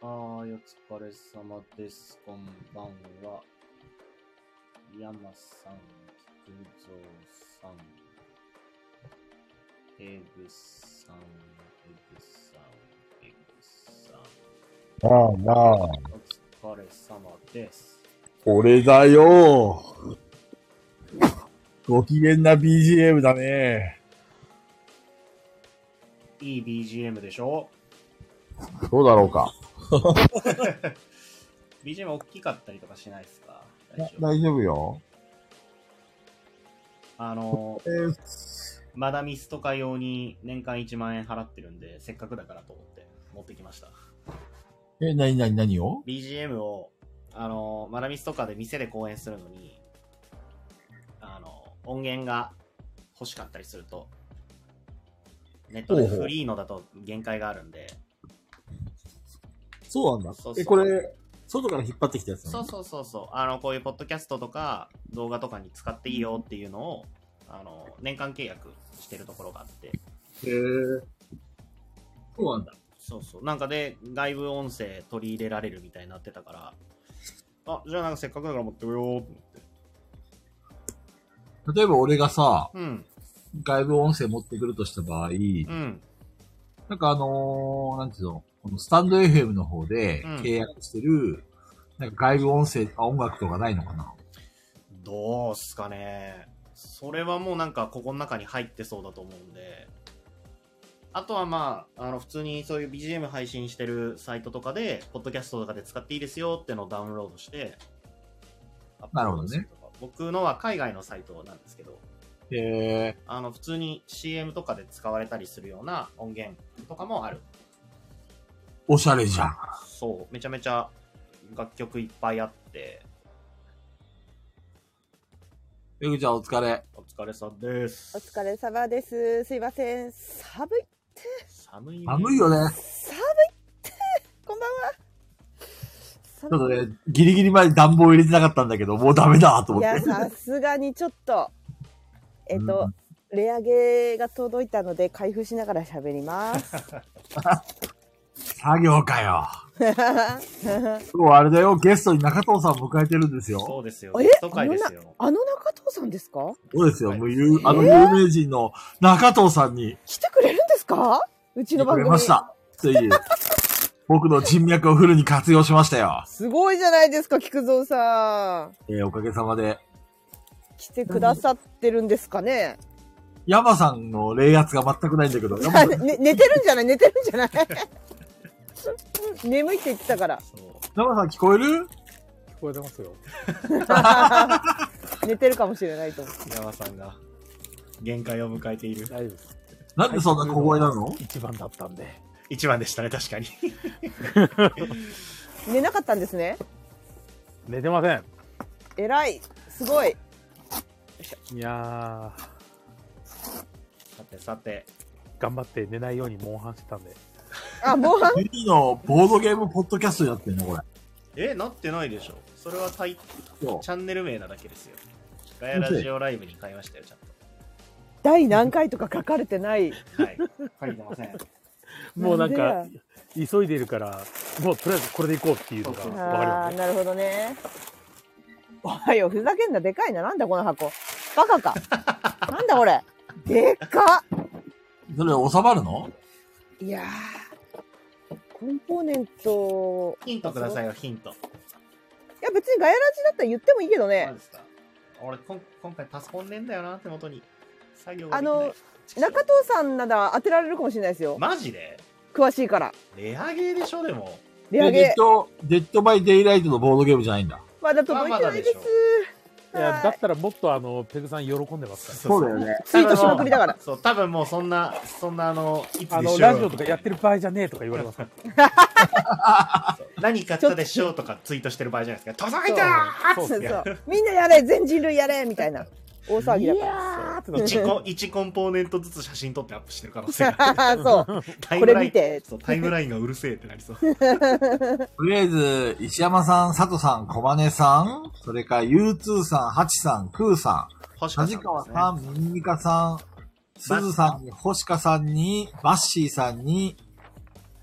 お疲れ様です。こんばんは。山さん、菊蔵さん、エグさん、エグさん。 ああ、なあ。 お疲れ様です。 俺だよ。ご機嫌な BGM だね。 いい BGM でしょ？ どうだろうか。 BGM 大きかったりとかしないですか？ 大丈夫よ。 マダミスとか用に年間1万円払ってるんで、せっかくだからと思って持ってきました。 何を BGM を、マダミスとかで店で公演するのに、音源が欲しかったりすると、ネットでフリーのだと限界があるんで。 そうなんだ。 そうそう、 これ、外から引っ張ってきたやつなの？そう。こういうポッドキャストとか動画とかに使っていいよっていうのを、年間契約してるところがあって。 へー。そうなんだ。 そう。なんかで、外部音声取り入れられるみたいになってたから、じゃあなんかせっかくだから持ってこようと思って。 例えば俺がさ、 うん。 外部音声持ってくるとした場合、 うん。 なんかなんていうの、このスタンド FM の方で契約してる、なんか外部音声とか音楽とかないのかな？ どうすかね。それはもうなんかここの中に入ってそうだと思うんで。あとはまあ、普通にそういう BGM 配信してるサイトとかで、ポッドキャストとかで使っていいですよってのをダウンロードして、 なるほどね。 僕のは海外のサイトなんですけど、 へ普通に CM とかで使われたりするような音源とかもある。 おしゃれじゃん。 そう、めちゃめちゃ楽曲いっぱいあって。 めぐちゃんお疲れ。 お疲れ様です。 お疲れ様です。すいません。寒いって。 寒いよね。 寒いって。こんばんは。 ちょっとね、ギリギリまで暖房入れてなかったんだけど、もうダメだと思って。 いや、さすがにちょっと、レアゲーが届いたので、開封しながら喋ります。 作業かよ。今日あれだよ、ゲストに中藤さん迎えてるんですよ。 そうですよ。ゲスト会ですよ。 あの中藤さんですか？ そうですよ。もう有名人の中藤さんに。 来てくれるんですか？うちの番組。 来れました。ついに。僕の人脈をフルに活用しましたよ。 すごいじゃないですか、菊蔵さん。 おかげさまで。 来てくださってるんですかね？ 山さんの冷圧が全くないんだけど。 寝てるんじゃない？眠いって言ってたから。 山さん聞こえる？ 聞こえてますよ。 寝てるかもしれないと思う。 山さんが限界を迎えている。 大丈夫です。 なんでそんな小声なの？ 一番だったんで。 一番でしたね、確かに。 寝なかったんですね。 寝てません。 偉い。すごい。 いやー。さて。 頑張って寝ないようにモンハンしてたんで。 あ、モンハン ?3 のボードゲームポッドキャストやってんのこれ。なってないでしょ。それはチャンネル名なだけですよ。ガヤラジオライブに買いましたよ、ちゃんと。 第何回とか書かれてない。 はい。書いてません。 もうなんか、急いでるから、もうとりあえずこれでいこうっていうのが分かりますね。 なるほどね。おはよう、ふざけんな、でかいな。なんだこの箱。バカか。なんだこれ。でっか。 それ収まるの？ いやー。コンポーネント。 ヒントくださいよ、ヒント。いや、別にガヤラジだったら言ってもいいけどね。 そうですか。俺、今回パソコンねえんだよな、手元に。作業中藤さんなら当てられるかもしれないですよ。 マジで？ 詳しいから。 レアゲーでしょ、でも。 レアゲー。 デッドバイデイライトのボードゲームじゃないんだ。 まだ届いてないです。 いや、だったらもっとペグさん喜んでますから。 そうだよね。 ツイートしまくりだから。 そう、多分もうそんな、 ラジオとかやってる場合じゃねえとか言われますから。 何買ったでしょうとかツイートしてる場合じゃないですか。届いたーそう。みんなやれ、全人類やれみたいな。大騒ぎだから。 1コンポーネントずつ写真撮ってアップしてる可能性がある。そう。これ見て。 タイムラインがうるせえってなりそう。とりあえず、石山さん、佐藤さん、小金さん、それから U2 さん、ハチさん、クーさん、梶川さん、ミニミカさん、すずさんに、星香さんに、バッシーさんに、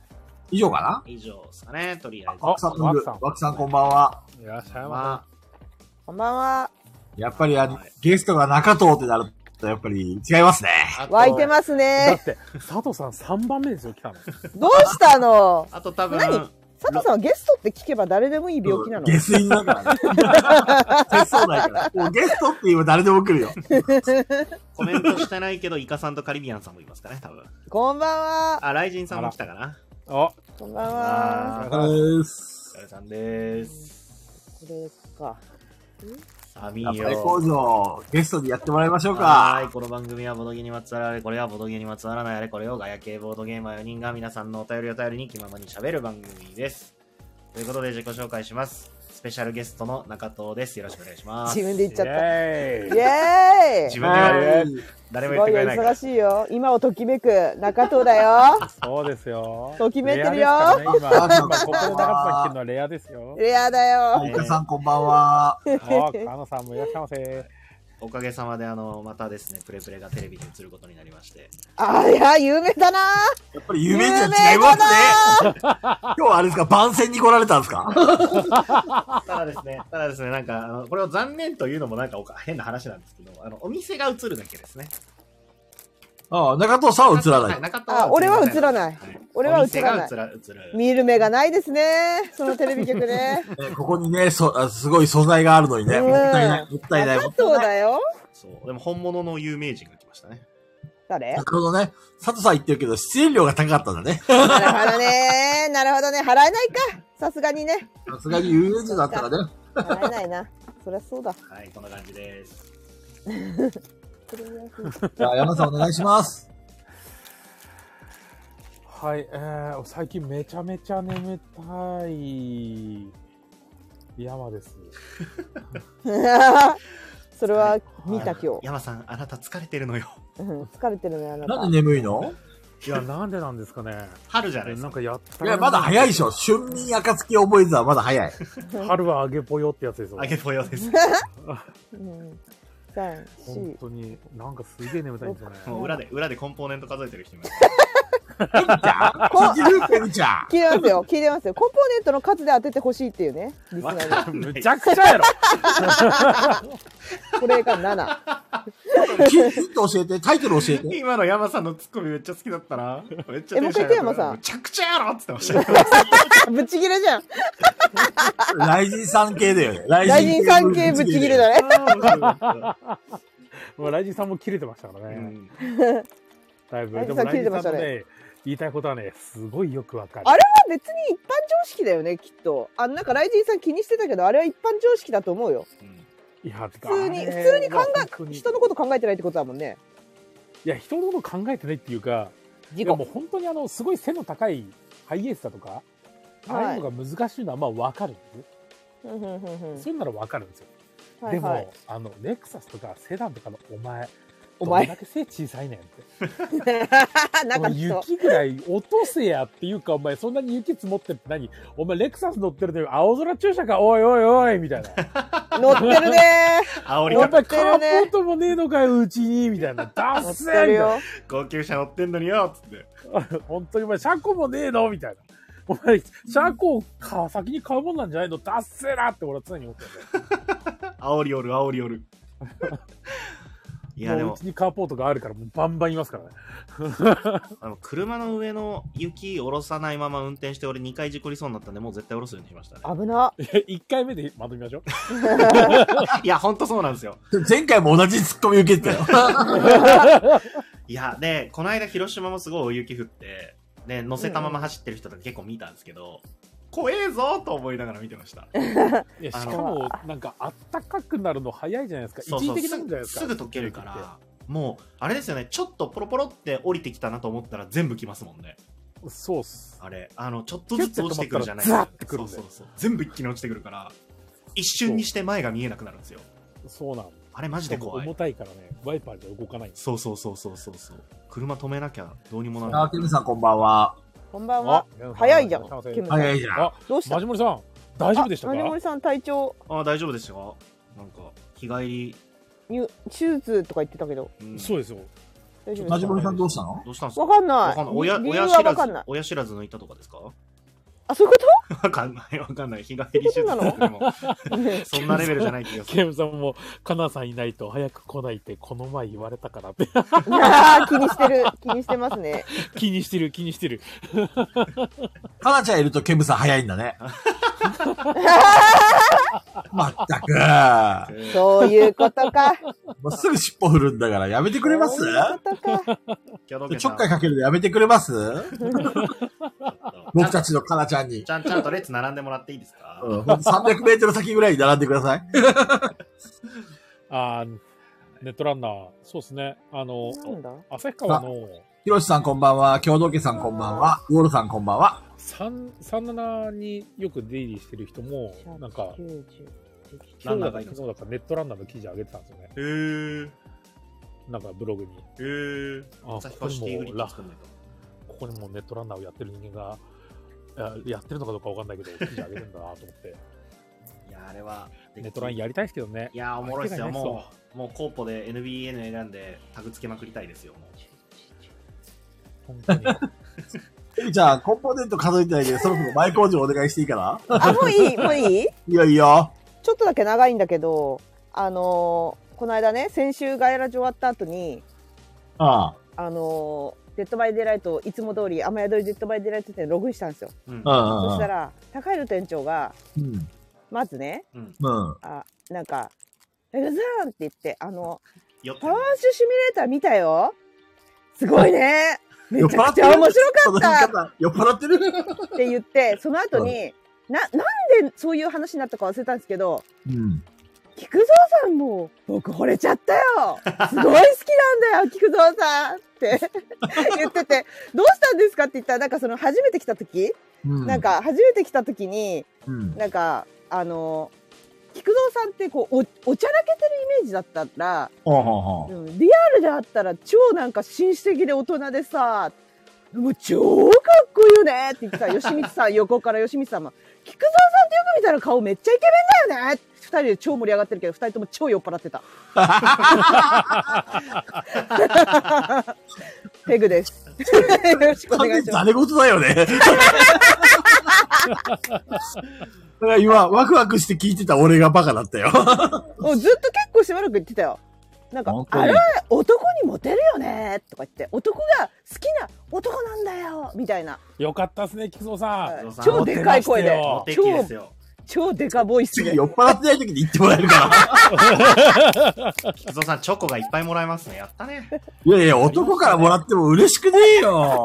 以上かな。 以上ですかね、とりあえず。 ワクさんのる。ワクさんこんばんは。 いらっしゃいままこんばんは。 やっぱりゲストが中藤ってなると、やっぱり違いますね。 あと湧いてますす。だっね。 て、佐藤さん3番目ですよ、来たの。 どうしたの？ あと多分、 佐藤さんはゲストって聞けば誰でもいい病気なの？ 下水だからね。節操ないから。もうゲストって言えば誰でも来るよ。 コメントしてないけど、イカさんとカリビアンさんもいますかね、多分。 こんばんは。 あ、ライジンさんも来たかな。 あ、 こんばんは。 お疲れです。 お疲れさんです。 これか。 寒いやっぱりよ。 工場、ゲストにやってもらいましょうか。 はーい、この番組はボドゲにまつわるあれこれはボドゲにまつわらないあれこれをガヤ系ボードゲーマー4人が皆さんのお便りを頼りに気ままに喋る番組です。ということで自己紹介します。スペシャルゲストの中藤です。よろしくお願いします。 自分で言っちゃった。イイェーイ。 エーイ。 自分で言われる。誰も言ってくすごいよ、 れないから忙。しいよ。今をときめく中藤だよ。 そうですよ。 ときめいてるよレアですからね今ここで中藤さん来るのはレアですよ。 レアだよ。 イカさんこんばんは。 あ、カノさんもいらっしゃいませ。 おかげさまでまたですね、プレプレがテレビに映ることになりまして。 あ、いや、有名だな。 やっぱり有名人は違いますね。今日はあれですか、番宣に来られたんですか。 ただですね、なんか、これを残念というのもなんか変な話なんですけど、お店が映るだけですね。 ああ、中藤さんは映らない。 中藤はあ、俺は映らない。俺は映らないお店が映る。 見る目がないですね。そのテレビ局ね。 ここにね、すごい素材があるのにね、もったいない、もったいない。 中藤だよ。 そう。でも本物の有名人が来ましたね。 誰？ なるほどね。佐藤さん言ってるけど、出演料が高かったんだね。 なるほどね。なるほどね。払えないか。さすがにね。 さすがに有名人だったらね。 払えないな。そりゃそうだ。 はい、こんな感じです。 じゃあ、山さんお願いします。 はい、最近めちゃめちゃ眠たい山です。 それは見た今日。 山さん、あなた疲れてるのよ。 疲れてるね、あなた。 なんで眠いの？ いや、なんでなんですかね。 春じゃないですか。 なんかやったいや、まだ早いでしょ。春眠暁を覚えずはまだ早い。 春はあげぽよってやつですよ。 あげぽよです。 うん3、 本 4。 当に、なんかすげえ眠たいんですよね。 もう裏でコンポーネント数えてる人います。 ペミちゃん聞いてるペミちゃん。 聞いてますよ。聞いてますよ。コンポーネントの数で当ててほしいっていうね。リスナーに。 むちゃくちゃやろ。 これが7。 ヒント教えて、タイトル教えて。 今の山さんのツッコミめっちゃ好きだったな。めっちゃもう一回言って山さんむちゃくちゃやろって言ってました。 ぶち切れじゃん。 ライジンさん系だよね。ラ大臣産系ぶち切れだね。 もうライジンさんも切れてましたからね。だいぶ。 ライジンさんでもライジンさん切れてましたねもね、言いたいことはね、すごいよくわかる。 あれは別に一般常識だよね、きっと。なんかライジンさん気にしてたけど、あれは一般常識だと思うよ。 いや、 普通に人のこと考えてないってことだもんね。 いや、人のこと考えてないっていうか、 事いやもう故。 本当にすごい背の高いハイエースだとか、ああいうのが難しいのはまあわかるんですよ。 ふんふんふんふんそういうのならわかるんですよ。 はいはいでも、レクサスとかセダンとかのお前お前どんだけ背小さいねんって。 なんか人。 雪ぐらい落とせやっていうか、お前そんなに雪積もってって何お前レクサス乗ってるのに青空駐車かおいおいおいみたいな。 乗ってるねお煽り方前カーポートもねえのかよ、うちにみたいな。ダッ乗っセーみたいてるよ。 高級車乗ってんのによつって。 な。本当にお前車庫もねえのみたいな。お前、車庫か先に買うもんなんじゃないのダッセーなって俺は常に思ってるんだよ。 煽りおる。いやでもうちにカーポートがあるからもうバンバンいますからね。 車の上の雪下ろさないまま運転して俺2回事故りそうになったんでもう絶対下ろすようにしましたね。 危な。 1回目でまとめましょう。 いやほんとそうなんですよ。 前回も同じツッコミ受けてたよ。 いやでこの間広島もすごい大雪降ってで乗せたまま走ってる人とか結構見たんですけど、怖えぞと思いながら見てました。 いやしかもなんかあったかくなるの早いじゃないですか。 そうそう一時的なんじゃないですか。 すぐ溶けるからもうあれですよね、ちょっとポロポロって降りてきたなと思ったら全部来ますもんね。 そうっす。 あれちょっとずつ落ちてくるじゃないですか。 ザーってくるんでそう全部一気に落ちてくるから一瞬にして前が見えなくなるんですよ。 そうなん。 あれマジで怖い。 重たいからね、ワイパーで動かないんです。 そう車止めなきゃどうにもならない。 ケムさんこんばんは。 こんばんは。早いじゃんキムさん早いじゃん。 あ、 どうしたマジモリさん、大丈夫でしたか？ マジモリさん体調、 大丈夫ですよ。なんか日帰り、 手術とか言ってたけど、 うんそうですよ。 大丈夫マジですか？ モリさんどうしたの？ どうしたんですか？ わかんない。 わかんない。 理由はわかんない。 親知らず抜いたとかですか？ あ、そういうこわかんない、わかんない。日帰り手術でも、 とねそんなレベルじゃない気がする。 ケムさんも、カナさんいないと早く来ないってこの前言われたからって。 あー気にしてる。気にしてますね。 気にしてる、気にしてる。 かなちゃんいるとケムさん早いんだね。まったく。 そういうことか。 もうすぐ尻尾振るんだからやめてくれます？ そういうことか。 ちょっかいかけるのやめてくれます？僕たちのかなちゃんに。 ちゃんと列並んでもらっていいですか？ うん、ほんと300メートル先ぐらいに並んでください。 ネットランナー、そうですね。 なんだ旭川のひろしさんこんばんは。共同家さんこんばんは。ウォルさんこんばんは。 37によく出入りしてる人も、なんか、 90 ランナーがいるんですか？ 昨日だからネットランナーの記事上げてたんですよね。 へー。 なんかブログに。 へー。 あ、 旭川シティグリッド作んないと。 ここにもネットランナーをやってる人間が、やってるのかどうかわかんないけど、記事上げてるんだなと思って。 いや、あれは。 ネットランやりたいですけどね。 いや、おもろいっすよ。 相手がいないもうコーポで NBN 選んでタグつけまくりたいですよ。も本当に。 じゃあ、コンポーネント数えてないけど、そろそろ前工場お願いしていいかな？ あ、もういいもういいいいよいいよ。 ちょっとだけ長いんだけど、この間ね、先週ガヤラジ終わった後に、 あデッドバイデイライト、いつも通り、雨宿りデッドバイデイライトってログインしたんですよ。 う。うん。 あ。 そしたら、高弘店長が、 うん。 まずね、 うん。 うん。 なんか、エグザーンって言って、 よってパワーシュシミュレーター見たよ。すごいね。めちゃくち酔っ払ってるゃ面白かその言いった方酔っ払ってる？ って言って、その後に、なんでそういう話になったか忘れたんですけど、 うん。 菊蔵さんも僕惚れちゃったよ。すごい好きなんだよ、菊蔵さんって言ってて、どうしたんですかって言ったら、なんかその初めて来た時、 うん。 なんか初めて来た時に、 うん。 なんか、菊蔵さんってこう、おちゃらけてるイメージだったら、 ほうほうほう。 リアルであったら超なんか紳士的で大人でさ、もう超かっこいいよねって言ってさ、吉光さん、横から吉光さんも、菊蔵さんってよく見たら顔めっちゃイケメンだよね。二人で超盛り上がってるけど、二人とも超酔っ払ってた。ペグです。よろしくお完全に願いします。 誰事だよね。だから今、ワクワクして聞いてた俺がバカだったよ。 もうずっと結構しばらく言ってたよ。なんか本、当にあれ、男にモテるよねとか言って、男が好きな男なんだよみたいな。 よかったっすね、菊蔵さん。 超でかい声でモテ期ですよ。 超デカボイスで。 次酔っ払ってない時に言ってもらえるか菊蔵さん、チョコがいっぱいもらえますね。やったね。 ら。いやいや、男からもらっても嬉しくねえよ。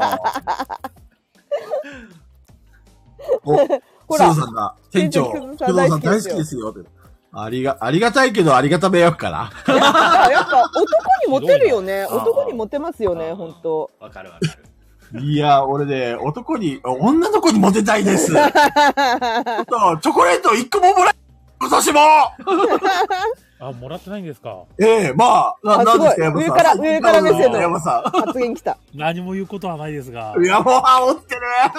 お、 ほらスーさんが、店長、 店長工藤さん大好きですよ。ありがたいけどありがた迷惑かな。 やっぱ男にモテるよね。 ひどいな男にモテますよね、ほんと。 わかるわかる。 いや、俺ね、女の子にモテたいです。チョコレート1個ももらえ、今年もあ、もらってないんですか？ ええまあ、なんですか、 すごい山さん。 上から目線の山さ発言来た。 何も言うことはないですが。 ん。いや、もう煽ってる。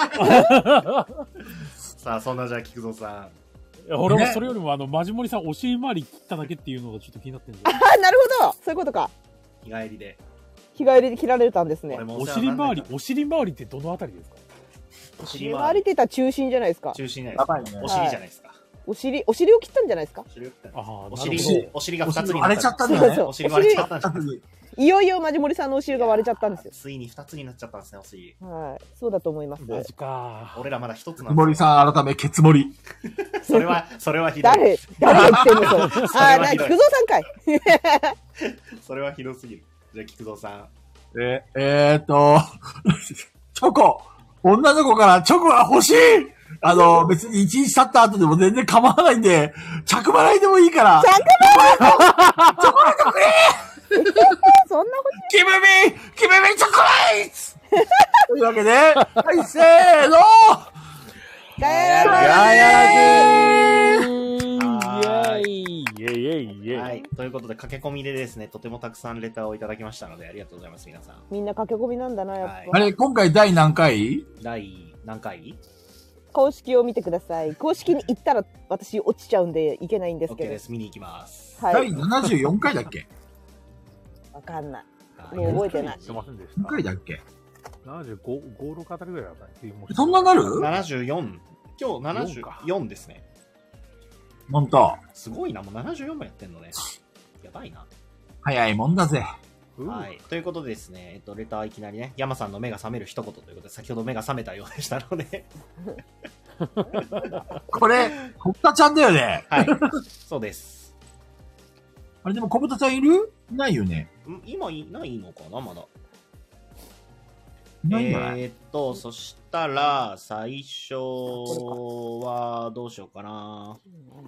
さあ、そんなじゃあ、菊蔵さん。 いや俺もそれよりも、マジモリさんお尻回り切っただけっていうのがちょっと気になってるんですよ。 あ、なるほど。そういうことか。 日帰りで。 日帰りで切られたんですね俺。もお尻回りってどのあたりですか？ お尻日回りって言ったら中心じゃないですか。 中心じゃやばいねないですか。お尻じゃないですか。 お尻を切ったんじゃないですか。 お尻を切ったああ、 おなるほ尻ど。 お尻が2つに割れちゃったんだね。 そうそうお尻割れちゃったんですよ。 いよいよマジモリさんのお尻が割れちゃったんですよ。 ついに2つになっちゃったんですね、お尻。 はい。そうだと思います。 マジか。 俺らまだ1つなん森ですよ。 さん改め、ケツ森。 それはひどい。 誰が言ってんのそれ。 それはあ、 ひどい菊蔵さんかい。 それはひどすぎる。じゃあ、菊蔵さん。 チョコ。女の子からチョコが欲しい。別に1日経った後でも全然構わないんで、着払いでもいいから。チョコレートくれそんなこキムミチョコレートというわけで、はい、せーのと。ガヤガラヤラジはイエイイエイイエイイエイ。 はい。ということで、駆け込みでですね、とてもたくさんレターをいただきましたので、ありがとうございます、皆さん。 みんな駆け込みなんだな、やっはいぱ。 あれ、今回第何回？ 第何回公式を見てください。公式に行ったら私落ちちゃうんでいけないんです ?OK けどで。す。見に行きます。 第はい。 74回だっけ？ わかんない。 もう覚えてない言ってませんでし何回だっけた。75、5、6あたりぐらいだったね。 そんななる 74。今日74ですね。 ほんと。 すごいな、もう74もやってんのね。やばいな。 早いもんだぜ。 はい。ということでですね、レターいきなりね、山さんの目が覚める一言ということで、先ほど目が覚めたようでしたので。 これ、小豚ちゃんだよね。 はい。そうです。 あれでも小豚ちゃんいるないよね。 今いないのかなまだ。 ないんじゃない？ そしたら、最初は、どうしようかな。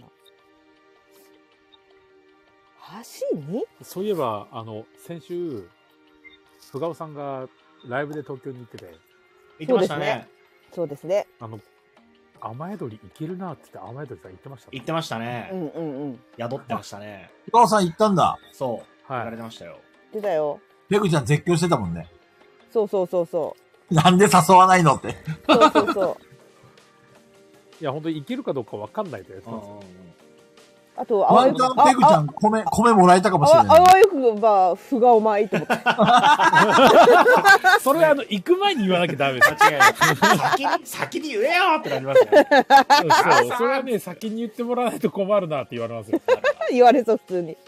橋にそういえば、先週、ふがおさんがライブで東京に行ってて、 言ってましたね。 そうですね。 雨宿り行けるなって言って雨宿りさん言ってました。 言ってましたね。 うんうんうん。 宿ってましたね。 お母さん行ったんだ。 そう。 はい言われてましたよ。 出たよ。 ペグちゃん絶叫してたもんね。 そうそうそうそなんで誘わないのって。 う。そうそうそう。 いや、本当に行けるかどうかわかんないとやってうんたんですよ。 あと、 ワンチャンペグちゃん米もらえたかもしれあない。 わよくば、ふがおまいと思って。 それ行く前に言わなきゃダメです。 間違いない。先に言えよってなりますね。 そう、それはね、先に言ってもらわないと困るなって言われますよ。 言われそう、普通に。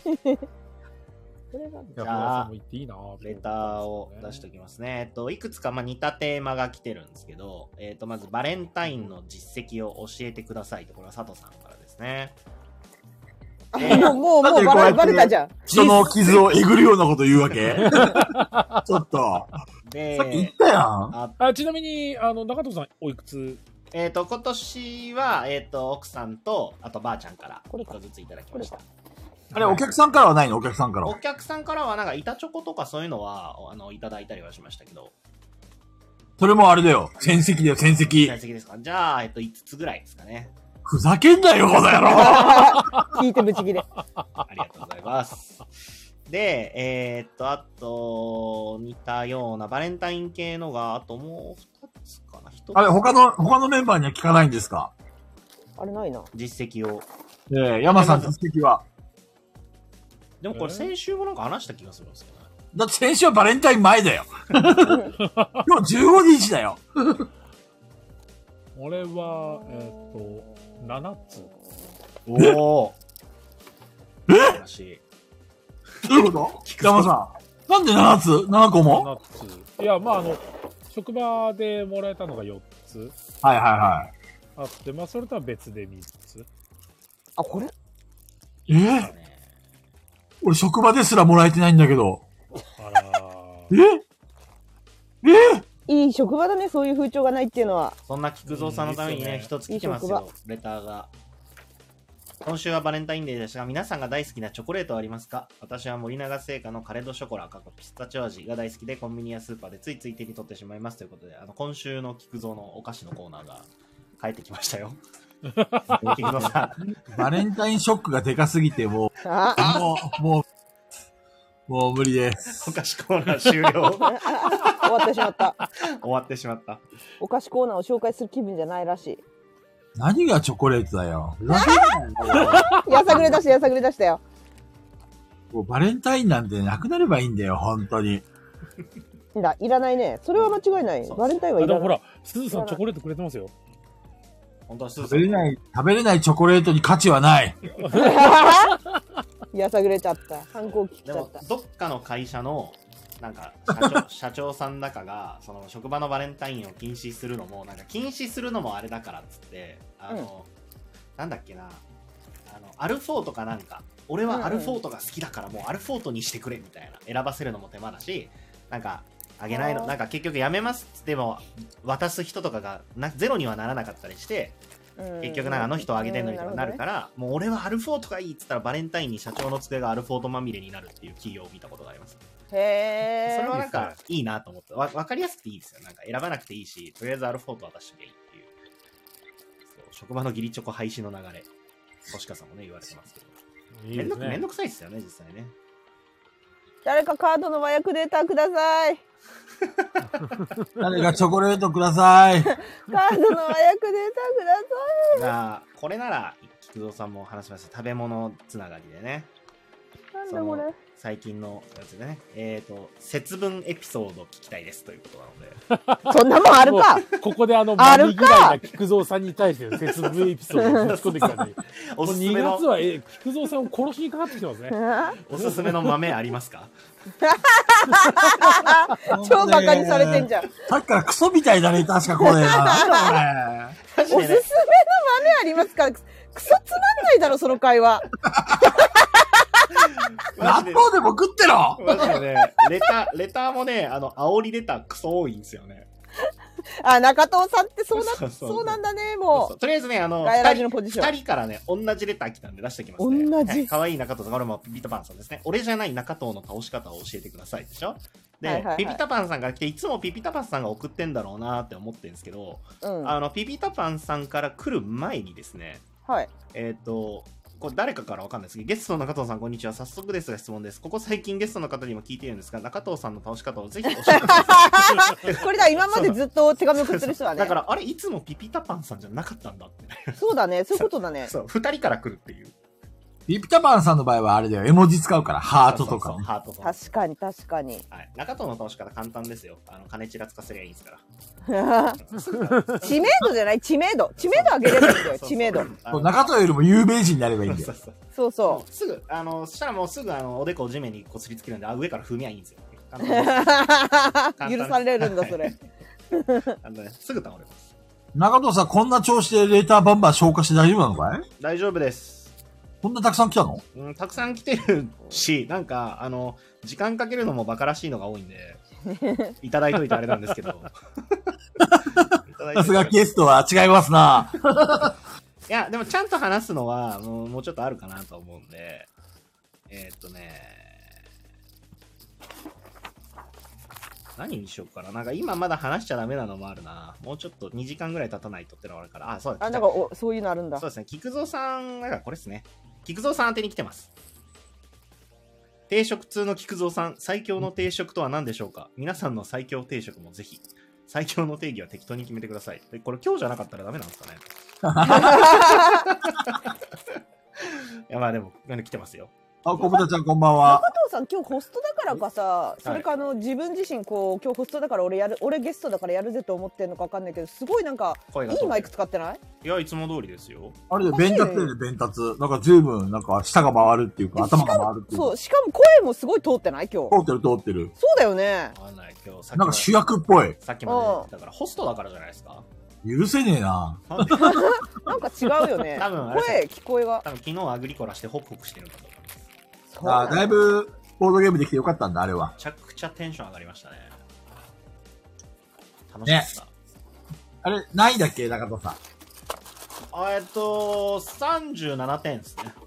それがいや、 じゃあふがおさんも言っていいなぁレターを出しておきますね。いくつか似たテーマが来てるんですけど、まずバレンタインの実績を教えてくださいと、これは佐藤さんからですね。 もうなんでこうやってバレたじゃん。 人の傷をえぐるようなこと言うわけちょっと。 でさっき言ったやん。 ちなみに、中藤さん、おいくつ？ 今年は、奥さんと、あとばあちゃんから1個ずついただきました。 あれ、お客さんからはないの？お客さんからは。 お客さんからは、なんか、板チョコとかそういうのは、いただいたりはしましたけど。 それもあれだよ。戦績だよ、戦績。 成績ですか？じゃあ、5つぐらいですかね。 ふざけんなよ、この野郎聞いてぶち切れ。 ありがとうございます。で、あと、似たようなバレンタイン系のが、あともう2つかな。1つ。 あれ、他のメンバーには聞かないんですか？ あれないな。 実績を。 山さん実績は。 でもこれ先週もなんか話した気がするんですけどね。 だって先週はバレンタイン前だよ。今日15日だよ。 俺は、7つ。 おお。素晴らしい。 どういうこと山さん。なんで7つ ?7 個も 7つ。いや、まあ、職場でもらえたのが4つはいはいはい。 あって、まあ、それとは別で3つ。 あ、これ俺職場ですらもらえてないんだけど。 あらー。 いい職場だね、そういう風潮がないっていうのは。 そんな菊蔵さんのためにね、一つ来てますいい職よ、レターが。今週はバレンタインデーですが、皆さんが大好きなチョコレートはありますか？私は森永製菓のカレドショコラ、ピスタチオ味が大好きで、コンビニやスーパーでついつい手に取ってしまいますということで、今週の菊蔵のお菓子のコーナーが帰ってきましたよ。菊蔵さん。 バレンタインショックがでかすぎて、もう無理です。 お菓子コーナー終了。 終わってしまった。 終わってしまった。 お菓子コーナーを紹介する気分じゃないらしい。 何がチョコレートだよ。 やさぐれ出したよ。 もうバレンタインなんてなくなればいいんだよ、本当に。 いらないね。それは間違いない。バレンタインはいらない。 でもほら、すずさんチョコレートくれてますよ。 本当は食べれないチョコレートに価値はない。 やさぐれちゃった。反抗期来ちでもゃった。 どっかの会社のなんか社長さんだかがその職場のバレンタインを禁止するのもなんか禁止するのもあれだからっつってなんだっけなアルフォートかなんか俺はアルフォートが好きだからもうアルフォートにしてくれみたいな選ばせるのも手間だしなんかあげないのなんか結局やめますっつっても渡す人とかがゼロにはならなかったりして結局なんかあの人をあげてんのにとかなるから、もう俺はアルフォートがいいっつったらバレンタインに社長の机がアルフォートまみれになるっていう企業を見たことがあります。 へー。 それはなんかいいなと思って、わかりやすくていいですよ。なんか選ばなくていいし、とりあえずアルフォート渡しときゃいいっていう。そう職場の義理チョコ廃止の流れ。星川さんもね、言われてますけど。 いいですね。 めんどくさいですよね、実際ね。 誰かカードの和訳データください。 誰かチョコレートください。 カードの和訳データください。 これなら、菊蔵さんも話しました。食べ物つながりでね。 なんだこれ。 最近のやつでね、節分エピソード聞きたいですということなので。 そんなもんあるか。 ここであるかマミ嫌いな菊蔵さんに対しての節分エピソードをぶち込んできたんで、もう2 おすすめの月は菊蔵さんを殺しにかかってきてますね。 おすすめの豆ありますか？ 超バカにされてんじゃん。 さっきからクソみたいだね、確かこれ。なんだおすすめの豆ありますか？クソつまんないだろ、その会話。 これ。納豆でも食ってろ。 マジでね、レターもね、煽りレタークソ多いんですよね。 あ、中藤さんってそうそうなんだね、もう。 とりあえずね、 ガイラジのポジション二人からね、同じレター来たんで出してきますね。 同じはい、可愛い中藤さん、これもピピタパンさんですね。俺じゃない中藤の倒し方を教えてくださいでしょ。で、 はいはいはい、 ピピタパンさんが来て、いつもピピタパンさんが送ってんだろうなって思ってるんですけど、 うん。 ピピタパンさんから来る前にですね、 はい。 これ誰かからわかんないですけど、ゲストの中藤さんこんにちは。早速ですが質問です。ここ最近ゲストの方にも聞いているんですが、中藤さんの倒し方をぜひ教えてください。 これだ、今までずっと手紙送ってる人はね。 だから、あれ、いつもピピタパンさんじゃなかったんだって。 そうだね、そういうことだね。 そう、二人から来るっていう。 ピピタパンさんの場合はあれだよ、絵文字使うから、ハートとかね。 そうハートとか。 確かに、確かに。 はい。中藤の倒し方簡単ですよ。金ちらつかせりゃいいんですから。 知名度じゃない知名度。知名度上げればいいんだよ、知名度。 そう中藤よりも有名人になればいいんだよ。 そうそすぐ、そしたらもうすぐおでこを地面にこすりつけるんで、上から踏みゃいいんですよ。 う。許されるんだ、それ。 すぐ倒れます。 中藤さん、こんな調子でレーターバンバン消化して大丈夫なのかい？ 大丈夫です。 こんなたくさん来たの？ うん、たくさん来てるし、なんか、時間かけるのもバカらしいのが多いんで、いただいといてあれなんですけど。 さすがゲストは違いますな。 いや、でもちゃんと話すのは、もうちょっとあるかなと思うんで、何にしようかな。なんか今まだ話しちゃダメなのもあるな。もうちょっと2時間ぐらい経たないとってのがあるから。あ、そうだ。 なんかそういうのあるんだ。 そうですね。菊蔵さん、なんかこれですね。菊蔵さん宛てに来てます。定食通の菊蔵さん、最強の定食とは何でしょうか？皆さんの最強定食もぜひ。最強の定義は適当に決めてください。これ今日じゃなかったらダメなんですかね。いや、まあでも、来てますよ。 あ、小豚ちゃんこんばんは。 中藤さん今日ホストだからかさ、それか自分自身こう今日ホストだから俺ゲストだからやるぜと思ってんのか分かんないけど、すごいなんかいいマイク使ってない？ いや、いつも通りですよ。 あれで弁達だよね、弁達。なんか随分、なんか舌が回るっていうか、頭が回るっていうか。 そう、しかも声もすごい通ってない今日。 通ってる。 そうだよね。 わかんない。今日さっきなんか主役っぽい。 さっきまで言ってたから、ホストだからじゃないですか。 許せねえな。 なんか違うよね。 多分声、聞こえが。 多分昨日アグリコラしてホクホクしてるんだと思います。 あ、だいぶ、ボードゲームできてよかったんだ、あれは。 めちゃくちゃテンション上がりましたね。楽しかった。ね、 あれ、何位だっけ、中藤さん。 37点ですね。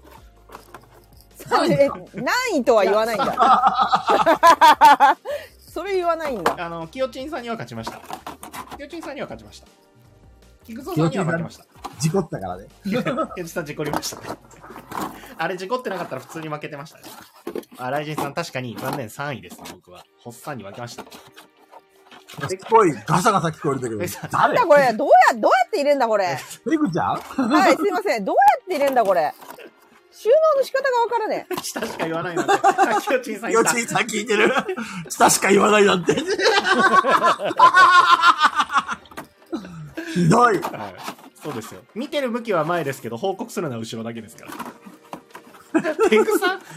何位とは言わないんだ。それ言わないんだ。 キヨチンさんには勝ちました。キヨチンさんには勝ちました。菊蔵さんには負けました。 事故ったからね。 キヨチンさん事故りましたね。あれ事故ってなかったら普通に負けてましたね。ライジンさん確かに残念3位ですね、僕は。ホッサンに負けました。 すごいガサガサ聞こえるんだけど。 なんだこれ、どうやって入れんだこれ。 ペグちゃん？ はい、すいません。どうやって入れんだこれ。収納の仕方がわからねえ。 下しか言わないので。キヨチンさん聞いてる。下しか言わないなんて。ひどい。 はい。そうですよ。見てる向きは前ですけど、報告するのは後ろだけですから。ペグさん、はい。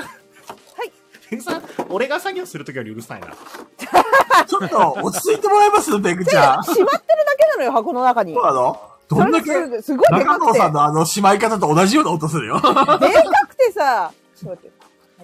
ペグさん、俺が作業するときよりうるさいな。 ちょっと、落ち着いてもらえますペグちゃん。 しまってるだけなのよ、箱の中に。 そうなの？どんだけ、 すごいでかくて。 中藤さんのしまい方と同じような音するよ。 でかくてさ、ちょっと待って。はい、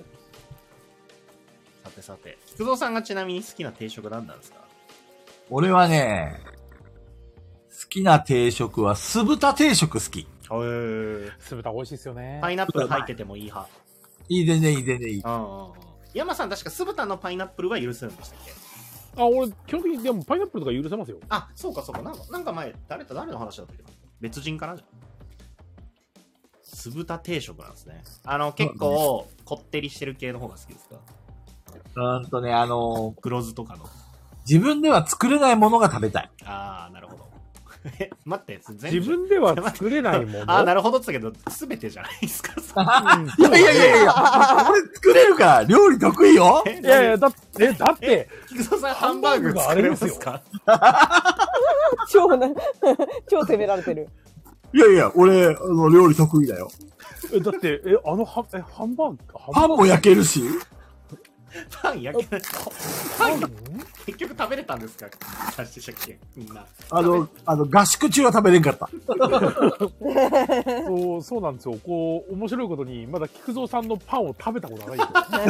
さて。菊蔵さんがちなみに好きな定食何なんですか？ 俺はね、好きな定食は酢豚定食好き。 酢豚美味しいですよね。 パイナップル入っててもいい派。 いい全然いい。 山さん確か酢豚のパイナップルは許せるんでしたっけ？ あ、俺、基本的にでもパイナップルとか許せますよ。 あ、そうか。なんか前、誰の話だったっけな？別人かなじゃん。酢豚定食なんですね。結構、こってりしてる系の方が好きですか？黒酢とかの。 自分では作れないものが食べたい。 あー、なるほど。待って、 自分では作れないものあ、なるほどって言ったけど、すべてじゃないですか。 いや。俺作れるから、料理得意よ。 えいやいや、だって、 菊蔵さんハンバーグ作れますか？ 超責められてる。 いやいや、俺、料理得意だよ。 だって、ハンバーグパンも焼けるし。 パン焼けない。パン結局食べれたんですか？出してしたっけみんな。 合宿中は食べれんかった。 そうなんですよ。こう、面白いことに、まだ菊蔵さんのパンを食べたことがないんですよ。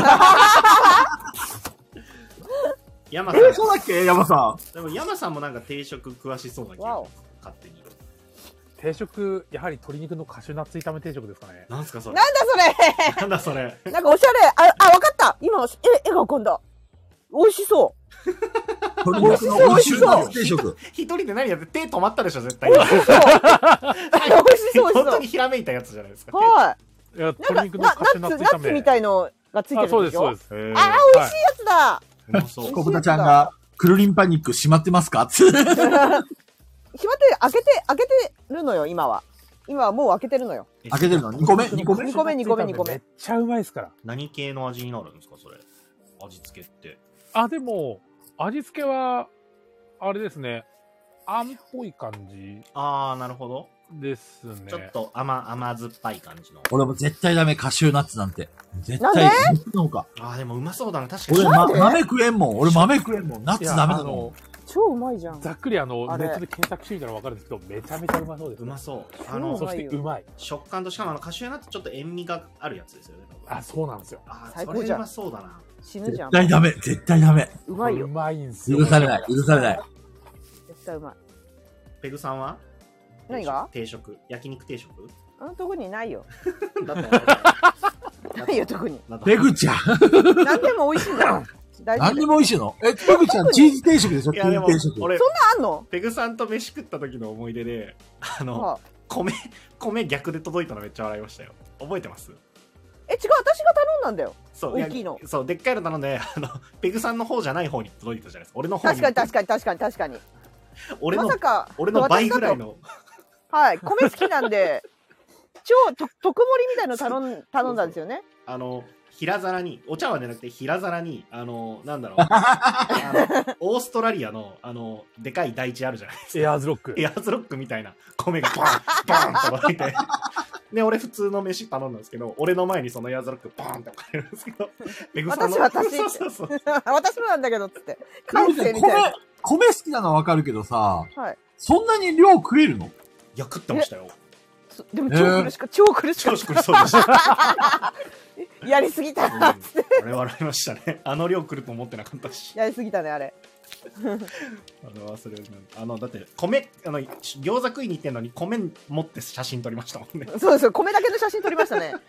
山さん。 そうだっけ山さん。 でも山さんもなんか定食詳しそうな気が勝手に。 定食、やはり鶏肉のカシューナッツ炒め定食ですかね。 なんすかそれ。 なんだそれなんだそれ。 なんかおしゃれ。わかった。今、絵が浮かんだ。美味しそう。 鶏肉の美味しそう定食。 一人で何やって手止まったでしょ絶対に。 美味しそう。美味しそう。 本当にひらめいたやつじゃないですか。 はい。 いや、鶏肉のカシューナッツ炒め。 ナッツみたいのがついてるんでしょ？ そうです、そうです。 美味しいやつだ。 うまそう。 小豚ちゃんが、クルリンパニック閉まってますか閉まって開けてるのよ、今は。今はもう開けてるのよ。 開けてるの ?2 個目 ?2 個目 ?2 個目、2個目、2個目。 めっちゃうまいですから。 何系の味になるんですかそれ。味付けって。 でも、味付けは、あれですね。あんっぽい感じ。 なるほど。 ですね。 ちょっと甘酸っぱい感じの。 俺も絶対ダメ、カシューナッツなんて。絶対。 なんででもうまそうだな、確かに。 俺、豆食えんもん。俺豆食えんもん。ナッツダメだもん。 超うまいじゃん。 ざっくりネットで検索してみたら分かるんですけど、めちゃめちゃうまそうです。 うまそう。 そしてうまい。 食感と、しかもカシューナッツちょっと塩味があるやつですよね。 そうなんですよ。 最高じゃん。 それうまそうだな。 死ぬじゃん。 絶対ダメ、絶対ダメ。 うまいよ。 うまいんすよ。 許されない、許されない。 絶対うまい。 ペグさんは何が定食。焼肉定食特にないよ。 だってないよ、特に。 ペグちゃん。 何でも美味しいんだよ。 何でも美味しいのペグちゃん、チーズ定食でしょチーズ定食。 俺、 そんなあんの？ ペグさんと飯食った時の思い出で、米逆で届いたのめっちゃ笑いましたよ。覚えてます？ 違う、私が頼んだんだよ。 そう、 大きいの。 そう、でっかいの頼んで、ペグさんの方じゃない方に届いたじゃないですか。俺の方に。 確かに。 俺の、 まさか、 俺の倍ぐらいの。 はい、米好きなんで、超特盛りみたいの頼んだんですよね。 平皿に、お茶碗じゃなくて平皿に、なんだろう。オーストラリアの、でかい台地あるじゃないですか。 エアーズロック。 エアーズロックみたいな米がバーンと届いて。で、俺普通の飯頼んだんですけど、俺の前にそのエアーズロックバーンって置かれるんですけど、ペグさんの。 私私もなんだけど、つって。返せみたいな。 米好きなのはわかるけどさ、 はい。 そんなに量食えるの？ いや、食ってましたよ。 でも超苦しかった。超苦しそうでした。やりすぎたなっつって。 あれ笑いましたね。あの量来ると思ってなかったし。 やりすぎたね、あれ。 忘れるだって米餃子食いに行ってんのに米持って写真撮りましたもんね。 そうですよ、米だけの写真撮りましたね。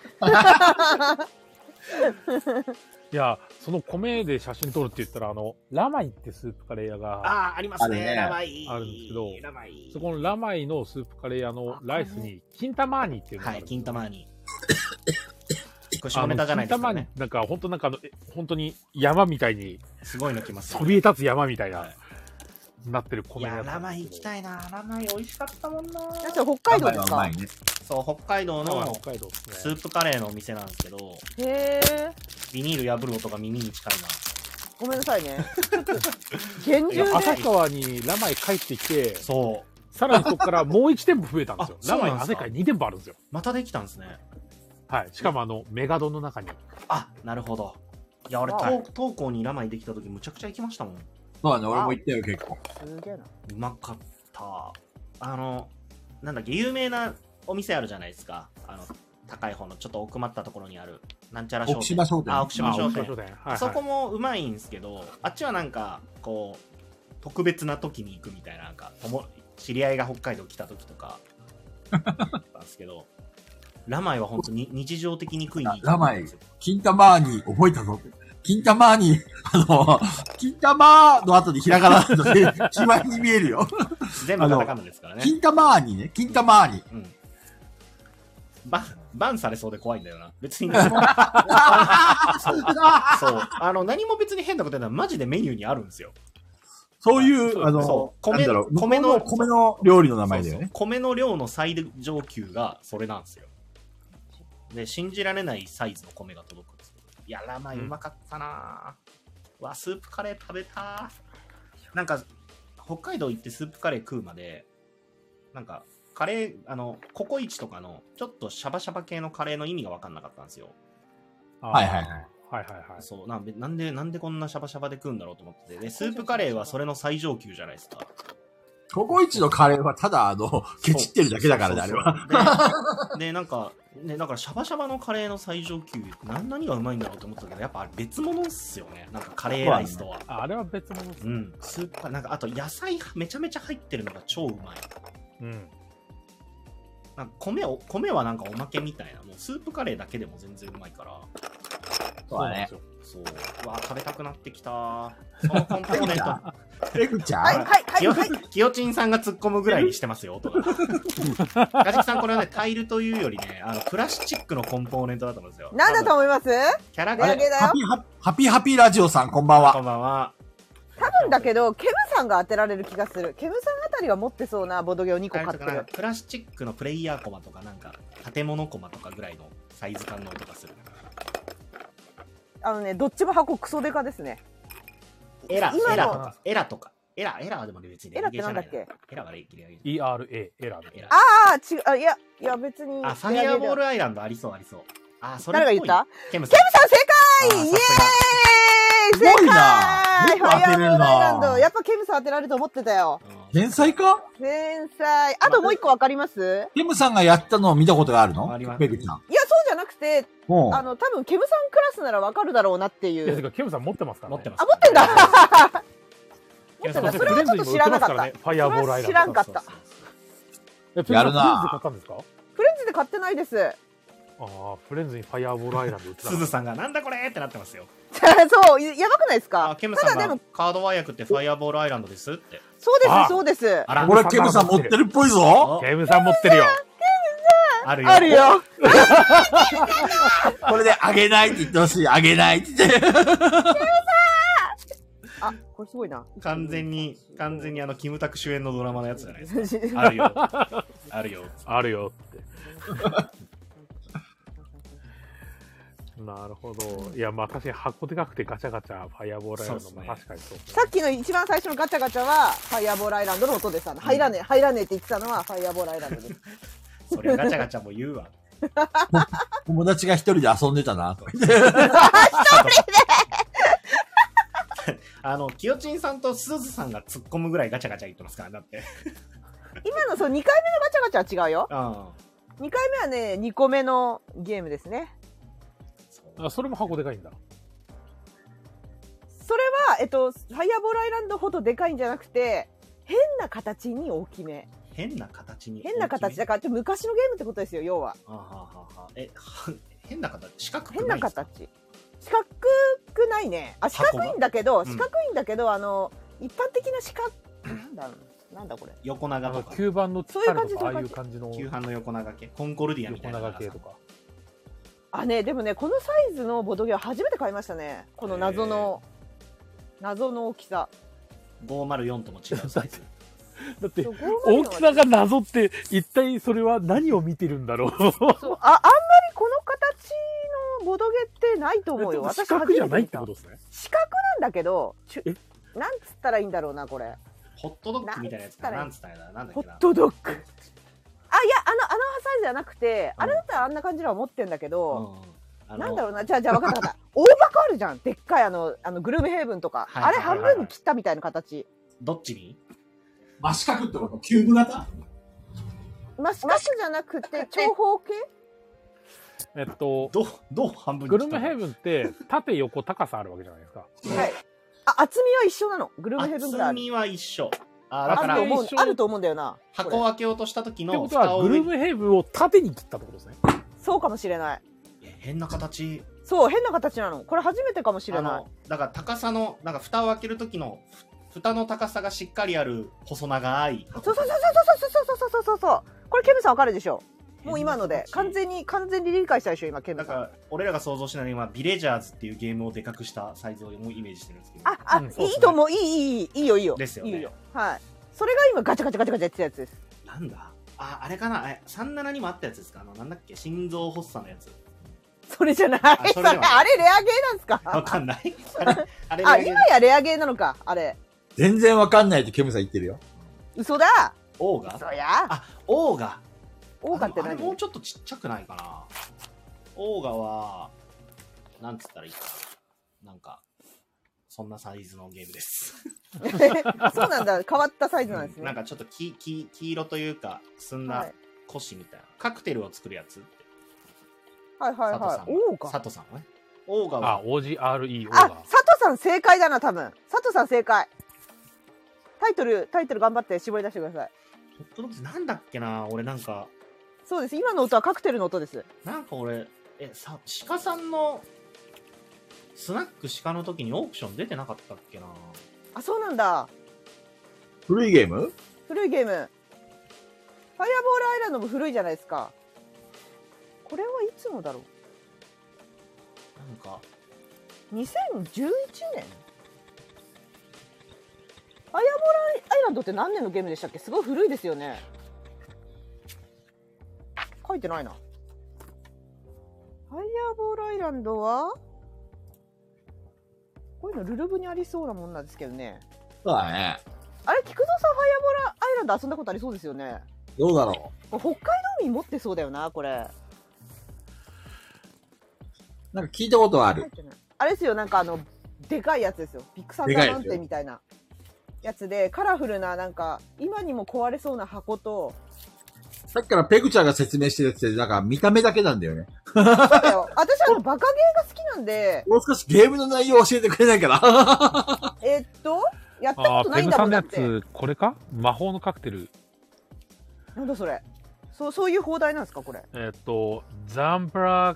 いや、その米で写真撮るって言ったら、ラマイってスープカレー屋がありますね。ラマイあるんですけど、そこのラマイのスープカレー屋のライスにキンタマーニっていうのがあるんですよ。 キンタマーニ。これ下ネタじゃないですかね。 なんか本当に山みたいにすごいのきます。 そびえ立つ山みたいな、なってる米屋。 ラマイ行きたいな。ラマイ美味しかったもんな。 北海道ですか？ そう、北海道のスープカレーのお店なんですけど、 へー。 ビニール破る音が耳に近いな。 ごめんなさいね。厳重で。 旭川にラマイ帰ってきて、 そう。 さらにそこからもう1店舗増えたんですよ。ラマイ旭川に2店舗あるんですよ。 またできたんですね。 はい。しかもメガドンの中に。 なるほど。いや、俺、東港にラマイできた時むちゃくちゃ行きましたもん。 そうだね、俺も行ったよ、結構。 すげえな。 うまかった。なんだっけ、有名なお店あるじゃないですか。高い方のちょっと奥まったところにある、なんちゃら商店。 奥島商店。 奥島商店。 あそこもうまいんですけど、あっちはなんか、こう、特別な時に行くみたいな、なんか、知り合いが北海道来た時とか、だったんですけど、ラマイは本当に日常的に食いに行く。 ラマイ、キンタマーニ、覚えたぞ。キンタマーニ、キンタマーの後にひらがなので、決まりに見えるよ。 全部カタカナですからね。 キンタマーニね、キンタマーニ。 うん。バンされそうで怖いんだよな。別に。そう。何も別に変なこと言うのはマジでメニューにあるんですよ。 そういう、 米の料理の名前だよね。 米の量の最上級がそれなんですよ。で、信じられないサイズの米が届くんですよ。 いや、ラマイうまかったな、わ、スープカレー食べた。なんか、北海道行ってスープカレー食うまで、なんか、カレー、ココイチとかの、ちょっとシャバシャバ系のカレーの意味が分かんなかったんですよ。 はいはいはい。 はいはいはい。 そう、なんでこんなシャバシャバで食うんだろうと思ってて、で、スープカレーはそれの最上級じゃないですか。 ココイチのカレーはただケチってるだけだからね、あれは。 で、なんか、ね、だからシャバシャバのカレーの最上級、何がうまいんだろうと思ったけど、やっぱあれ別物っすよね。なんかカレーライスとは。 あれは別物です。 うん。スープ、なんかあと野菜めちゃめちゃ入ってるのが超うまい。 うん。 なんか米はなんかおまけみたいな、もうスープカレーだけでも全然うまいから。 そうだね。 そう。うわ、食べたくなってきた。そのコンポーネント。 レグちゃん、 きよちんさんが突っ込むぐらいにしてますよ、音が。かじきさん、これはね、タイルというよりね、プラスチックのコンポーネントだと思うんですよ。 なんだと思います？ キャラクター。 レアゲーだよ。 ハピーラジオさん、こんばんは。 こんばんは。 多分だけど、ケムさんが当てられる気がする。ケムさんあたりは持ってそうなボドゲを2個買ってる。 プラスチックのプレイヤーコマとか、なんか、建物コマとかぐらいのサイズ感の音がする。 どっちも箱クソデカですね。 エラとか。エラはでも別にエラってなんだっけ？ エラはレギュラー。 ERA、エラー。 ああ、違う、いや別に。 ファイアボールアイランドありそう。それ誰が言った？ ケムさん正解！イエーイ！ すごいな。 ファイアボールアイランド。やっぱケムさん当てられると思ってたよ。 天才か？ 天才。あともう一個わかります？ ケムさんがやったのを見たことがあるの？ あります。 ペグちゃん。 いや、そうじゃなくて、多分ケムさんクラスならわかるだろうなっていう。 いや、ケムさん持ってますからね。 持ってます。 あ、持ってんだ。 ケムさんそれはちょっと知らなかった。 ファイアボールアイランド。 知らんかった。 やるな。 フレンズで買ったんですか？ フレンズで買ってないです。 ああ、フレンズにファイアボールアイランド売ってた。 すずさんがなんだこれってなってますよ。 そう、やばくないですか？ ケムさんがカードワイヤーってファイアボールアイランドですって。 そうです。 これケムさん持ってるっぽいぞ。 ケムさん持ってるよ。 あるよ。 これであげないって言ってほしい。あげないって言って。 あ、これすごいな。 完全にキムタク主演のドラマのやつじゃないですか。あるよ。 あるよって。なるほど。いや、まあ確かに箱でかくてガチャガチャファイアボールアイランドも確かにそう。 さっきの一番最初のガチャガチャはファイアボールアイランドの音です。入らねえって言ってたのはファイアボールアイランドです。 それガチャガチャも言うわ。 友達が一人で遊んでたな。 一人できよちんさんとすずさんが突っ込むぐらいガチャガチャ言ってますからだって。 今のそう2回目のガチャガチャは違うよ。2回目はね2個目のゲームですね。 それも箱でかいんだ。 それはファイアボールアイランドほどでかいんじゃなくて変な形に大きめ。 変な形だから昔のゲームってことですよ、要は。 変な形、四角く変ないですか？ な形。四角くないね。あ、四角いんだけど、一般的な四角、なんだこれ。 横長とか。 吸盤のそういう感じああいう感じの。 吸盤の横長系。コンコルディアみたいな。 横長系とか。 でもね、このサイズのボドゲは初めて買いましたね。この謎の大きさ。 504とも違うサイズ。 だって大きさが謎って一体それは何を見てるんだろう。 そう、あんまりこの形のボドゲってないと思うよ。 私四角じゃないってことですね。 四角なんだけど、なんつったらいいんだろうな、これ。 ホットドッグみたいなやつかな。なんつったらいいんだ。なんだっけな。 ホットドッグ。あ、いや、あのサイズじゃなくて、あれだったらあんな感じのは持ってんだけど、なんだろうな、じゃあ分かった。大箱あるじゃん。でっかいグルメヘイブンとか。あれ半分に切ったみたいな形。 どっちに？ 真四角ってこと？キューブ型？ 真四角じゃなくて長方形？ どう半分にグルメヘイブンって縦横高さあるわけじゃないですか。 はい。あ、厚みは一緒なの。グルメヘイブンぐらい。 厚みは一緒。 だからあると思うんだよな。 箱を開けようとした時のってことはグルメヘイブンを縦に切ったってことですね。 そうかもしれない。 変な形。 そう、変な形なの。これ初めてかもしれない。 だから高さのなんか蓋を開ける時の蓋の高さがしっかりある細長い。 そう。これケムさんわかるでしょ。もう今ので完全に理解したでしょ今ケムさん。 だから俺らが想像しないのは今ビレジャーズっていうゲームをでかくしたサイズをイメージしてるんですけど。 いいと思う。いいよ。 ですよね。 いいよ。はい。それが今ガチャガチャやってたやつです。 なんだ。あれかな。37にもあったやつですか。なんだっけ。心臓発作のやつ。 それじゃない。それ、 それではないあれレアゲーなんですか？ わかんないあれあ、 レアゲー今やレアゲーなのか、あれ。 全然わかんないってケムさん言ってるよ。 嘘だ。 オーガ嘘や。 あ、オーガ。 オーガって何？ あれもうちょっとちっちゃくないかな。オーガは、なんつったらいいかな。なんか、そんなサイズのゲームです。 そうなんだ。変わったサイズなんですね。 なんかちょっと黄色というか、すんな古紙みたいな。カクテルを作るやつって。 はいはいはい。オーガ。 佐藤さんはね。オーガは。 あ、OGRE オーあ、 ガー。 佐藤さん正解だな、多分。佐藤さん正解。タイトル頑張って絞り出してください。 ホットドッグスなんだっけな俺なんか。 そうです。今の音はカクテルの音です。 なんか俺、鹿さんの、スナック鹿の時にオークション出てなかったっけな。 あ、そうなんだ。 古いゲーム？ 古いゲーム。ファイアボールアイランドも古いじゃないですか。これはいつのだろなんか、 う。2011年。ファイアボールアイランドって何年のゲームでしたっけ？すごい古いですよね。書いてないな。ファイアボールアイランドはこういうのルルブにありそうなもんなんですけどね。 そうだね。 あれ、菊蔵さんファイアボールアイランド遊んだことありそうですよね。 どうだろ北海道民持ってそうだよな、これ。 う。なんか聞いたことはある。 あれですよ、なんかでかいやつですよ。ビッグサンダーマウンテンみたいなやつで、カラフルな、なんか、今にも壊れそうな箱と、 さっきからペグちゃんが説明してるやつって、なんか見た目だけなんだよね。 そうだよ。私バカゲーが好きなんで、 もう少しゲームの内容を教えてくれないかな。 やったことないんだもんだって。 ペグさんのやつ、これか魔法のカクテル。 なんだそれ。そういう放題なんですか、これ。 ザンバ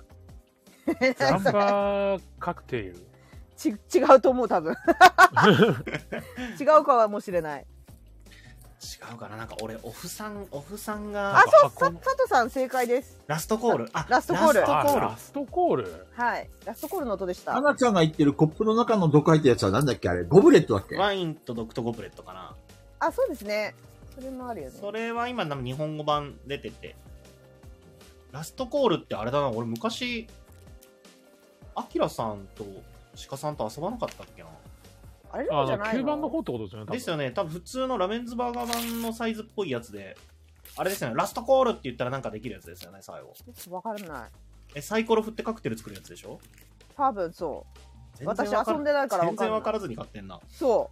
ーカクテル。 違うと思う、多分。違うかもしれない。 違うかななんか俺、オフさんが。 あ、佐藤さん正解です。 ラストコール。あ、 ラストコール。 ラストコール。 はい。ラストコールの音でした。 アナちゃんが言ってるコップの中の毒入ったやつはなんだっけあれゴブレットだっけ？ ワインとドクトゴブレットかな。 あ、そうですね。それもあるよね。 それは今、日本語版出てて。ラストコールってあれだな、俺昔、アキラさんと鹿さんと遊ばなかったっけな。 あれのじゃないの 9番の方ってことですよね。 ですよね。多分普通のラメンズバーガー版のサイズっぽいやつで、あれですよね。ラストコールって言ったらなんかできるやつですよね、最後。 ちょっとわからない。 サイコロ振ってカクテル作るやつでしょ？ 多分そう。私遊んでないから全然わからずに買ってんな。 そう。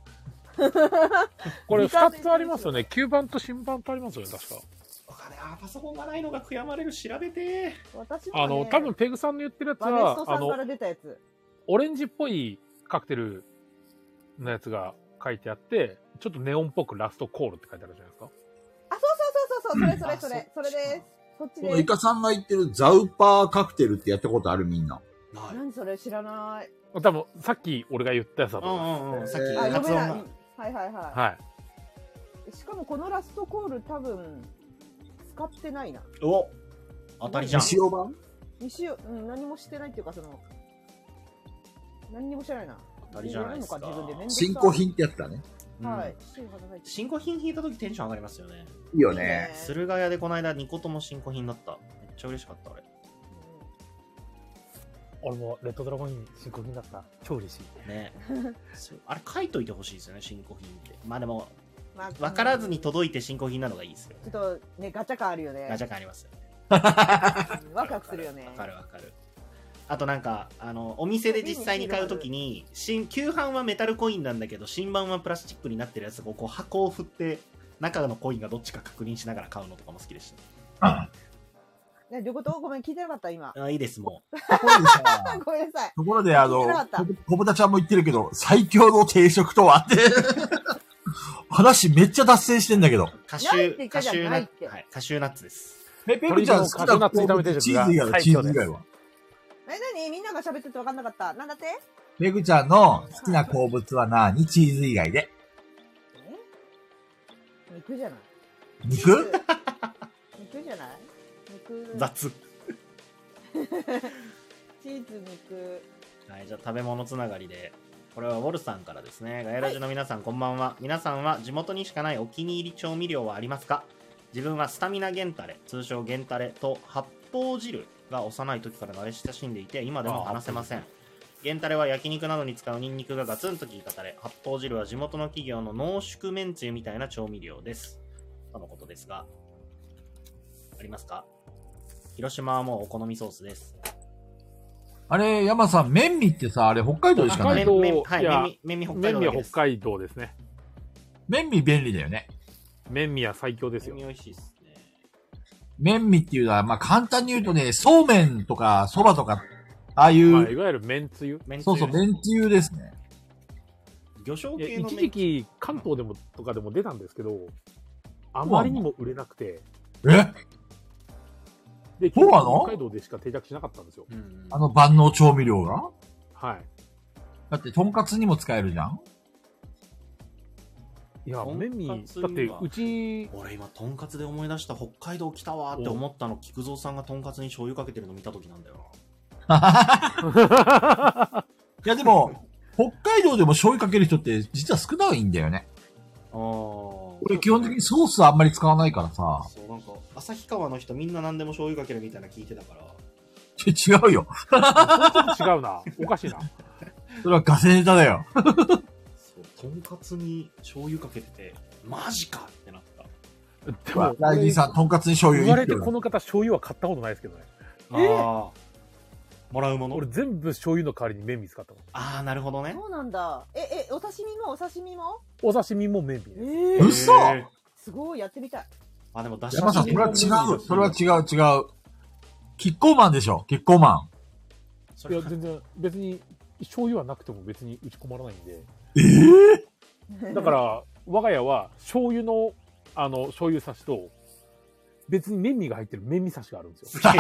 これ2つありますよね。旧版と新版とありますよね、確か。 パソコンがないのが悔やまれる。調べて。 私もね、 多分ペグさんの言ってるやつバネストさは、 んから出たやつ。 オレンジっぽいカクテルのやつが書いてあって、ちょっとネオンっぽくラストコールって書いてあるじゃないですか。 あ、そう、それです。そっちです。 このイカさんが言ってるザウパーカクテルってやったことあるみんな。 ない。 何それ知らない。 多分、さっき俺が言ったやつだと思います。 さっきあ、読めない。 発音が。 はい。 はい。 しかもこのラストコール多分、使ってないな。 お当たりじゃん。 西尾版？ 何もしてないっていうか、何にもしてないな。 当たりじゃないですか。 自分で面倒くさ新古品ってやつだね。 はい。 新古品引いた時テンション上がりますよね。 いいよね。 駿河屋でこの間2個とも新古品だった。めっちゃ嬉しかった、あれ。 俺もレッドドラゴン新古品だった。超嬉しい。 ね。あれ書いといてほしいですよね、新古品って。まあでも、分からずに届いて新古品なのがいいですよ。 ちょっとね、ガチャ感あるよね。 ガチャ感ありますよね。 ワクワクするよね。 わかる。あとなんか、お店で実際に買うときに、旧版はメタルコインなんだけど、新版はプラスチックになってるやつをこう箱を振って、中のコインがどっちか確認しながら買うのとかも好きでした。 ね、どういうこと？ごめん、聞いてなかった、今。 いいです、もう。 ごめんなさい。 ところで、 聞いてなかった小豚ちゃんも言ってるけど、最強の定食とはって。話めっちゃ脱線してんだけど。 カシないって言ュったじゃんないってカシューナッツです。 ペグちゃん好きなチーズ以外はチーズ以外は何みんなが喋ってて分かんなかった。なんだって？ ペグちゃんの好きな好物は何？チーズ以外で。 肉じゃない？ 肉じゃない？肉。 雑。 チーズ、肉。 はい、じゃあ食べ物つながりで。これはウォルさんからですね。ガヤラジの皆さん、こんばんは。皆さんは地元にしかないお気に入り調味料はありますか？自分はスタミナゲンタレ、通称ゲンタレと発泡汁が幼い時から慣れ親しんでいて、今でも話せません。源タレは焼肉などに使うニンニクがガツンと効いたタレ、発泡汁は地元の企業の濃縮めんつゆみたいな調味料です。とのことですが、ありますか？広島はもうお好みソースです。 あれ、山さん、麺味ってさ、あれ北海道でしかない。 はい、麺味北海道です。 麺味は北海道ですね。 麺味便利だよね。 麺味は最強ですよ。 麺味美味しいですね。 麺味っていうのは、まあ簡単に言うとね、そうめんとか蕎麦とか、ああいう、まあ、 いわゆる麺つゆ。 そうそう、麺つゆですね。 魚醤系の一時期関東でもとかでも出たんですけど、あまりにも売れなくて。で、北海道でしか定着しなかったんですよ。 万能調味料が？ はい。 だって、とんかつにも使えるじゃん？ いや、麺味、だって、うち、 俺今、とんかつで思い出した北海道来たわって思ったの、菊蔵さんがとんかつに醤油かけてるの見た時なんだよな。いや、でも、北海道でも醤油かける人って実は少ないんだよね。俺基本的にソースあんまり使わないからさ。 そう、なんか、旭川の人みんな何でも醤油かけるみたいな聞いてたから。 違うよ。 違うな。おかしいな。 それはガセネタだよ。 そう、とんかつに醤油かけてて、マジかってなった。 でも、ライジンさん、とんかつに醤油言われてこの方醤油は買ったことないですけどね。 もらうもの？ 俺全部醤油の代わりに麺味使ったもん。 ああ、なるほどね。 そうなんだ。お刺身もお刺身も？ お刺身も麺味です。 嘘！ すごい、やってみたい。 あ、でも出し山さん、それは違う。それは違う。キッコーマンでしょ、キッコーマン。いや、全然、別に、醤油はなくても別に打ち込まらないんで。だから、我が家は醤油の、醤油差しと、別に麺味が入ってる麺味差しがあるんですよ。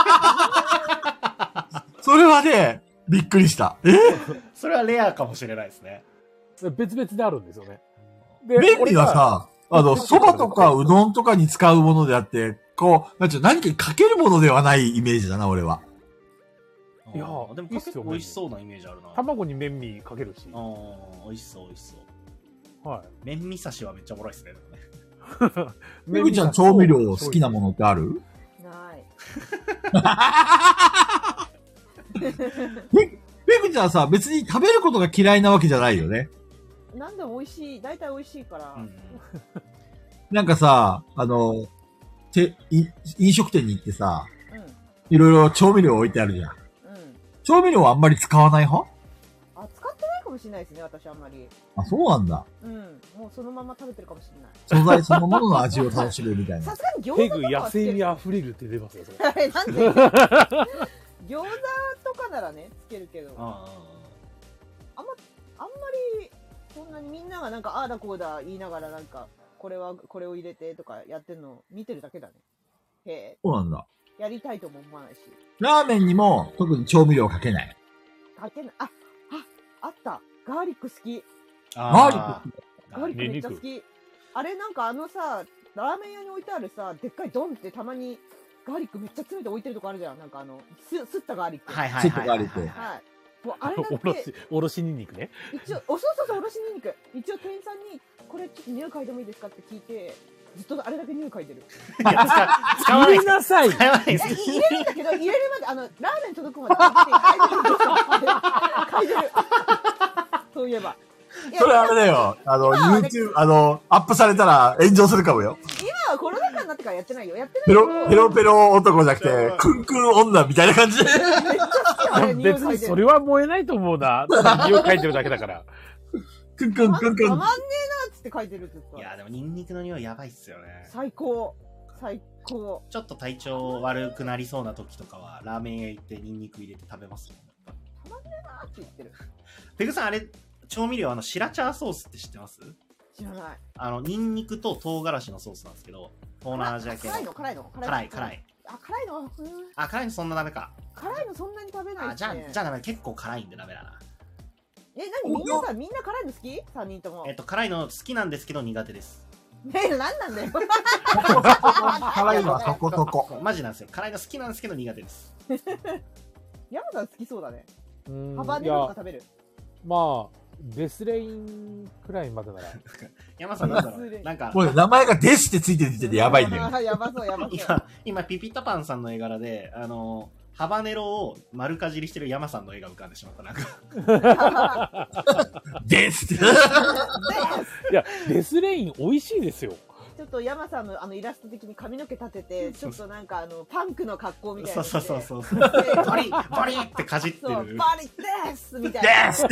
それはね、びっくりした。 それはレアかもしれないですね。 別々であるんですよね。 で、麺味はさ、蕎麦とかうどんとかに使うものであって、こう、何かにかけるものではないイメージだな、俺は。 いやー、でもかけて美味しそうなイメージあるな。 卵に麺味かけるし。 美味しそう、美味しそう。 はい。 麺味差しはめっちゃおもろいですね。 めぐちゃん調味料好きなものってある？ ない。 めぐちゃんさ、別に食べることが嫌いなわけじゃないよね。 なんでも美味しい。大体美味しいから。 なんかさ、飲食店に行ってさ、いろいろ調味料置いてあるじゃん。調味料はあんまり使わない派？ 使ってないかもしれないですね、私あんまり。 あ、そうなんだ。 もうそのまま食べてるかもしれない。 素材そのものの味を楽しめるみたいな。 さすがに餃子とかは。 ペグ野生味あふれるって出ますよ、それ。 あれ、なんで餃子とかならね、つけるけど。あんまり、そんなにみんながなんか、ああだこうだ言いながらなんか、これを入れてとかやってるのを見てるだけだね。へえ。 そうなんだ。 やりたいとも思わないし。 ラーメンにも特に調味料かけない。 かけない。あった。ガーリック好き。 ガーリックガーリックめっちゃ好き。あれなんかさ、ラーメン屋に置いてあるさ、でっかいドンってたまにガーリックめっちゃ詰めて置いてるとこあるじゃん。なんかすったガーリック。 すったガーリック。 はい。もうあれだけ。 おろしニンニクね。 一応、そう、おろしニンニク。一応店員さんに、これちょっと匂い嗅いでもいいですかって聞いて、ずっとあれだけ匂い嗅いでる。 いや、使わない。 入れなさい。 入れるんだけど、入れるまで、ラーメン届くまで嗅いでる。そういえば。 それあれだよ。YouTube、アップされたら炎上するかもよ。 今はコロナ禍になってからやってないよ。やってないペロペロ男じゃなくて、クンクン女みたいな感じで。 別にそれは燃えないと思うな。ただ匂い嗅いでるだけだから。 クンクンクンクン。 たまんねえなっつって書いてるずっと。 いや、でもニンニクの匂いやばいっすよね。 最高。ちょっと体調悪くなりそうな時とかは、ラーメン屋行ってニンニク入れて食べますもん。 たまんねえなって言ってる。 ペグさん、あれ、調味料シラチャーソースって知ってます？ 知らない。 ニンニクと唐辛子のソースなんですけど、東南アジア系の。 辛い。 辛い。 辛いの辛いのそんなダメか。 辛いのそんなに食べないって。 じゃあダメ、結構辛いんでダメだな。 みんな辛いの好き ?3 人とも。 辛いの好きなんですけど苦手です。 何なんだよ。 辛いのはそこそこ。 マジなんですよ。辛いの好きなんですけど苦手です。 山さん好きそうだね。ハバネロとか食べる？ まあ、デスレインくらいまでなら。 山さんなんだろう。なんか。 もう名前がデスってついてる時点でやばいんだよ。 やばそう。 今、ピピタパンさんの絵柄で、 ハバネロを丸かじりしてる山さんの絵が浮かんでしまった。なんかですいや、デスレイン美味しいですよ。 ちょっと山さんのイラスト的に髪の毛立てて、ちょっとなんかパンクの格好みたいな。 そう。バリってかじってそう、 る。 バリですみたいな。 です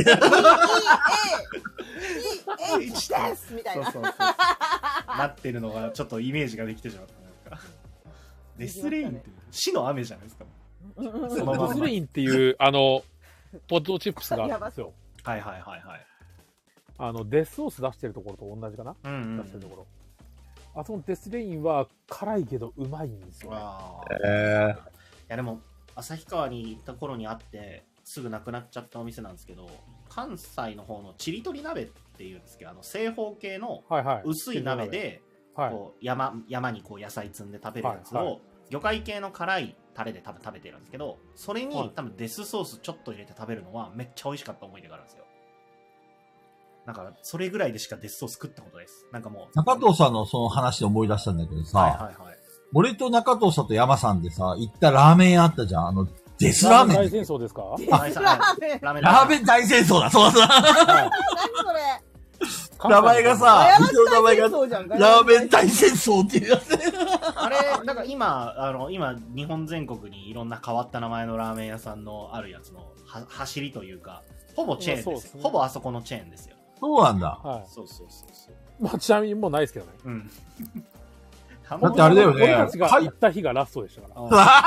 ですみたいな。 そうなってるのがちょっとイメージができてしまった。なんかデスレインって死の雨じゃないですか。そのままデスレインっていう、ポテトチップスがあるんですよ。 はい。 デスソース出してるところと同じかな、 うん出してるところ。あそこのデスレインは辛いけどうまいんですよ、ね。 いやでも旭川に行った頃にあってすぐなくなっちゃったお店なんですけど、関西の方のちりとり鍋っていうんですけど、正方形の薄い鍋でこう山にこう野菜積んで食べるやつを魚介系の辛いタレで多分食べてるんですけど、それに多分デスソースちょっと入れて食べるのはめっちゃ美味しかった思い出があるんですよ。なんかそれぐらいでしかデスソース食ったことないです。なんかもう中藤さんのその話で思い出したんだけどさ、俺と中藤さんと山さんでさ、行ったラーメン屋あったじゃん。デスラーメン。 大戦争ですか？ デスラーメン。 ラーメン大戦争だ、そうだ。 何それ。 名前がさ、店の名前がラーメン大戦争っていうやつ。 あれ、なんか今日本全国にいろんな変わった名前のラーメン屋さんのあるやつの走りというか、ほぼチェーンですよ。ほぼあそこのチェーンですよ。 そうなんだ。 はい。 そう。 まあ、ちなみにもうないですけどね。 うん。 だってあれだよね。 俺たちが行った日がラストでしたから。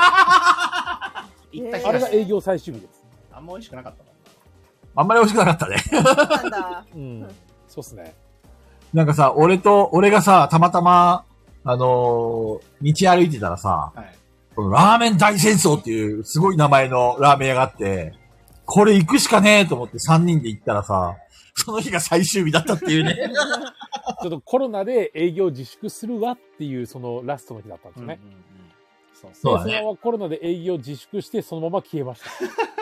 行った日あれが営業最終日です。 あんま美味しくなかったもんな。 あんまり美味しくなかったね。 そうなんだ。 うん。そうっすね。 なんかさ、俺がさ、たまたま、道歩いてたらさ、このラーメン大戦争っていうすごい名前のラーメン屋があって、これ行くしかねえと思って3人で行ったらさ、その日が最終日だったっていうね。 ちょっとコロナで営業自粛するわっていうそのラストの日だったんですね。 そうだね。 そのままコロナで営業自粛してそのまま消えました。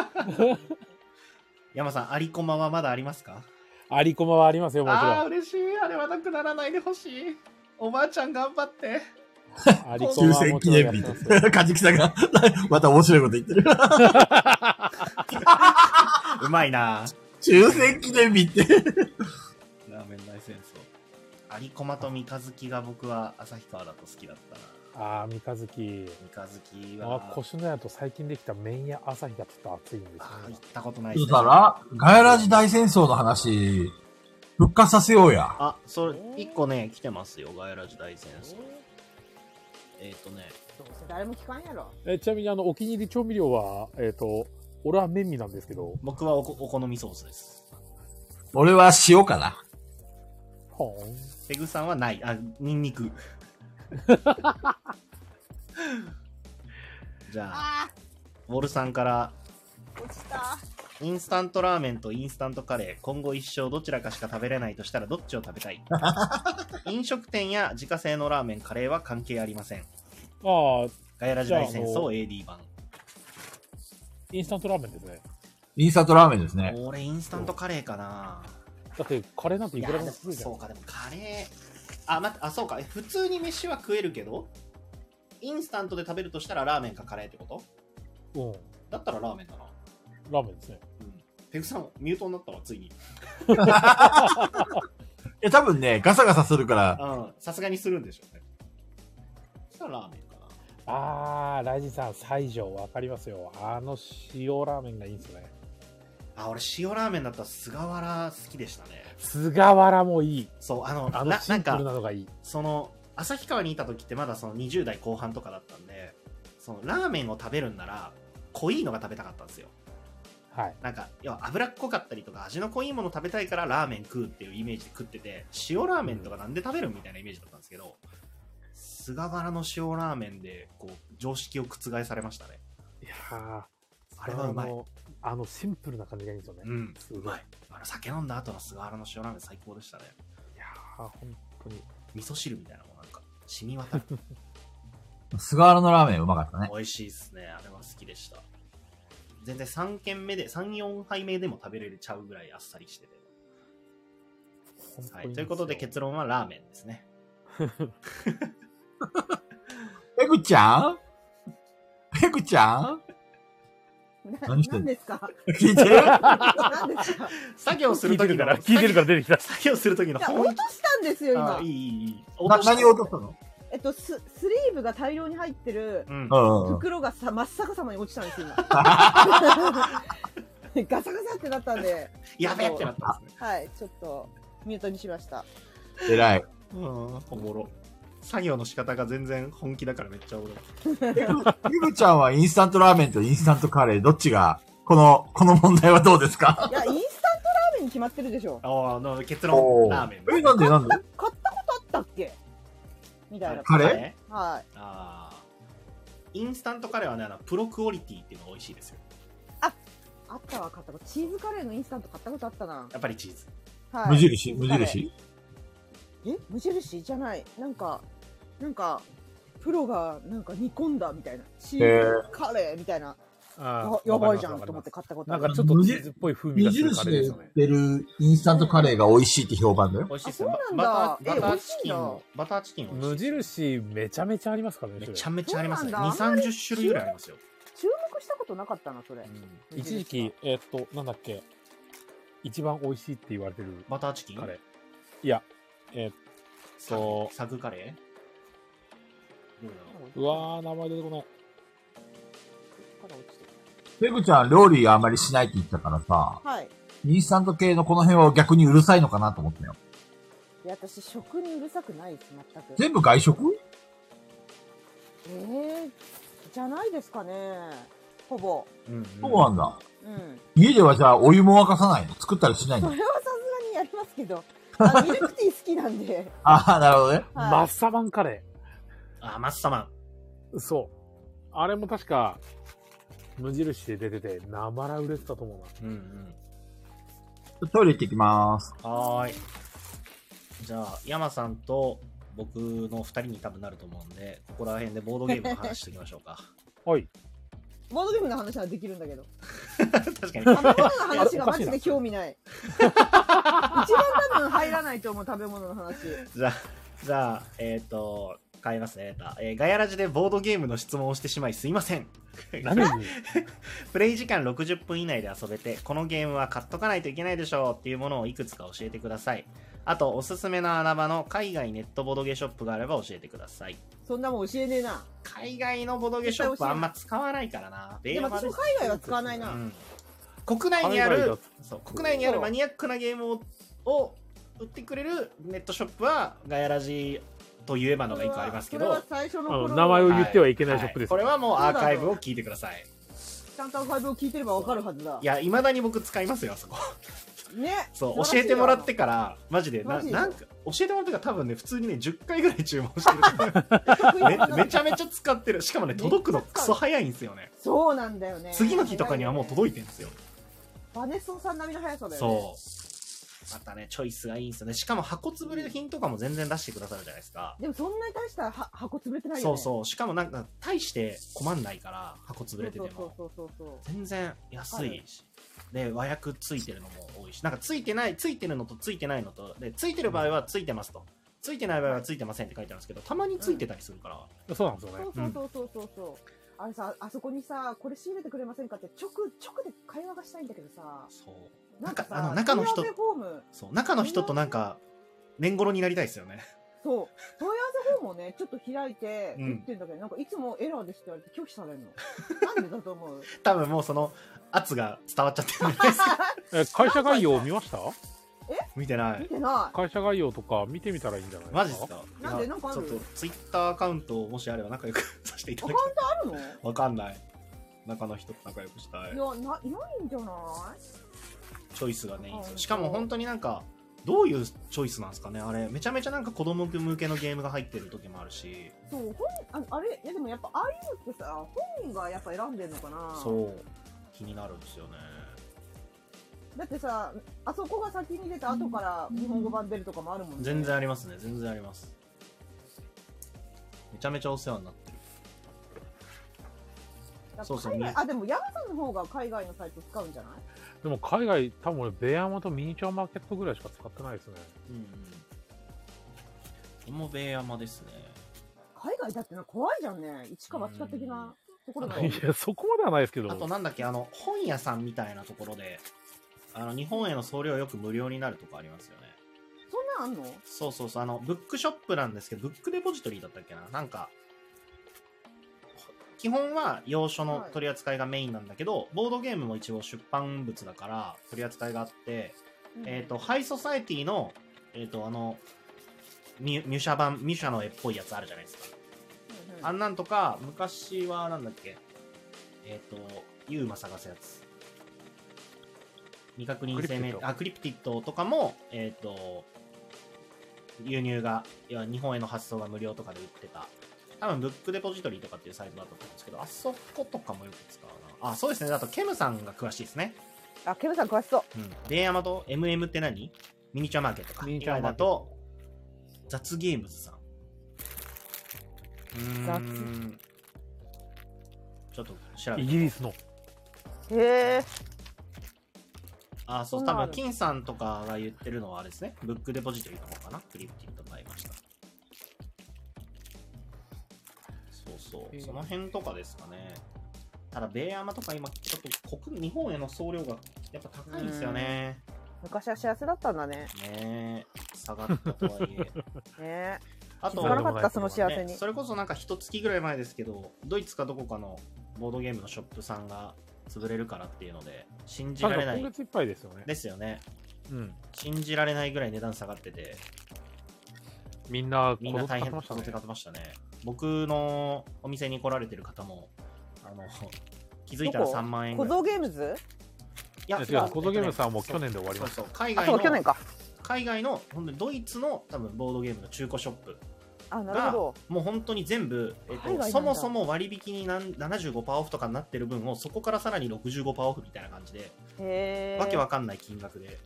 山さん、アリコマはまだありますか？ アリコマはありますよ、もちろん。 ああ、嬉しい。あれはなくならないでほしい。おばあちゃん頑張って。 アリコマはもちろんやってますよ。 かじきさんが、また面白いこと言ってる。 うまいな。 終戦記念日って。 ラーメン大戦争。アリコマと三日月が僕は旭川だと好きだったな。 ああ、三日月。 三日月は。 越谷と最近できた麺屋朝日がちょっと熱いんですよね。 行ったことないですね。 だから、ガヤラジ大戦争の話、復活させようや。 あ、それ、一個ね、来てますよ。ガヤラジ大戦争。 誰も聞かんやろ。 ちなみにお気に入り調味料は、俺は麺味なんですけど。 僕はお好みソースです。 俺は塩かな。 ほーん。 ペグさんはない。ニンニク。じゃあ、ウォルさんから、 落ちた。 インスタントラーメンとインスタントカレー、今後一生どちらかしか食べれないとしたらどっちを食べたい？飲食店や自家製のラーメン、カレーは関係ありません。 ああ、 ガヤラジ大戦争 AD 版。 インスタントラーメンですね。 インスタントラーメンですね。 俺インスタントカレーかな。 だってカレーなんていくらでも作るじゃん。 そうか、でもカレー、そうか、普通に飯は食えるけど、インスタントで食べるとしたらラーメンかカレーってこと？ うん。 だったらラーメンだな。 ラーメンですね。 うん。ペグさん、ミュートになったわ、ついに。 多分ね、ガサガサするから。 うん、さすがにするんでしょうね。そしたらラーメンかな。 ライジンさん、西条わかりますよ。塩ラーメンがいいんですよね。 俺塩ラーメンだったら菅原好きでしたね。 菅原もいい。 そう、 シンプルなのがいい。 旭川にいた時ってまだその20代後半とかだったんで、そのラーメンを食べるんなら濃いのが食べたかったんですよ。 はい。 なんか要は脂っこかったりとか味の濃いもの食べたいからラーメン食うっていうイメージで食ってて、塩ラーメンとかなんで食べるみたいなイメージだったんですけど、菅原の塩ラーメンでこう常識を覆されましたね。 いやー、 あれはうまい。 シンプルな感じがいいんですよね。 うん、うまい。酒飲んだ後の菅原の塩ラーメン最高でしたね。 いやー、本当に味噌汁みたいなもん、なんか染み渡る。 菅原のラーメンうまかったね。 美味しいっすね。あれは好きでした。全然3軒目で、3、4杯目でも食べれちゃうぐらいあっさりしてて。はい。ということで結論はラーメンですね。 ペグちゃん何してんの何ですか？ 聞いてる何ですか？ 作業するときの、 聞いてるから出てきた。 作業するときのいや、 本気。 落としたんですよ、今。 いい。 何を落としたの？ スリーブが大量に入ってる袋が真っ逆さまに落ちたんですよ、今。ガサガサってなったんで。 やべえってなったんですね。 はい、ちょっと、ミュートにしました。 偉い。 おもろ。作業の仕方が全然本気だからめっちゃおもろい。 ゆぶちゃんはインスタントラーメンとインスタントカレー、どっちが、この問題はどうですか？ いや、インスタントラーメンに決まってるでしょ。 結論、ラーメン。 なんで買ったことあったっけみたいな。 カレーはい。 インスタントカレーはね、プロクオリティっていうのが美味しいですよ。 あったわ、買ったこと。チーズカレーのインスタント買ったことあったな。 やっぱりチーズ。 はい。 無印無印じゃない。なんか、プロがなんか煮込んだみたいな。チーズカレーみたいな。やばいじゃんと思って買ったことある。 なんかちょっとチーズっぽい風味がするカレーですよね。 無印で売ってるインスタントカレーが美味しいって評判だよ。 美味しいですよ。 よ。バターチキンも。バターチキン無印めちゃめちゃありますからね。 めちゃめちゃありますね。2、30種類ぐらいありますよ。 注目したことなかったな、それ。 一時期、なんだっけ、一番美味しいって言われてるバターチキンカレー。いや、 サグカレーうわー、名前出てこない。 ペグちゃん料理あんまりしないって言ったからさ、 はい。 インスタント系のこの辺は逆にうるさいのかなと思ったよ。 いや、私、食にうるさくないです、全く。 全部外食？ じゃないですかね。ほぼ。 そうなんだ。 うん。 家ではじゃあお湯も沸かさないの？作ったりしないの？ それはさすがにやりますけど。ミルクティー好きなんで。 なるほどね。 マッサマンカレー。マッサマン。そう。あれも確か、無印で出てて、なまら売れてたと思うな。 トイレ行ってきまーす。 はーい。じゃあ、山さんと僕の2人に多分なると思うんで、ここら辺でボードゲームの話しておきましょうか。 はい。 ボードゲームの話はできるんだけど。 確かに。 食べ物の話がマジで興味ない。一番多分入らないと思う、食べ物の話。 じゃあ、変えますね。ガヤラジでボードゲームの質問をしてしまいすいません。プレイ時間60分以内で遊べて、このゲームは買っとかないといけないでしょうっていうものをいくつか教えてください。あと、おすすめの穴場の海外ネットボドゲショップがあれば教えてください。 そんなもん教えねえな。 海外のボドゲショップあんま使わないからな。 でも私も海外は使わないな。 国内にあるマニアックなゲームを売ってくれるネットショップはガヤラジと言えばのが1個ありますけど、 名前を言ってはいけないショップです。 これはもうアーカイブを聞いてください。 ちゃんとアーカイブを聞いてればわかるはずだ。 いや、未だに僕使いますよ、あそこ。 ね。 そう、教えてもらってから、マジで、なんか、教えてもらってから多分ね、普通にね、10回ぐらい注文してる。めちゃめちゃ使ってる。しかもね、届くのクソ早いんですよね。 そうなんだよね。 次の日とかにはもう届いてるんですよ。 バネストさん並みの速さだよね。そう。またね、チョイスがいいんですよね。しかも箱潰れ品とかも全然出してくださるじゃないですか。 でもそんなに大した箱潰れてないよね。 そう。しかもなんか、大して困んないから、箱潰れてても。全然安いし。で、和訳ついてるのも多いし。なんかついてるのとついてないのと、で、ついてる場合はついてますと。ついてない場合はついてませんって書いてあるんですけど、たまについてたりするから。 そうなんですよね。 そう。あれさ、あそこにさ、これ仕入れてくれませんかって直で会話がしたいんだけどさ。 そう。なんか中の人となんか年頃になりたいですよね。 そう問い合わせフォームをねちょっと開いて言ってんだけど、なんかいつもエラーですって言われて拒否されるの。なんでだと思う？ 多分もうその圧が伝わっちゃってるんじゃないですか。 会社概要見ました？ 見てない。 会社概要とか見てみたらいいんじゃないですか？ マジですか？ なんでなんかある？ ちょっとツイッターアカウントもしあれば仲良くさせていただきたい。 アカウントあるの？ わかんない。中の人と仲良くしたい。 いやないんじゃない？ チョイスがねいいんですよ。しかも本当になんかどういうチョイスなんですかねあれ。めちゃめちゃなんか子供向けのゲームが入ってる時もあるし。 そうあれいやでもやっぱああいうのってさ本人がやっぱ選んでんのかな。 そう気になるんですよね。 だってさあそこが先に出て後から日本語版出るとかもあるもんね。 全然ありますね。全然あります。めちゃめちゃお世話になってる。 そうでもヤマさんの方が海外のサイト使うんじゃない？ でも海外多分俺ベヤマとミニチュアマーケットぐらいしか使ってないですね。 これもベヤマですね。 海外だっての怖いじゃんね。一か八か的な。 ところだいや、そこまではないですけど。 あとなんだっけ、本屋さんみたいなところで、日本への送料よく無料になるとこありますよね。 そんなんあんの？ そうそうそう、ブックショップなんですけど、ブックデポジトリーだったっけな、なんか、基本は洋書の取り扱いがメインなんだけど、ボードゲームも一応出版物だから取り扱いがあって、ハイソサエティの、ミュシャの絵っぽいやつあるじゃないですか。あんなんとか、昔はなんだっけ、ユーマ探すやつ。未確認生命、クリプティッドとかも、輸入が、いや、日本への発送が無料とかで売ってた。多分、ブックデポジトリーとかっていうサイトだったと思うんですけど、あそことかもよく使うな。あ、そうですね。あと、ケムさんが詳しいですね。 あ、ケムさん詳しそう。 うん。レイヤマと MM って何？ミニチュアマーケットか。 ミニチュアマーケット以外だと、雑ゲームズさん。ちょっと調べて。 イギリスの。 へえ。 あ、そう、多分、金さんとかが言ってるのはあれですね。ブックデポジトリーの方かな。クリプティッド買いました。そうそう。その辺とかですかね。ただ、ベイアマとか今、ちょっと日本への送料がやっぱ高いんですよね。 昔は幸せだったんだね。 ねえ。下がったとはいえ。 ねえ。 あと、 気づかなかった、その幸せに。 それこそなんか一月ぐらい前ですけど、ドイツかどこかのボードゲームのショップさんが潰れるからっていうので、信じられない。 今月いっぱいですよね。 ですよね。 うん。 信じられないぐらい値段下がってて、 みんな大変こぞって買ってましたね。僕のお店に来られてる方も、気づいたら3万円ぐらい。 小僧ゲームズ？ いや、 違う、小僧ゲームズさんも去年で終わりました。 そうそう、海外の、 去年か。 海外の、本当にドイツの多分ボードゲームの中古ショップあ、なるほど。 もう本当に全部、そもそも割引に75%オフとかになってる分をそこからさらに65%オフみたいな感じで、わけわかんない金額で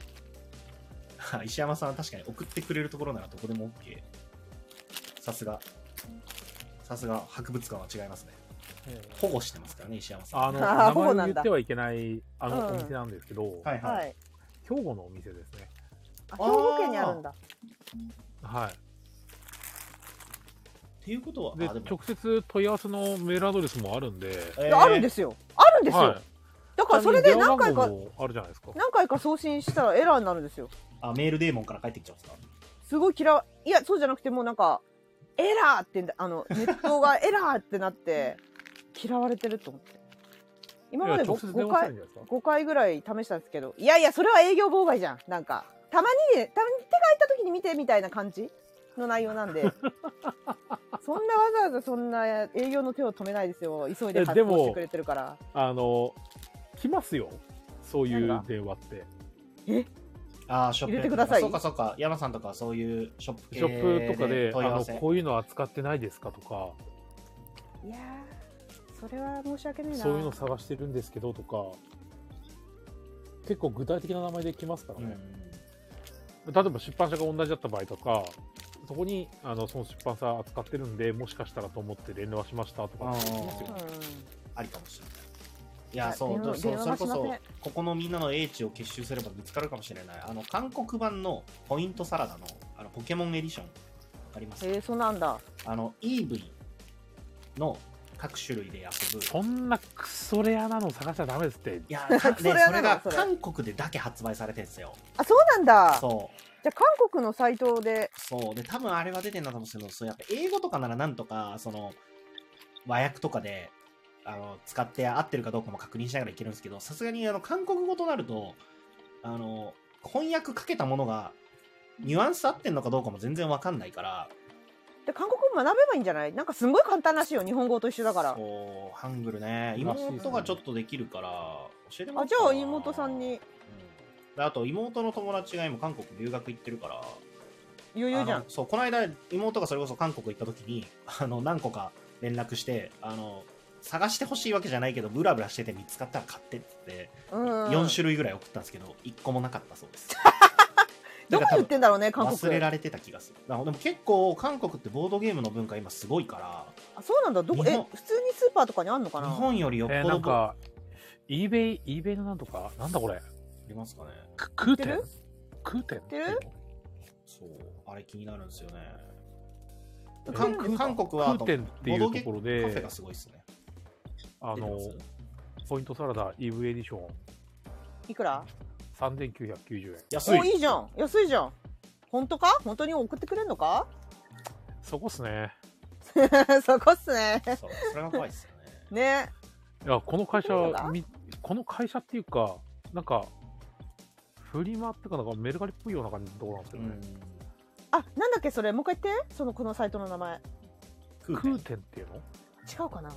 石山さんは確かに送ってくれるところならどこでも OK。 さすが博物館は違いますね。保護してますからね、石山さん。 名前を言ってはいけないお店なんですけど、 はいはい、 兵庫のお店ですね。 兵庫県にあるんだ。 はい。 っていうことは、 で直接問い合わせのメールアドレスもあるんで、 あるんですよ。あるんですよ。はい、だからそれで何回かあるじゃないですか。 何回か送信したらエラーになるんですよ。 あ、メールデーモンから帰ってきちゃうんですか？ すごいいや、そうじゃなくてもうなんかエラーってネットがエラーってなって嫌われてると思って。今まで5回ぐらい試したんですけど、いやいや、それは営業妨害じゃん。なんかたまに手が空いた時に見てみたいな感じの内容なんでそんなわざわざそんな営業の手を止めないですよ。急いで発行してくれてるから。 来ますよ、そういう電話って。 ショップ入れてください。 そうかそうか、山さんとかそういうショップとかでこういうの扱ってないですかとか。 いやー、それは申し訳ないな。 そういうの探してるんですけどとか、結構具体的な名前で来ますからね。例えば出版社が同じだった場合とか、そこにその出版社扱ってるんで、もしかしたらと思って連絡しましたとかって言いますよ。 ありかもしれない。いや、それこそここのみんなの英知を結集すれば見つかるかもしれない。韓国版のポイントサラダのポケモンエディションありますか？ そうなんだ。 EV の各種類で遊ぶ。 そんなクソレアなの探しちゃダメですって。 いや、それが韓国でだけ発売されてるんですよ。 あ、そうなんだ。 そう。 じゃあ韓国のサイトで。 そうで、多分あれは出てんだと思うんですけど、そうやっぱ英語とかならなんとかその和訳とかで使って合ってるかどうかも確認しながらいけるんですけど、さすがに韓国語となると翻訳かけたものがニュアンス合ってんのかどうかも全然わかんないから。 で韓国語学べばいいんじゃない？なんかすんごい簡単らしいよ、日本語と一緒だから。 そう、ハングルね。妹がちょっとできるから教えてもらおうかな。 じゃあ妹さんに。 あと妹の友達が今韓国留学行ってるから。 余裕じゃん。 そう、この間妹がそれこそ韓国行った時に何個か連絡して探してほしいわけじゃないけどブラブラしてて見つかったら買ってって4種類ぐらい送ったんですけど1個もなかったそうです。 どこに売ってんだろうね、韓国。 忘れられてた気がする。でも結構韓国ってボードゲームの文化今すごいから。 あ、そうなんだ。普通にスーパーとかにあんのかな。 日本よりよっぽど。 なんか eBay のなんとかなんだこれ。ありますかね。 クーテンってる？ そう、あれ気になるんですよね。 韓国はボードゲームカフェがすごいですね。 ポイントサラダイブエディションいくら 3990円。 安い。 お、いいじゃん。安いじゃん。本当か？本当に送ってくれんのか？ そこっすね。 そこっすね。 そう、それが怖いっすよね。 ね。 いや、この会社そうだ、 この会社っていうか、なんか、フリマっていうか、なんかメルカリっぽいような感じのところなんですけどね。 あ、なんだっけそれ、もう一回言って。このサイトの名前。 ククーテンっていうの違うかな。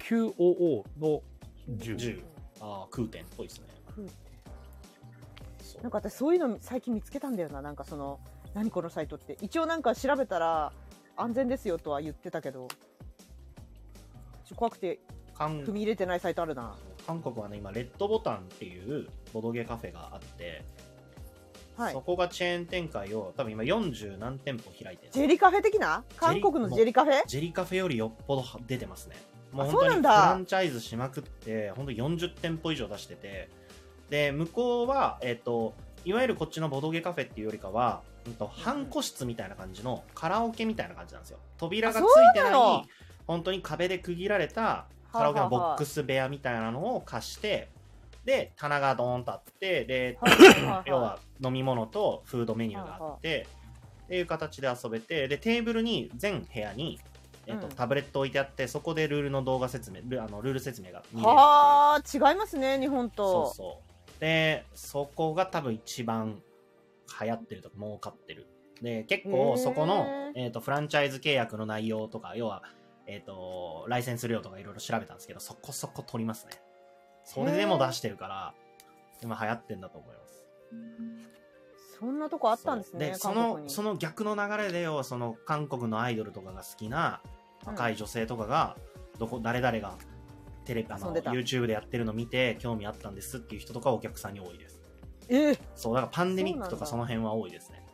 ?QOO の10。 10。ああ、空天っぽいですね。 クーテそうン。なんか私そういうの最近見つけたんだよな。なんか何このサイトって。一応なんか調べたら安全ですよとは言ってたけど、怖くて韓踏み入れてないサイトあるな。 韓国はね、今、レッドボタンっていうボドゲカフェがあって、 はいそ。こがチェーン展開を多分今40何店舗開いてるんですジェリカフェ的な？韓国のジェリカフェ？ ジェリカフェよりよっぽど出てますね。もうあ本当にフそうなんだランチャイズしまくって本当に40店舗以上出してて、で向こうはいわゆるこっちのボドゲカフェっていうよりかは、半個室みたいな感じのカラオケみたいな感じなんですよ。扉がついてないあそうなの本当に壁で区切られたカラオケのボックス部屋みたいなのを貸して、で棚がドーンとあって、で要は飲み物とフードメニューがあってっていう形で遊べて、でテーブルに全部屋にタブレット置いてあって、そこでルールの動画説明、ルール説明が見れるっていう。 はあ、違いますね、日本と。 そうそう。で、そこが多分一番流行ってるとか儲かってる。で、結構そこの、フランチャイズ契約の内容とか、要は、ライセンス料とかいろいろ調べたんですけど、そこそこ取りますね。それでも出してるから、今流行ってんだと思います。 そんなとこあったんですね。 で、その逆の流れで、要はその韓国のアイドルとかが好きな若い女性とかが、誰々がテレビ、YouTube でやってるの見て興味あったんですっていう人とかお客さんに多いです。そう、だからパンデミックとかその辺は多いですね。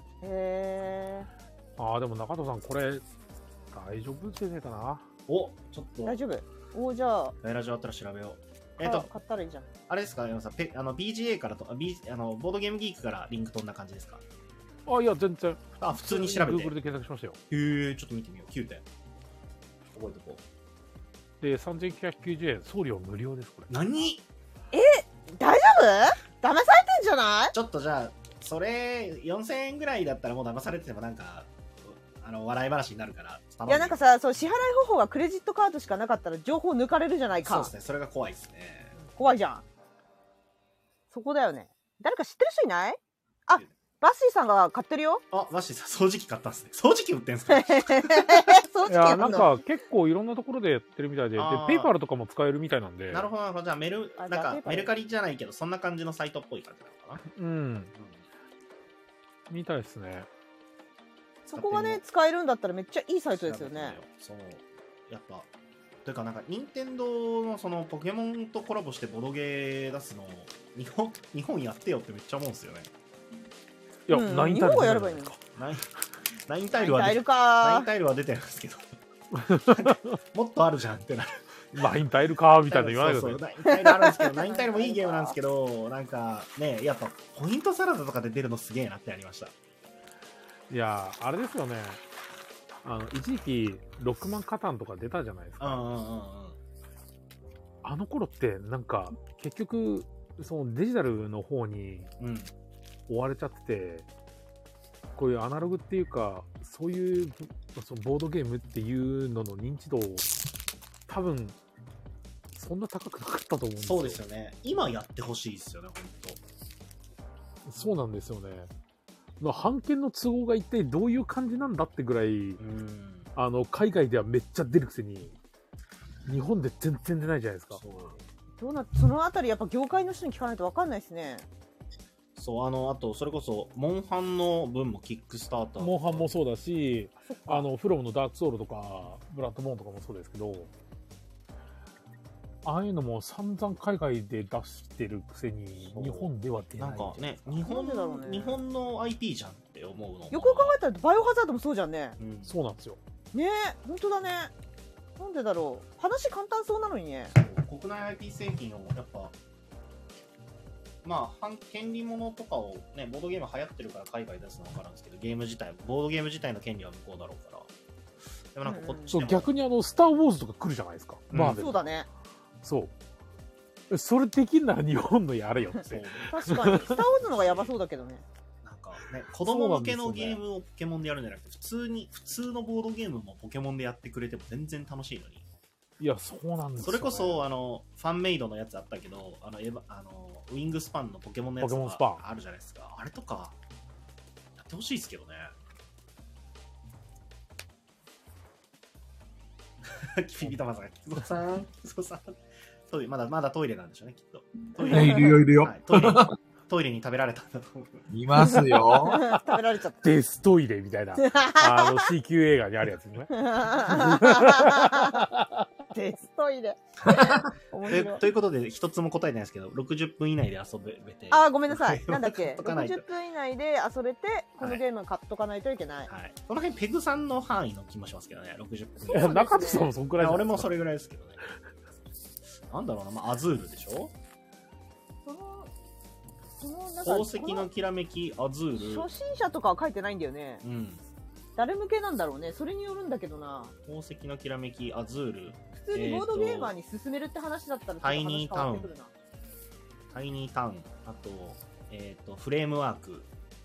ああ、でも中戸さん、これ、大丈夫じゃねえかな。 お、ちょっと。 大丈夫。お、じゃあ。 ガイラジオあったら調べよう。 買ったらいいじゃん。 あれですか、山さん、BGA からと、ボードゲームギークからリンク飛んだ感じですか？ あ、いや、全然。 あ、普通に調べて。 Google で検索しましたよ。 へえ、ちょっと見てみよう。9点。覚えておこう。で、3990円、送料無料です、これ。 何？ 大丈夫？騙されてんじゃない？ ちょっとじゃあ、それ、4000円ぐらいだったらもう騙されててもなんか、笑い話になるから。 いや、なんかさ、支払い方法がクレジットカードしかなかったら情報抜かれるじゃないか。 そうですね、それが怖いですね。 怖いじゃん。そこだよね。誰か知ってる人いない？あ、バッシーさんが買ってるよ。 あ、バッシーさん、掃除機買ったんですね。掃除機売ってんすか？ 掃除機いや、なんか結構いろんなところでやってるみたいで、ペイパルとかも使えるみたいなんで。 なるほど、なるほど。じゃあメルカリじゃないけど、そんな感じのサイトっぽい感じなのかな。 うん。みたいですね。 そこがね、使えるんだったらめっちゃいいサイトですよね。 そう。やっぱ、というかなんか、任天堂のそのポケモンとコラボしてボドゲー出すの、日本やってよってめっちゃ思うんですよね。 いや、ナインタイルやればいいのか。 ナインタイルは出てるんですけど、もっとあるじゃんってなる。 ナインタイルかみたいな言わないでください。 ナインタイルあるんですけど、ナインタイルもいいゲームなんですけど、なんかね、やっぱポイントサラダとかで出るのすげえなってありました。 いやー、あれですよね。一時期、ロックマンカタンとか出たじゃないですか。あの頃って、なんか、結局、そのデジタルの方に追われちゃってて、こういうアナログっていうか、そういうそのボードゲームっていうのの認知度、多分、そんな高くなかったと思うんですよ。 そうですよね。今やってほしいですよね、本当。そうなんですよね。版権の都合が一体どういう感じなんだってぐらい、海外ではめっちゃ出るくせに、日本で全然出ないじゃないですか。 そのあたりやっぱ業界の人に聞かないと分かんないですね。 そう、あとそれこそモンハンの分もキックスターター、 モンハンもそうだし、フロムのダークソウルとかブラッドボーンとかもそうですけど、ああいうのも散々海外で出してるくせに日本では出ない。 なんかね、日本の IP じゃんって思うの。 よくよく考えたらバイオハザードもそうじゃんね。 そうなんですよ。 ねえ、本当だね。なんでだろう。話簡単そうなのにね。 国内 IP 製品をやっぱ、まあ権利物とかをね、ボードゲーム流行ってるから海外出すのは分かるんですけど、ボードゲーム自体の権利は向こうだろうから。でもなんかこっちでも逆にスター・ウォーズとか来るじゃないですか。 そうだね。 そう。それできんなら日本のやれよって。 確かに、スター・ウォーズの方がやばそうだけどね。 なんかね、子供向けのゲームをポケモンでやるんじゃなくて、普通のボードゲームもポケモンでやってくれても全然楽しいのに。 いや、そうなんですよ、ね。 それこそ、ファンメイドのやつあったけど、ウィングスパンのポケモンのやつがあるじゃないですか。あれとか、やってほしいですけどね。キビタマさんが、菊蔵さん、そうまだトイレなんでしょうね、きっと。トイレいるよ、いるよ。はい、 トイレに食べられたんだと思う。 いますよ。 食べられちゃった。 デストイレみたいな。C 級映画にあるやつね。 デストイレ。 ということで、一つも答えないですけど、60分以内で遊べて。 ごめんなさい。なんだっけ。60分以内で遊べて、このゲーム買っとかないといけない。 はい。この辺、ペグさんの範囲の気もしますけどね、60分。 いや、中田さんもそんくらい。 俺もそれぐらいですけどね。なんだろうな、アズールでしょ？宝石のきらめき、アズール。 初心者とかは書いてないんだよね。 うん。 誰向けなんだろうね。それによるんだけどな。 宝石のきらめき、アズール。 普通にボードゲーマーに進めるって話だったらタイニータウン。タイニータウン。あと、フレームワーク。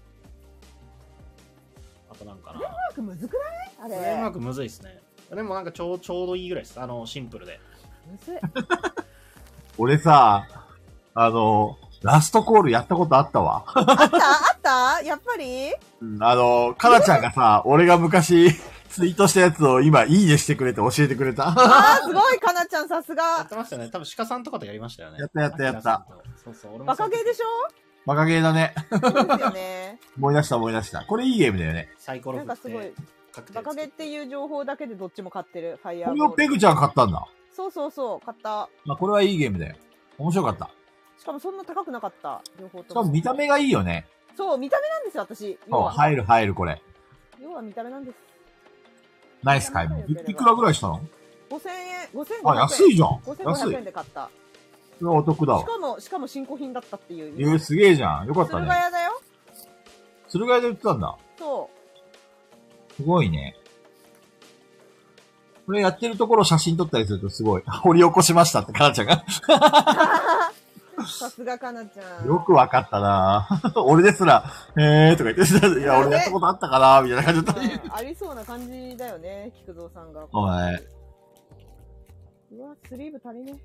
あとなんかな。 フレームワークむずくないあれ。 フレームワークむずいですね。でもなんかちょうどいいぐらいです。シンプルで。 むずい。 俺さ、ラストコールやったことあったわ。 あったやっぱりかなちゃんがさ、俺が昔ツイートしたやつを今いいねしてくれて教えてくれた。 すごい、かなちゃんさすが。 やってましたよね。多分鹿さんとかとやりましたよね。 やった。 そうそう、俺も。バカゲーでしょバカゲーだね。 そうですよね。 思い出した。これいいゲームだよね。 サイコロ振って。 なんかすごい、バカゲーっていう情報だけでどっちも買ってる。ファイヤーこれをペグちゃん買ったんだ。 そう、買った。 これはいいゲームだよ。面白かった。 しかもそんな高くなかった。両方とも。 しかも見た目がいいよね。 そう、見た目なんですよ、私。 そう、入る、これ。 要は見た目なんです。 ナイス買い物。いくらぐらいしたの ?5000 円、5500円。 安いじゃん。 5500円で買った。 それはお得だわ。 しかも新古品だったっていう。 すげえじゃん。よかったね。 駿河屋だよ。 駿河屋で売ってたんだ。 そう。 すごいね。これやってるところ写真撮ったりするとすごい。掘り起こしましたって、かなちゃんが。 さすがかなちゃん。 よくわかったな俺ですら、とか言って、いや、俺やったことあったかなみたいな感じだった。 ありそうな感じだよね、菊蔵さんが。 お前。 うわ、スリーブ足りね。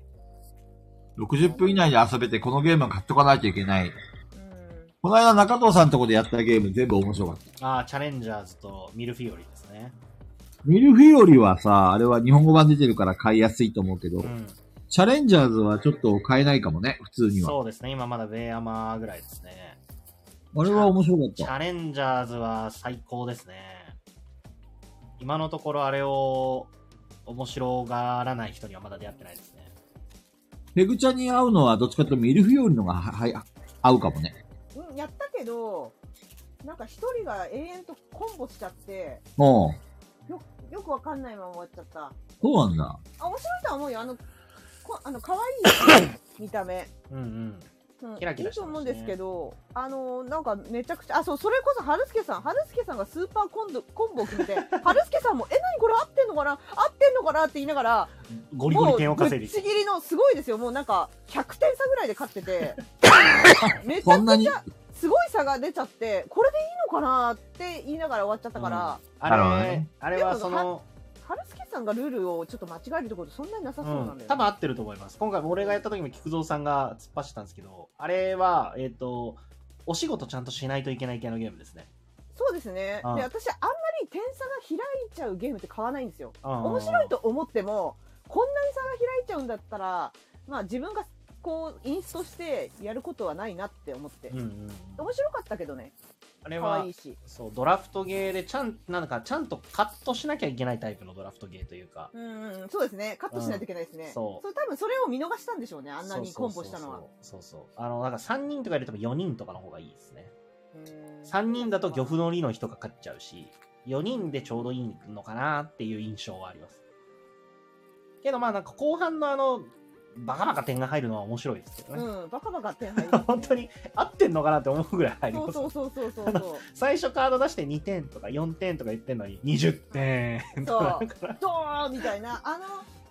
60分以内で遊べて、このゲームを買っとかないといけない。この間中藤さんのとこでやったゲーム全部面白かった。 チャレンジャーズとミルフィオリですね。 ミルフィオリはさ、あれは日本語版出てるから買いやすいと思うけど、チャレンジャーズはちょっと買えないかもね、普通には。 そうですね、今まだベアマーぐらいですね。 あれは面白かった。 チャレンジャーズは最高ですね。今のところあれを面白がらない人にはまだ出会ってないですね。 ペグちゃんに合うのはどっちかというとミルフィオリのが合うかもね。 やったけど、なんか一人が永遠とコンボしちゃって、よくわかんないまま終わっちゃった。 そうなんだ。 面白いとは思うよ。可愛い見た目。 キラキラしてますね。 いいと思うんですけど、なんかめちゃくちゃ、それこそ春助さんがスーパーコンボを決めて、春助さんも、何これ合ってんのかなって言いながら、 ゴリゴリ点を稼いでぶっちぎりのすごいですよ。もうなんか、100点差ぐらいで勝ってて、めちゃくちゃ、すごい差が出ちゃって、これでいいのかなって言いながら終わっちゃったから、 あれはその、 春助さんがルールをちょっと間違えるところそんなになさそうなんだよね。 多分合ってると思います。今回俺がやった時も菊蔵さんが突っ走ったんですけど、あれは、お仕事ちゃんとしないといけない系のゲームですね。 そうですね。で、私あんまり点差が開いちゃうゲームって買わないんですよ。面白いと思っても、こんなに差が開いちゃうんだったら、まあ自分がこうインストしてやることはないなって思って。面白かったけどね。 あれはそうドラフトゲーでちゃんとカットしなきゃいけないタイプのドラフトゲーというか、 そうですね、カットしないといけないですね。そう多分それを見逃したんでしょうね、あんなにコンボしたのは。 なんか3人とか入れても4人とかの方がいいですね。3人だと漁夫の利の人が勝っちゃうし、4人でちょうどいいのかなっていう印象はあります。けどまあなんか後半のバカバカ点が入るのは面白いですけどね。 バカバカ点入る、ね。 本当に合ってんのかなって思うぐらい入ります。 そう。 最初カード出して2点とか4点とか言ってんのに20点とか。 ドーンみたいな。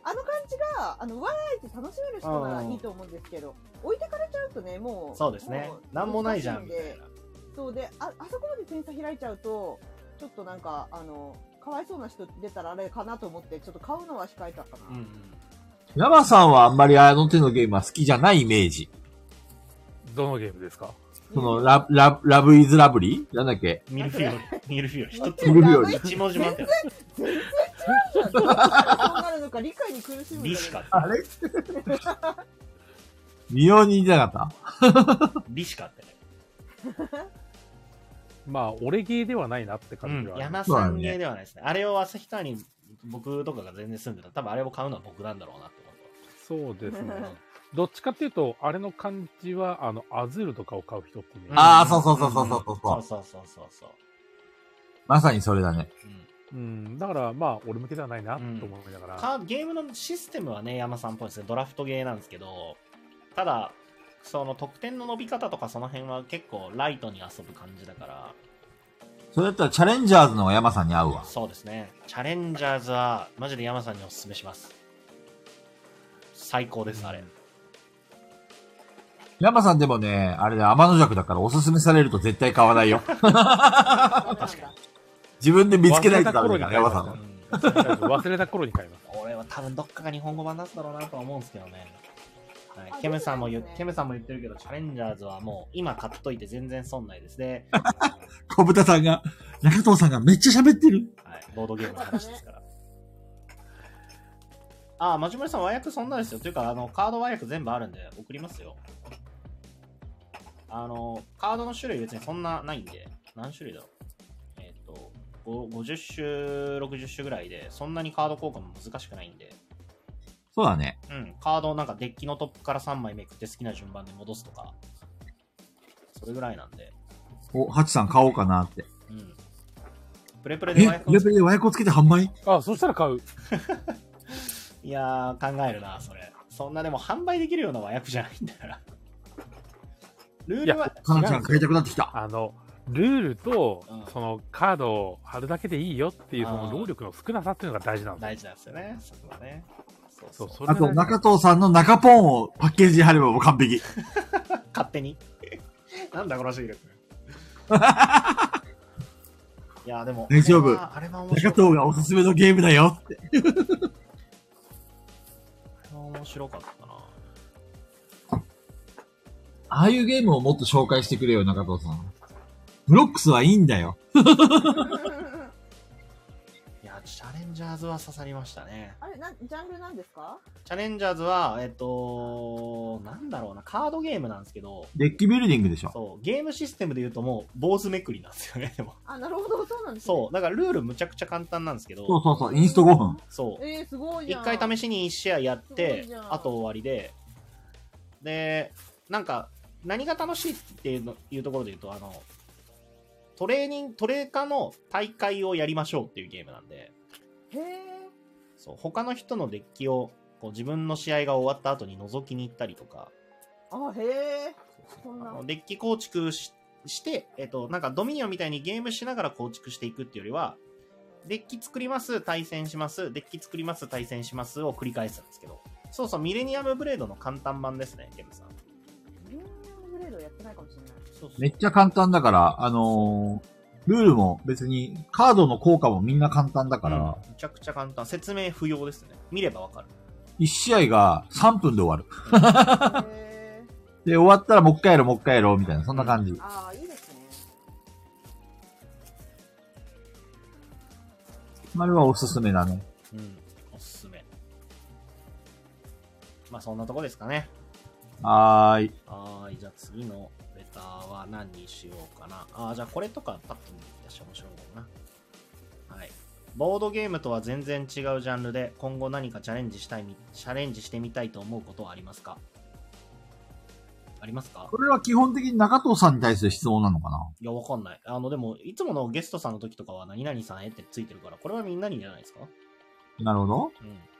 あの感じが、わーいって楽しめる人ならいいと思うんですけど、置いてかれちゃうとね、もう。 そうですね。なんもないじゃん、みたいな。 そうで、あそこまで点差開いちゃうと、ちょっとなんか、かわいそうな人出たらあれかなと思って、ちょっと買うのは控えたかな。 山さんはあんまりあの手のゲームは好きじゃないイメージ。 どのゲームですか？ その、ラブイズラブリーなんだっけ？ ミルフィオリ。一つミルフィオリ。 一文字もあって全然違うじゃん。そうなるのか理解に苦しむ。 リシカ。 あれ微妙に似てなかったリシカってね。 まあ、俺ゲーではないなって感じは、 山さんゲーではないですね。あれを旭川に僕とかが全然住んでたら、多分あれを買うのは僕なんだろうなって思ってます。そうですね。どっちかっていうと、あれの感じは、アズールとかを買う人ってね。 ああ、そうそう。まさにそれだね。 だから、まあ、俺向けではないな、と思いながら。 ゲームのシステムはね、山さんっぽいですね。ドラフトゲーなんですけど、ただ、その得点の伸び方とかその辺は結構ライトに遊ぶ感じだから。 それだったらチャレンジャーズの方が山さんに合うわ。 そうですね。チャレンジャーズは、マジで山さんにおすすめします。最高です、あれ。 山さんでもね、あれで天の弱だからおすすめされると絶対買わないよ。 確かに。 自分で見つけないとダメだから、山さんは。 忘れた頃に買います。 俺は多分どっかが日本語版出すだろうなとは思うんですけどね。はい、ケムさんも言ってるけど、チャレンジャーズはもう今買っといて全然損ないですね。 小豚さんが、中藤さんがめっちゃ喋ってる。 はい、ボードゲームの話ですから。あ、マジモリさん和訳そんなですよ。というか、カード和訳全部あるんで送りますよ。カードの種類別にそんなないんで、何種類だろう。50種、60種ぐらいで、そんなにカード交換も難しくないんで。 そうだね。 カードをなんかデッキのトップから3枚めくって好きな順番で戻すとか、それぐらいなんで。 ハチさん買おうかなって。 プレプレで和訳プレプレで和訳をつけて販売？ あ、そしたら買う。 いやー、考えるな、それ。そんなでも販売できるような和訳じゃないんだから。ルールは、 かなちゃん買いたくなってきた。 ルールと、そのカードを貼るだけでいいよっていう、その労力の少なさっていうのが大事なんですよ。 大事なんですよね。そこはね。 そう。 あと、中藤さんの中ポンをパッケージに貼ればもう完璧。 勝手に。なんだこのシール。いや、でも。 大丈夫。中藤がおすすめのゲームだよって。 面白かったな。 ああいうゲームをもっと紹介してくれよ、中藤さん。ブロックスはいいんだよ。 いや、チャレンジャーズは刺さりましたね。 あれ、ジャンルなんですか？ チャレンジャーズは、なんだろうな、カードゲームなんですけど。 デッキビルディングでしょ。 そう、ゲームシステムで言うともう、坊主めくりなんですよね、でも。 あ、なるほど、そうなんですね。そう、だからルールむちゃくちゃ簡単なんですけど。 そう、インスト5分。 そう。 すごいじゃん。 一回試しに1試合やって、あと終わりで。で、なんか、何が楽しいっていうところで言うと、トレーカーの大会をやりましょうっていうゲームなんで。 へー。 そう、他の人のデッキをこう自分の試合が終わった後に覗きに行ったりとか。 あ、へー。デッキ構築して、なんかドミニオンみたいにゲームしながら構築していくっていうよりは、デッキ作ります、対戦します、デッキ作ります、対戦しますを繰り返すんですけど。そうそう、ミレニアムブレードの簡単版ですね、ゲームさん。 ミレニアムブレードやってないかもしれない。 そうめっちゃ簡単だから、ルールも別に、カードの効果もみんな簡単だから、 めちゃくちゃ簡単。説明不要ですね。見ればわかる。 1試合が3分で終わる。で、終わったらもう一回やろう、みたいな、そんな感じ。 ああ、いいですね。 あれはおすすめだね。 おすすめ。まあそんなとこですかね。 はーい。 じゃあ次のレターは何にしようかな。じゃあこれとかパッと見出して面白いかな。はい。ボードゲームとは全然違うジャンルで今後何かチャレンジしてみたいと思うことはありますか？ありますか？ これは基本的に中藤さんに対する質問なのかな？ いや、わかんない。でも、いつものゲストさんの時とかは何々さんへってついてるから、これはみんなにじゃないですか？ なるほど。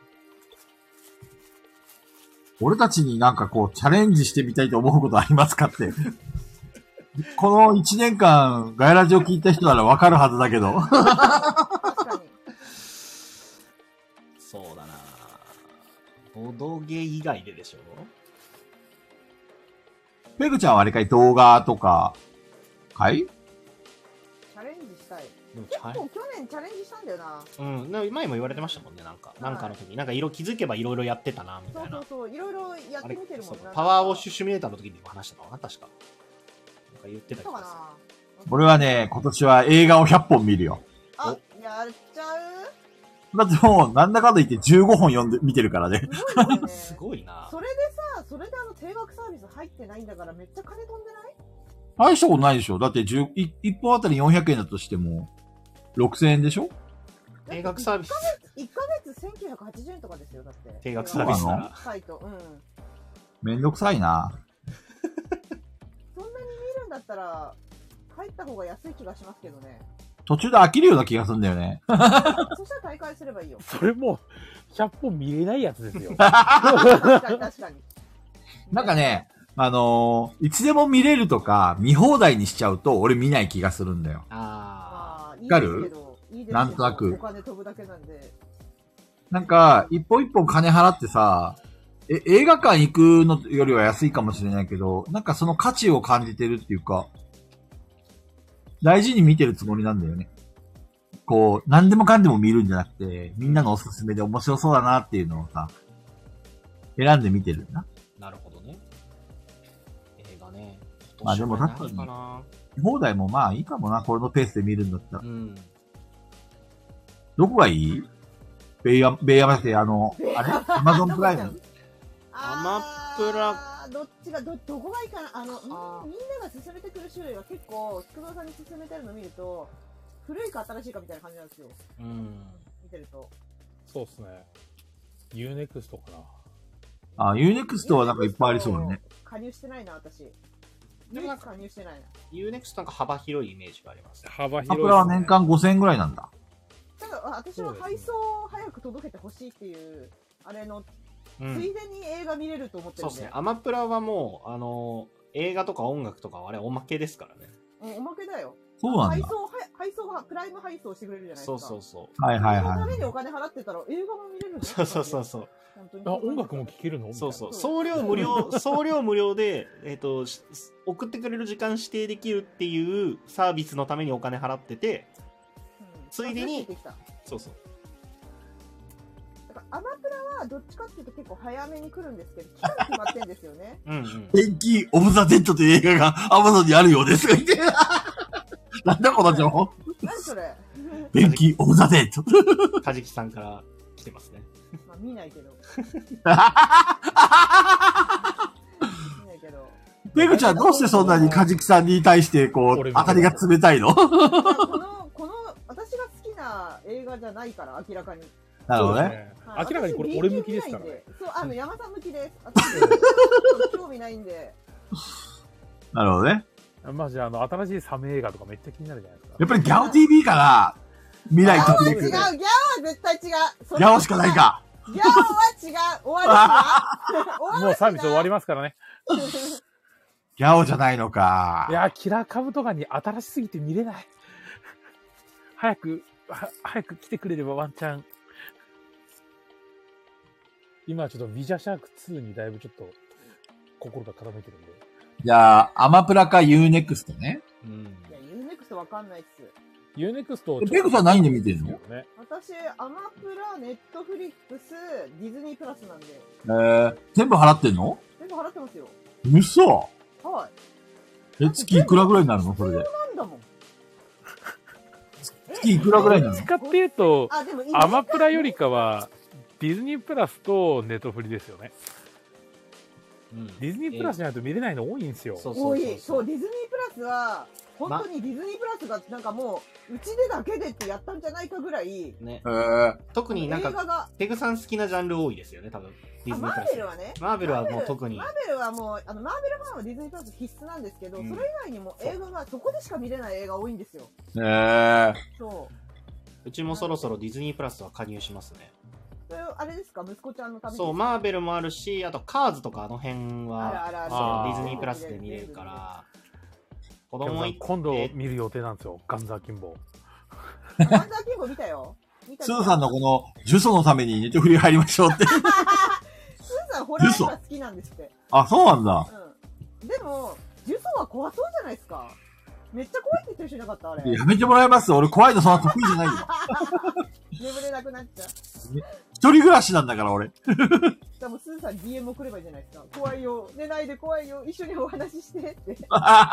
俺たちになんかこう、チャレンジしてみたいと思うことありますかって。この1年間、ガヤラジオ聞いた人ならわかるはずだけど。 確かに。 そうだなボドゲ以外ででしょ？ ペグちゃんはあれかい動画とか、かい？ チャレンジしたい。結構去年チャレンジしたんだよな。 うん。前も言われてましたもんね、なんか。なんかの時。なんか気づけばいろいろやってたな、みたいな。 そう。いろいろやってみてるもんな。 パワーウォッシュシミュレーターの時にも話したのかな、確か。なんか言ってた気がする。 俺はね、今年は映画を100本見るよ。 あ、やっちゃう？ だってもう、なんだかんだ言って15本見てるからね。 すごいな。 それで定額サービス入ってないんだからめっちゃ金飛んでない？ 大したことないでしょ。だって1本あたり400円だとしても、6000円でしょ？ 定額サービス。 1ヶ月1980円とかですよ、だって。 定額サービスなら。 サイト、うん。 めんどくさいな。 そんなに見るんだったら、入った方が安い気がしますけどね。 途中で飽きるような気がするんだよね。 そしたら大会すればいいよ。 それもう、100本見れないやつですよ。 確かに。 なんかね、いつでも見れるとか、見放題にしちゃうと、俺見ない気がするんだよ。 わかる？なんとなく。 お金飛ぶだけなんで。 なんか、一本一本金払ってさ、映画館行くのよりは安いかもしれないけど、なんかその価値を感じてるっていうか、大事に見てるつもりなんだよね。こう、何でもかんでも見るんじゃなくて、みんなのおすすめで面白そうだなっていうのをさ、選んで見てるんだ。 なるほどね。映画ね。 まあでも確かに、見放題もまあいいかもな、これのペースで見るんだったら。うん。どこがいい？ベイヤマってあれ？アマゾンプライム？ アマプラ。 どっちが、どこがいいかな。みんなが勧めてくる種類は結構、菊蔵さんに勧めてるの見ると、古いか新しいかみたいな感じなんですよ。見てると。 そうっすね。Unext かな。Unext はなんかいっぱいありそうだね。 加入してないな、私。Unext 加入してないな。 Unext なんか幅広いイメージがあります。 幅広い。 アプラは年間5000円ぐらいなんだ。 ただ、私は配送を早く届けてほしいっていう、あれの、ついでに映画見れると思ってるんで。 そうですね。アマプラはもう、映画とか音楽とかはあれおまけですからね。 おまけだよ。 そうなんだ。 配送が、プライム配送してくれるじゃないですか。 そう。 はい。 そのためにお金払ってたら映画も見れるの？ そう。 音楽も聴けるの？ そう。送料無料で、送ってくれる時間指定できるっていうサービスのためにお金払ってて、ついでに、そう。 アマプラはどっちかっていうと結構早めに来るんですけど、期間決まってんですよね。 ペンキー・オブ・ザ・デッドという映画がアマゾンにあるようですが、なんだこの情報。 何それ。 ペンキー・オブ・ザ・デッド。 カジキさんから来てますね。 まあ見ないけど。 ペグちゃんどうしてそんなにカジキさんに対してこう、当たりが冷たいの？ この、私が好きな映画じゃないから、明らかに。 なるほどね。 明らかにこれ俺向きですからね。そう、山さん向きです。私、興味ないんで。 なるほどね。 まじ新しいサメ映画とかめっちゃ気になるじゃないですか。 やっぱりギャオ TV かな？未来と違う、ギャオは絶対違う。 ギャオしかないか。 ギャオは違う。終わりもうサービス終わりますからね。 ギャオじゃないのか。 いや、キラーカブとかに新しすぎて見れない。早く来てくれればワンチャン。今ちょっとビジャシャーク2にだいぶちょっと心が傾いてるんで。 じゃあ、アマプラか Unext ね。 いや、Unext わかんないっす。 Unext ペグさん何で見てるの？ 私、アマプラ、ネットフリックス、ディズニープラスなんで。 全部払ってんの？ 全部払ってますよ。 嘘？ はい。 月いくらぐらいになるのそれで。 なんだもん。 月いくらぐらいになるの？ どっちかっていうと、アマプラよりかは、ディズニープラスとネットフリですよね。ディズニープラスじゃないと見れないの多いんですよ。 多い。そう、ディズニープラスは、本当にディズニープラスがなんかもう、うちでだけでってやったんじゃないかぐらい。 ね。特になんか、ペグさん好きなジャンル多いですよね、多分。ディズニープラス。マーベルはね。マーベルはもう特に。マーベルはもう、マーベルファンはディズニープラス必須なんですけど、それ以外にも映画が、そこでしか見れない映画多いんですよ。そう。 うちもそろそろディズニープラスは加入しますね。 それあれですか、息子ちゃんのために。 そう、マーベルもあるし、あとカーズとかあの辺は、ディズニープラスで見れるから、子供今度見る予定なんですよ、ガンザーキンボ。 ガンザーキンボ見たよ。 スーさんのこの、呪詛のためにネットフリ入りましょうって。 ホラー映画好きなんですって。 あ、そうなんだ。 うん。でも、呪詛は怖そうじゃないですか。めっちゃ怖いって言ってる人いなかったあれ。 やめてもらえます？俺怖いのそんな得意じゃないよ。 眠れなくなっちゃう。 一人暮らしなんだから俺。 でもスーさん DM 送ればいいじゃないですか。怖いよ。寝ないで怖いよ。一緒にお話ししてって。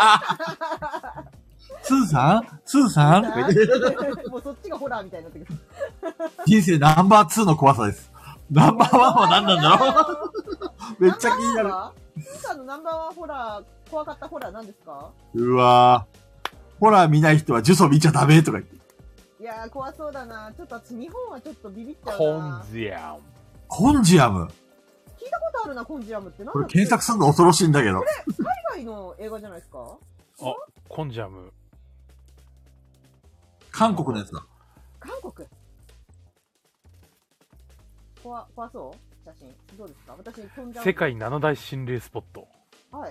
スーさんもうそっちがホラーみたいになってくる。 人生ナンバー2の怖さです。ナンバー1は何なんだろう。めっちゃ気になる。 スーさんのナンバー1ホラー、怖かったホラー何ですか？ うわぁ。ホラー見ない人は呪詛見ちゃダメとか言って。 いやー怖そうだな。ちょっと私日本はちょっとビビっちゃうな。 コンジアム。 聞いたことあるな、コンジアムって。 これ検索するの恐ろしいんだけど。 これ海外の映画じゃないですか？ あ、コンジアム。 韓国のやつだ。 韓国。怖そう写真。どうですか？私、コンジャム。 世界7大心霊スポット。 はい。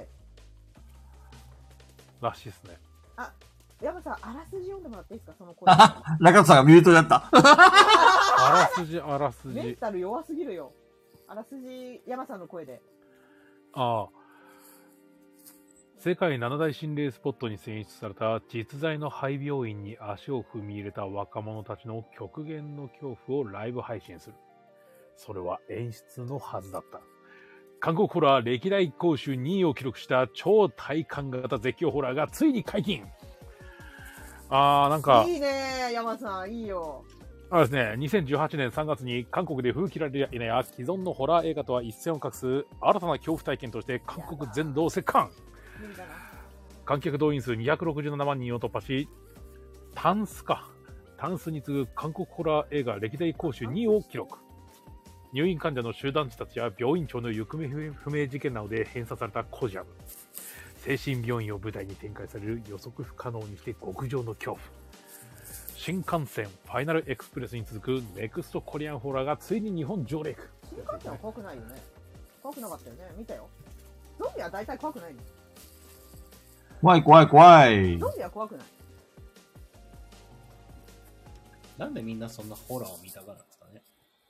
らしいですね。 あ、山さん、あらすじ読んでもらっていいですか？その声。 中田さんがミュートになった。 あらすじ。 メンタル弱すぎるよ。あらすじ、山さんの声で。 ああ。世界7大心霊スポットに選出された実在の廃病院に足を踏み入れた若者たちの極限の恐怖をライブ配信する。それは演出のはずだった。韓国ホラー歴代興収2位を記録した超体感型絶叫ホラーがついに解禁。なんか。 いいね、山さん、いいよ。 ですね、2018年3月に韓国で封切られやいなや既存のホラー映画とは一線を画す新たな恐怖体験として韓国全土を席巻。観客動員数267万人を突破し、タンスに次ぐ韓国ホラー映画歴代興収2位を記録。入院患者の集団地たちや病院長の行方不明事件などで編纂されたコジアム。精神病院を舞台に展開される予測不可能にして極上の恐怖。新幹線ファイナルエクスプレスに続くネクストコリアンホラーがついに日本上陸。 新幹線は怖くないよね。怖くなかったよね。見たよ。ゾンビは大体怖くないの。 怖い。 ゾンビは怖くない。 なんでみんなそんなホラーを見たがるんですかね。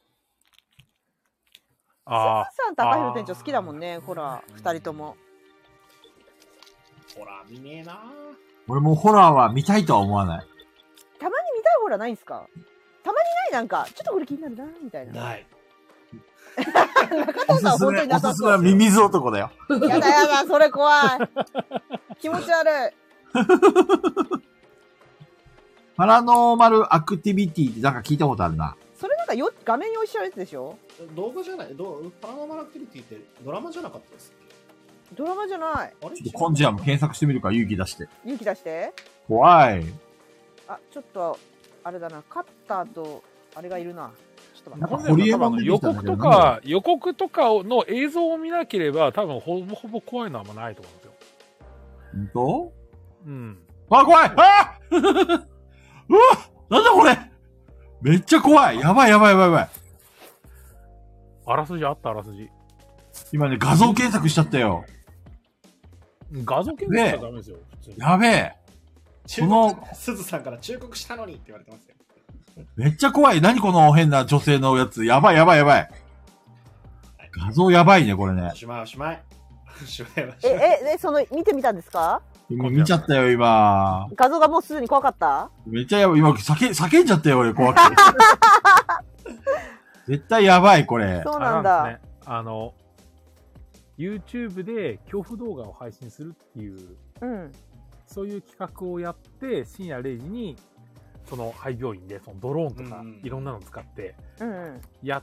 スーさんと赤広店長好きだもんね、ホラー、二人とも。 ホラー見ねえな。 俺もホラーは見たいとは思わない。 たまに見たいホラーないんすか？たまにない？なんか、ちょっとこれ気になるな、みたいな。 ない。 中藤さん本当になさそう。 おすすめはミミズ男だよ。 やだ、それ怖い。気持ち悪い。 パラノーマルアクティビティってなんか聞いたことあるな。 それなんか画面用意しちゃうやつでしょ？ 動画じゃない。パラノーマルアクティビティってドラマじゃなかったですっけ？ ドラマじゃない。あれ？ ちょっとコンジアム検索してみるか、勇気出して。怖い。 あ、ちょっと、あれだな、カッターと、あれがいるな。ちょっと待って。ホリエモン予告とかの映像を見なければ、多分ほぼ怖いのはあんまないと思うんですよ。 本当？ うん。 怖い。うわなんだこれめっちゃ怖い。やばい。 あらすじ。 今ね、画像検索しちゃったよ。 画像検索しちゃダメですよ。普通にやべえ。 この、すずさんから忠告したのにって言われてますよ。 めっちゃ怖い。何この変な女性のやつ。やばい。画像やばいね、これね。 おしまい。 見てみたんですか？ 見ちゃったよ、今。 画像がもうすでに怖かった？ めっちゃやばい。今、叫んじゃったよ、俺、怖くて。絶対やばい、これ。 そうなんだ。 YouTube で恐怖動画を配信するっていう、そういう企画をやって、深夜0時に、その廃病院で、そのドローンとか、いろんなの使って、やって、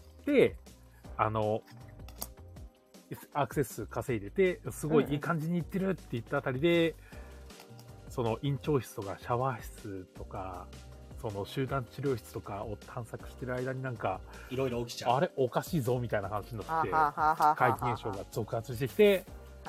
アクセス数稼いでて、すごいいい感じにいってるって言ったあたりで、その院長室とかシャワー室とか、その集団治療室とかを探索してる間になんか、 いろいろ起きちゃう。 あれおかしいぞみたいな話になって、怪奇現象が続発してきて、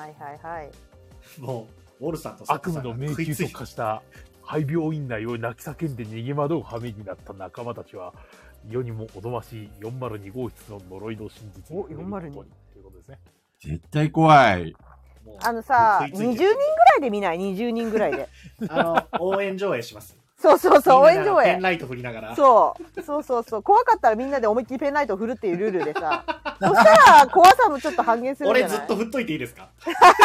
もう、ウォルさんと悪夢の迷宮と化した廃病院内を泣き叫んで逃げ惑う羽目になった仲間たちは、世にもおどましい402号室の呪いの真実に 402 ということですね。 絶対怖い。 さ、20人ぐらいで見ない？ 20人ぐらいで。 応援上映します。 そうそうそう、応援上映。 ペンライト振りながら。 そうそうそうそう。怖かったらみんなで思いっきりペンライトを振るっていうルールでさ。そしたら怖さもちょっと半減するんじゃない？ 俺ずっと振っといていいですか？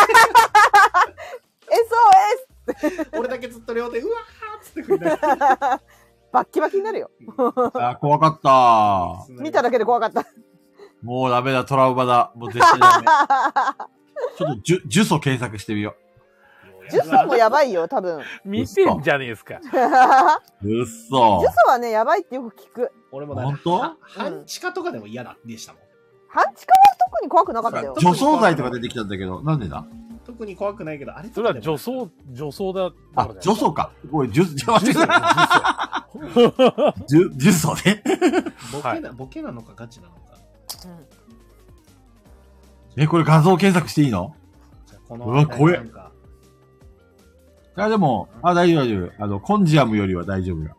SOS！ 俺だけずっと両手、うわーっつって振りながら。 バッキバキになるよ。 あ、怖かった。 見ただけで怖かった。 もうダメだ、トラウマだ。もう絶対ダメ。ちょっと呪詛検索してみよ呪詛もやばいよ、多分。 見てんじゃねえですか。 う。うっそ。 呪詛はね、やばいってよく聞く。 俺も本当？ 半地下とかでも嫌だでしたもん。 半地下は特に怖くなかったよ。 除草剤とか出てきたんだけど、なんでだ？ 特に怖くないけど、あれそれは除草だ。 あ、除草か。ごめん、呪詛ね。 ボケなのかガチなのか。 これ画像検索していいの？ このうわ、怖え。いや、でも、大丈夫、大丈夫。コンジアムよりは大丈夫よ。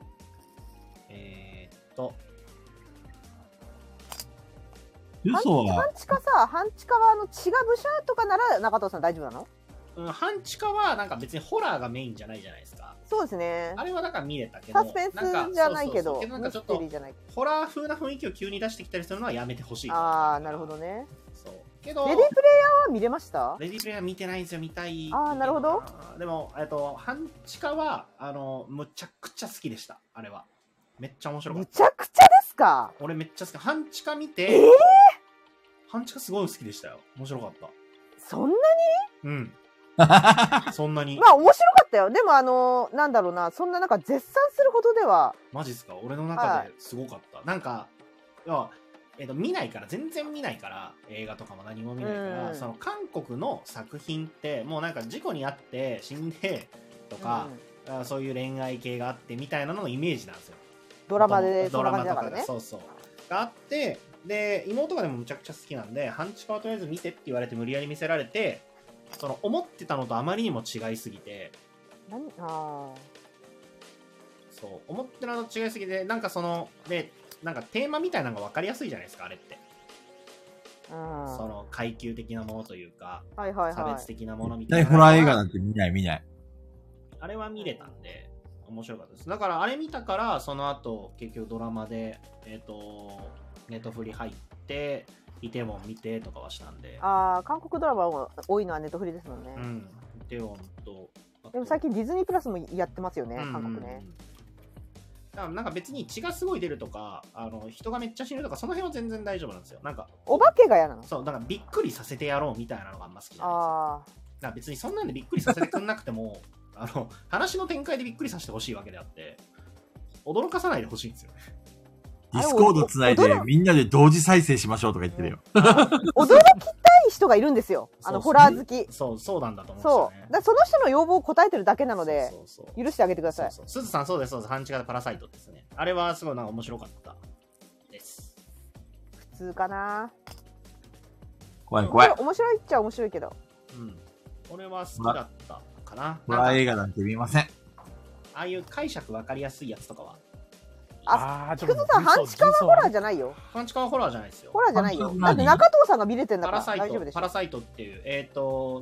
嘘は。 半地下は血がブシャーとかなら中藤さん大丈夫なの？ うん、半地下はなんか別にホラーがメインじゃないじゃないですか。 そうですね。 あれはだから見れたけど。 サスペンスじゃないけど、 なんかちょっとホラー風な雰囲気を急に出してきたりするのはやめてほしい。 ああ、なるほどね。 そう。けど、 レディープレイヤーは見れました？ レディープレイヤー見てないんですよ、見たい。 ああ、なるほど。 でも、半地下は、むちゃくちゃ好きでした、あれは。めっちゃ面白かった。 むちゃくちゃですか？ 俺めっちゃ好き。半地下見て、半地下すごい好きでしたよ。面白かった。 そんなに？ うん。そんなに。 まあ面白かったよ。でもなんだろうな、そんななんか絶賛するほどでは。 マジっすか？俺の中ですごかった。なんか、要は、見ないから、全然見ないから、映画とかも何も見ないから、その韓国の作品って、もうなんか事故にあって死んでとか、そういう恋愛系があってみたいなののイメージなんですよ。 ドラマでそんな感じだからね。 そうそう。があって、で、妹がでもむちゃくちゃ好きなんで、半地下はとりあえず見てって言われて無理やり見せられて、その思ってたのとあまりにも違いすぎて、そう思ってたのと違いすぎて、なんかそのでなんかテーマみたいなのが分かりやすいじゃないですか、あれって。その階級的なものというか、差別的なものみたいな。 ホラー映画なんて見ない。 あれは見れたんで面白かったです。だからあれ見たから、その後結局ドラマでネットフリ入ってイテウォン見てとかはしたんで。 韓国ドラマ多いのはネットフリですもんね。 イテウォンと。 でも最近ディズニープラスもやってますよね、韓国ね。 だからなんか別に血がすごい出るとか、人がめっちゃ死ぬとか、その辺は全然大丈夫なんですよ。なんかお化けが嫌なの？ そう、だからびっくりさせてやろうみたいなのがあんま好きじゃないですか。だから別にそんなんでびっくりさせてくんなくても話の展開でびっくりさせてほしいわけであって、驚かさないでほしいんですよね。 ディスコードつないでみんなで同時再生しましょうとか言ってるよ。 驚きたい人がいるんですよ。ホラー好き。 そうなんだと思うんですよね。 そう。その人の要望を答えてるだけなので、許してあげてください。 すずさん、そうです。半地下でパラサイトですね。あれはすごいなんか面白かったです。 普通かな。 怖い。 面白いっちゃ面白いけど。 俺は好きだったかな。 ホラー映画なんて見ません。 ああいう解釈分かりやすいやつとかは。 菊田さん、半地下はホラーじゃないよ。 半地下はホラーじゃないですよ。 ホラーじゃないよ。だって中藤さんが見れてんだから大丈夫でしょ。 パラサイトっていう、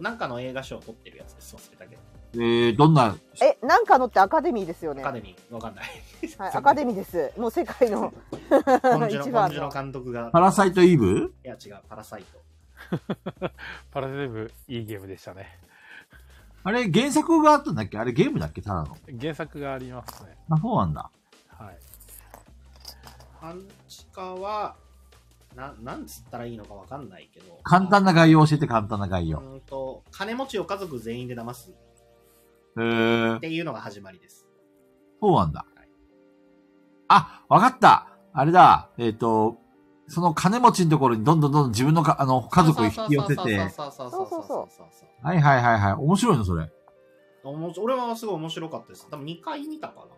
なんかの映画賞を取ってるやつです。忘れたけど。 どんな？ なんかのってアカデミーですよね。 アカデミーわかんない。 はい、アカデミーです。もう世界の一番の監督が。 パラサイトイブ？ いや違う、パラサイト。 パラサイトイブいいゲームでしたね。 あれ原作があったんだっけ？あれゲームだっけ？ただの。 原作がありますね。 そうなんだ。 はい。 半地下はなんつったらいいのかわかんないけど、 簡単な概要教えて。簡単な概要。 金持ちを家族全員で騙すっていうのが始まりです。 そうなんだ。あ、わかった。あれだ。その金持ちのところにどんどん自分の家族を引き寄せて。 そうはい。面白いのそれ。 俺はすごい面白かったです。多分2回見たかな。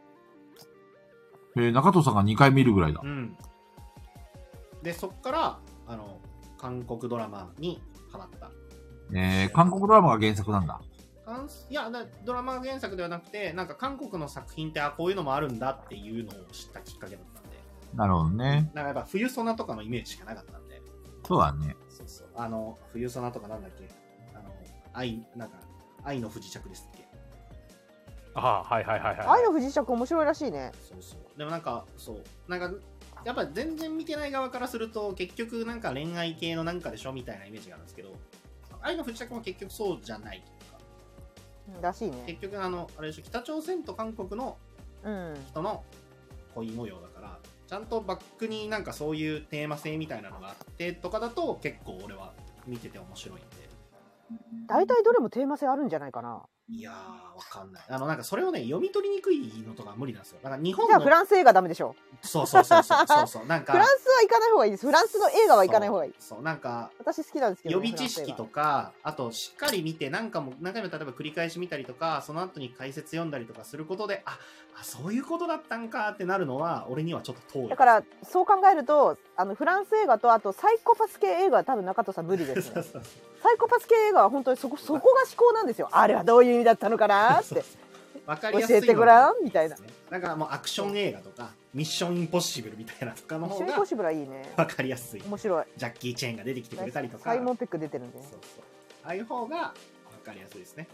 中藤さんが2回見るぐらいだ。 で、そっから、韓国ドラマにハマった。 韓国ドラマが原作なんだ。 いや、ドラマが原作ではなくて、なんか韓国の作品って、こういうのもあるんだっていうのを知ったきっかけだったんで。 なるほどね。 なんかやっぱ冬ソナとかのイメージしかなかったんで。 そうだね。 そう。冬ソナとかなんだっけ、愛の不時着ですっけ。 ああ、はいはいはいはい。 愛の不時着面白いらしいね。 そうそう。でもなんか、そう。なんか、やっぱ全然見てない側からすると、結局なんか恋愛系のなんかでしょみたいなイメージがあるんですけど、愛の不時着も結局そうじゃないというか。 らしいね。 結局あれでしょ、北朝鮮と韓国の人の恋模様だから、ちゃんとバックになんかそういうテーマ性みたいなのがあってとかだと結構俺は見てて面白いんで。 大体どれもテーマ性あるんじゃないかな。 いやー、わかんない。なんかそれをね、読み取りにくいのとか無理なんですよ。だから日本の。 じゃあフランス映画ダメでしょ。 そうそうそうそうそうそう。なんか。 フランスは行かない方がいいです。フランスの映画は行かない方がいい。 そう、なんか。 私好きなんですけど、 予備知識とか、あとしっかり見て何回も例えば繰り返し見たりとか、その後に解説読んだりとかすることで、そういうことだったんかってなるのは、俺にはちょっと遠い。 だから、そう考えると、フランス映画と、あとサイコパス系映画は多分中戸さん無理ですね。サイコパス系映画は本当にそこが思考なんですよ。あれはどういう意味だったのかなって。 わかりやすい、 教えてごらんみたいな。 だからもうアクション映画とか、ミッションインポッシブルみたいなとかの方が。 ミッションインポッシブルはいいね。 わかりやすい。 面白い。 ジャッキー・チェーンが出てきてくれたりとか。 サイモン・ペック出てるんで。 そうそう。ああいう方がわかりやすいですね。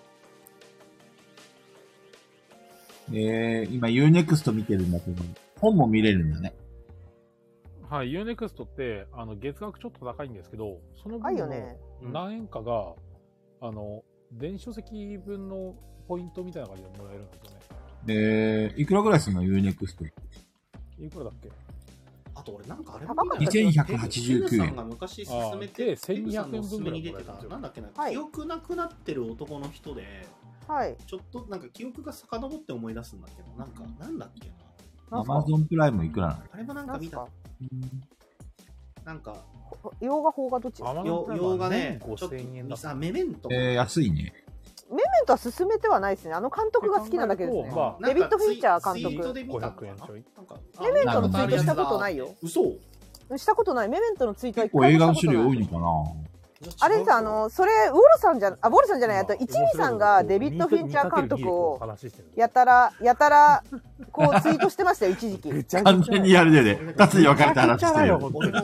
今 Unext 見てるんだけど、本も見れるんだね。 はい、Unext って、月額ちょっと高いんですけど、その分の何円かが、電子書籍分のポイントみたいな感じでもらえるんですよね。 いくらぐらいするの Unext？ いくらだっけ？ あと俺なんかあれも 2189円。 さんが昔勧めて、 1200円分ぐらいに出てた、なんだっけな、記憶なくなってる男の人で、 はい。 ちょっとなんか記憶が遡って思い出すんだけど、なんだっけな。Amazon プライムいくらなの？ あれもなんか見た。なんか、 洋画、邦画どっち？ 洋画ね、ちょっとさ、メメント。 安いね。 メメントは進めてはないですね。監督が好きなだけですね。デビッド・フィンチャー監督。 500円ちょい。 メメントのツイートしたことないよ。 嘘？ したことない。メメントのツイートは結構映画の種類多いのかな。 あれさ、それ、ウォルさんじゃない、あと、一味さんがデビッド・フィンチャー監督を、やたら、こうツイートしてましたよ、一時期。 完全にやるでね。二つに分かれた話してる。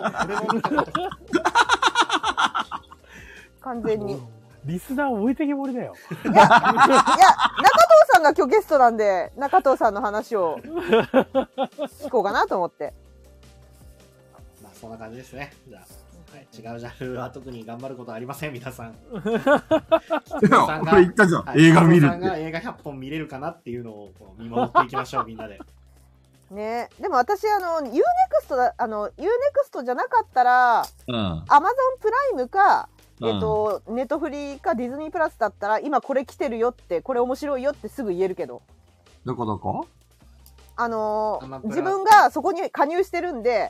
完全に。 リスナー置いてけぼりだよ。 いや、中藤さんが今日ゲストなんで、中藤さんの話を聞こうかなと思って。 まあ、そんな感じですね。じゃあ。違うジャンルは特に頑張ることはありません、皆さん。 これ言ったじゃん、映画見るって。 が映画100本見れるかなっていうのを見守っていきましょう、みんなで。 ね、でも私Unext じゃなかったら、Amazon プライムか、ネットフリかディズニープラスだったら、今これ来てるよって、これ面白いよってすぐ言えるけど。 どこ？ 自分がそこに加入してるんで、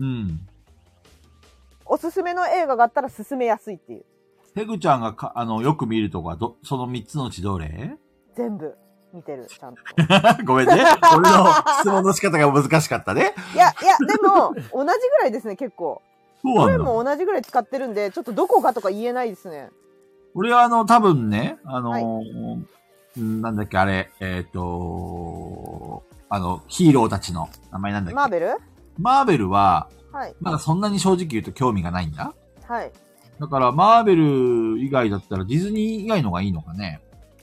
おすすめの映画があったら進めやすいっていう。 ペグちゃんがよく見るとこはその3つのうちどれ？ 全部見てる、ちゃんと。 ごめんね。俺の質問の仕方が難しかったね。 いや、でも、同じぐらいですね、結構。 そうなんだ。 これも同じぐらい使ってるんで、ちょっとどこかとか言えないですね。 俺は多分ね、なんだっけ、あれ、ヒーローたちの名前なんだっけ。マーベルは、 はい。 まだそんなに正直言うと興味がないんだ。 はい。 だから、マーベル以外だったらディズニー以外のがいいのかね。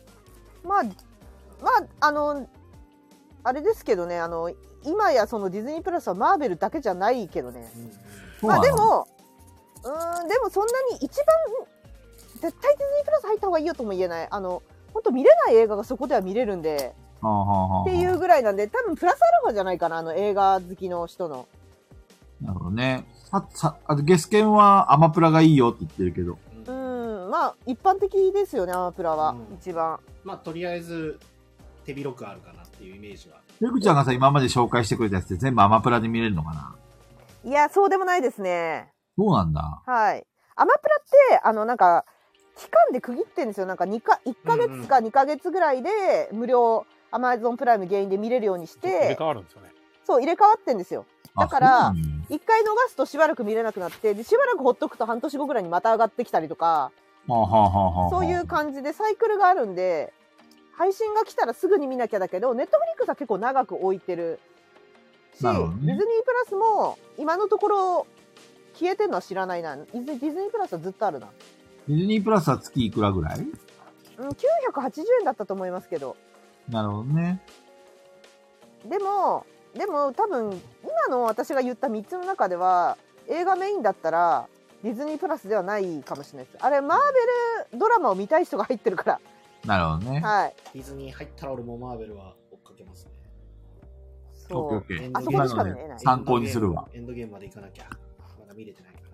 あれですけどね、今やそのディズニープラスはマーベルだけじゃないけどね。まあでもそんなに一番、絶対ディズニープラス入った方がいいよとも言えない。本当見れない映画がそこでは見れるんで、っていうぐらいなんで、多分プラスアルファじゃないかな、映画好きの人の。 なるほどね。ゲスケンはアマプラがいいよって言ってるけど。 まあ、一般的ですよね、アマプラは。一番。 まあ、とりあえず、手広くあるかなっていうイメージは。 ペグちゃんがさ、今まで紹介してくれたやつって全部アマプラで見れるのかな？ いや、そうでもないですね。 そうなんだ。 はい。アマプラって、なんか、期間で区切ってるんですよ。なんか1ヶ月か2ヶ月ぐらいで、無料、Amazon プライム原因で見れるようにして、 入れ替わるんですよね。 そう、入れ替わってんですよ。だから、一回逃すとしばらく見れなくなって、で、しばらくほっとくと半年後ぐらいにまた上がってきたりとか、そういう感じでサイクルがあるんで、配信が来たらすぐに見なきゃだけど、ネットフリックスは結構長く置いてるし、ディズニープラスも今のところ消えてるのは知らないな。ディズニープラスはずっとあるな。 ディズニープラスは月いくらぐらい？ 980円だったと思いますけど。 なるほどね。 でも多分今の私が言った3つの中では映画メインだったらディズニープラスではないかもしれないです。あれマーベルドラマを見たい人が入ってるから。 なるほどね。 はい。 ディズニー入ったら俺もマーベルは追っかけますね。 そう。 オッケーオッケー。 あそこでしか見えない。 参考にするわ。 エンドゲームまで行かなきゃ。まだ見れてないから。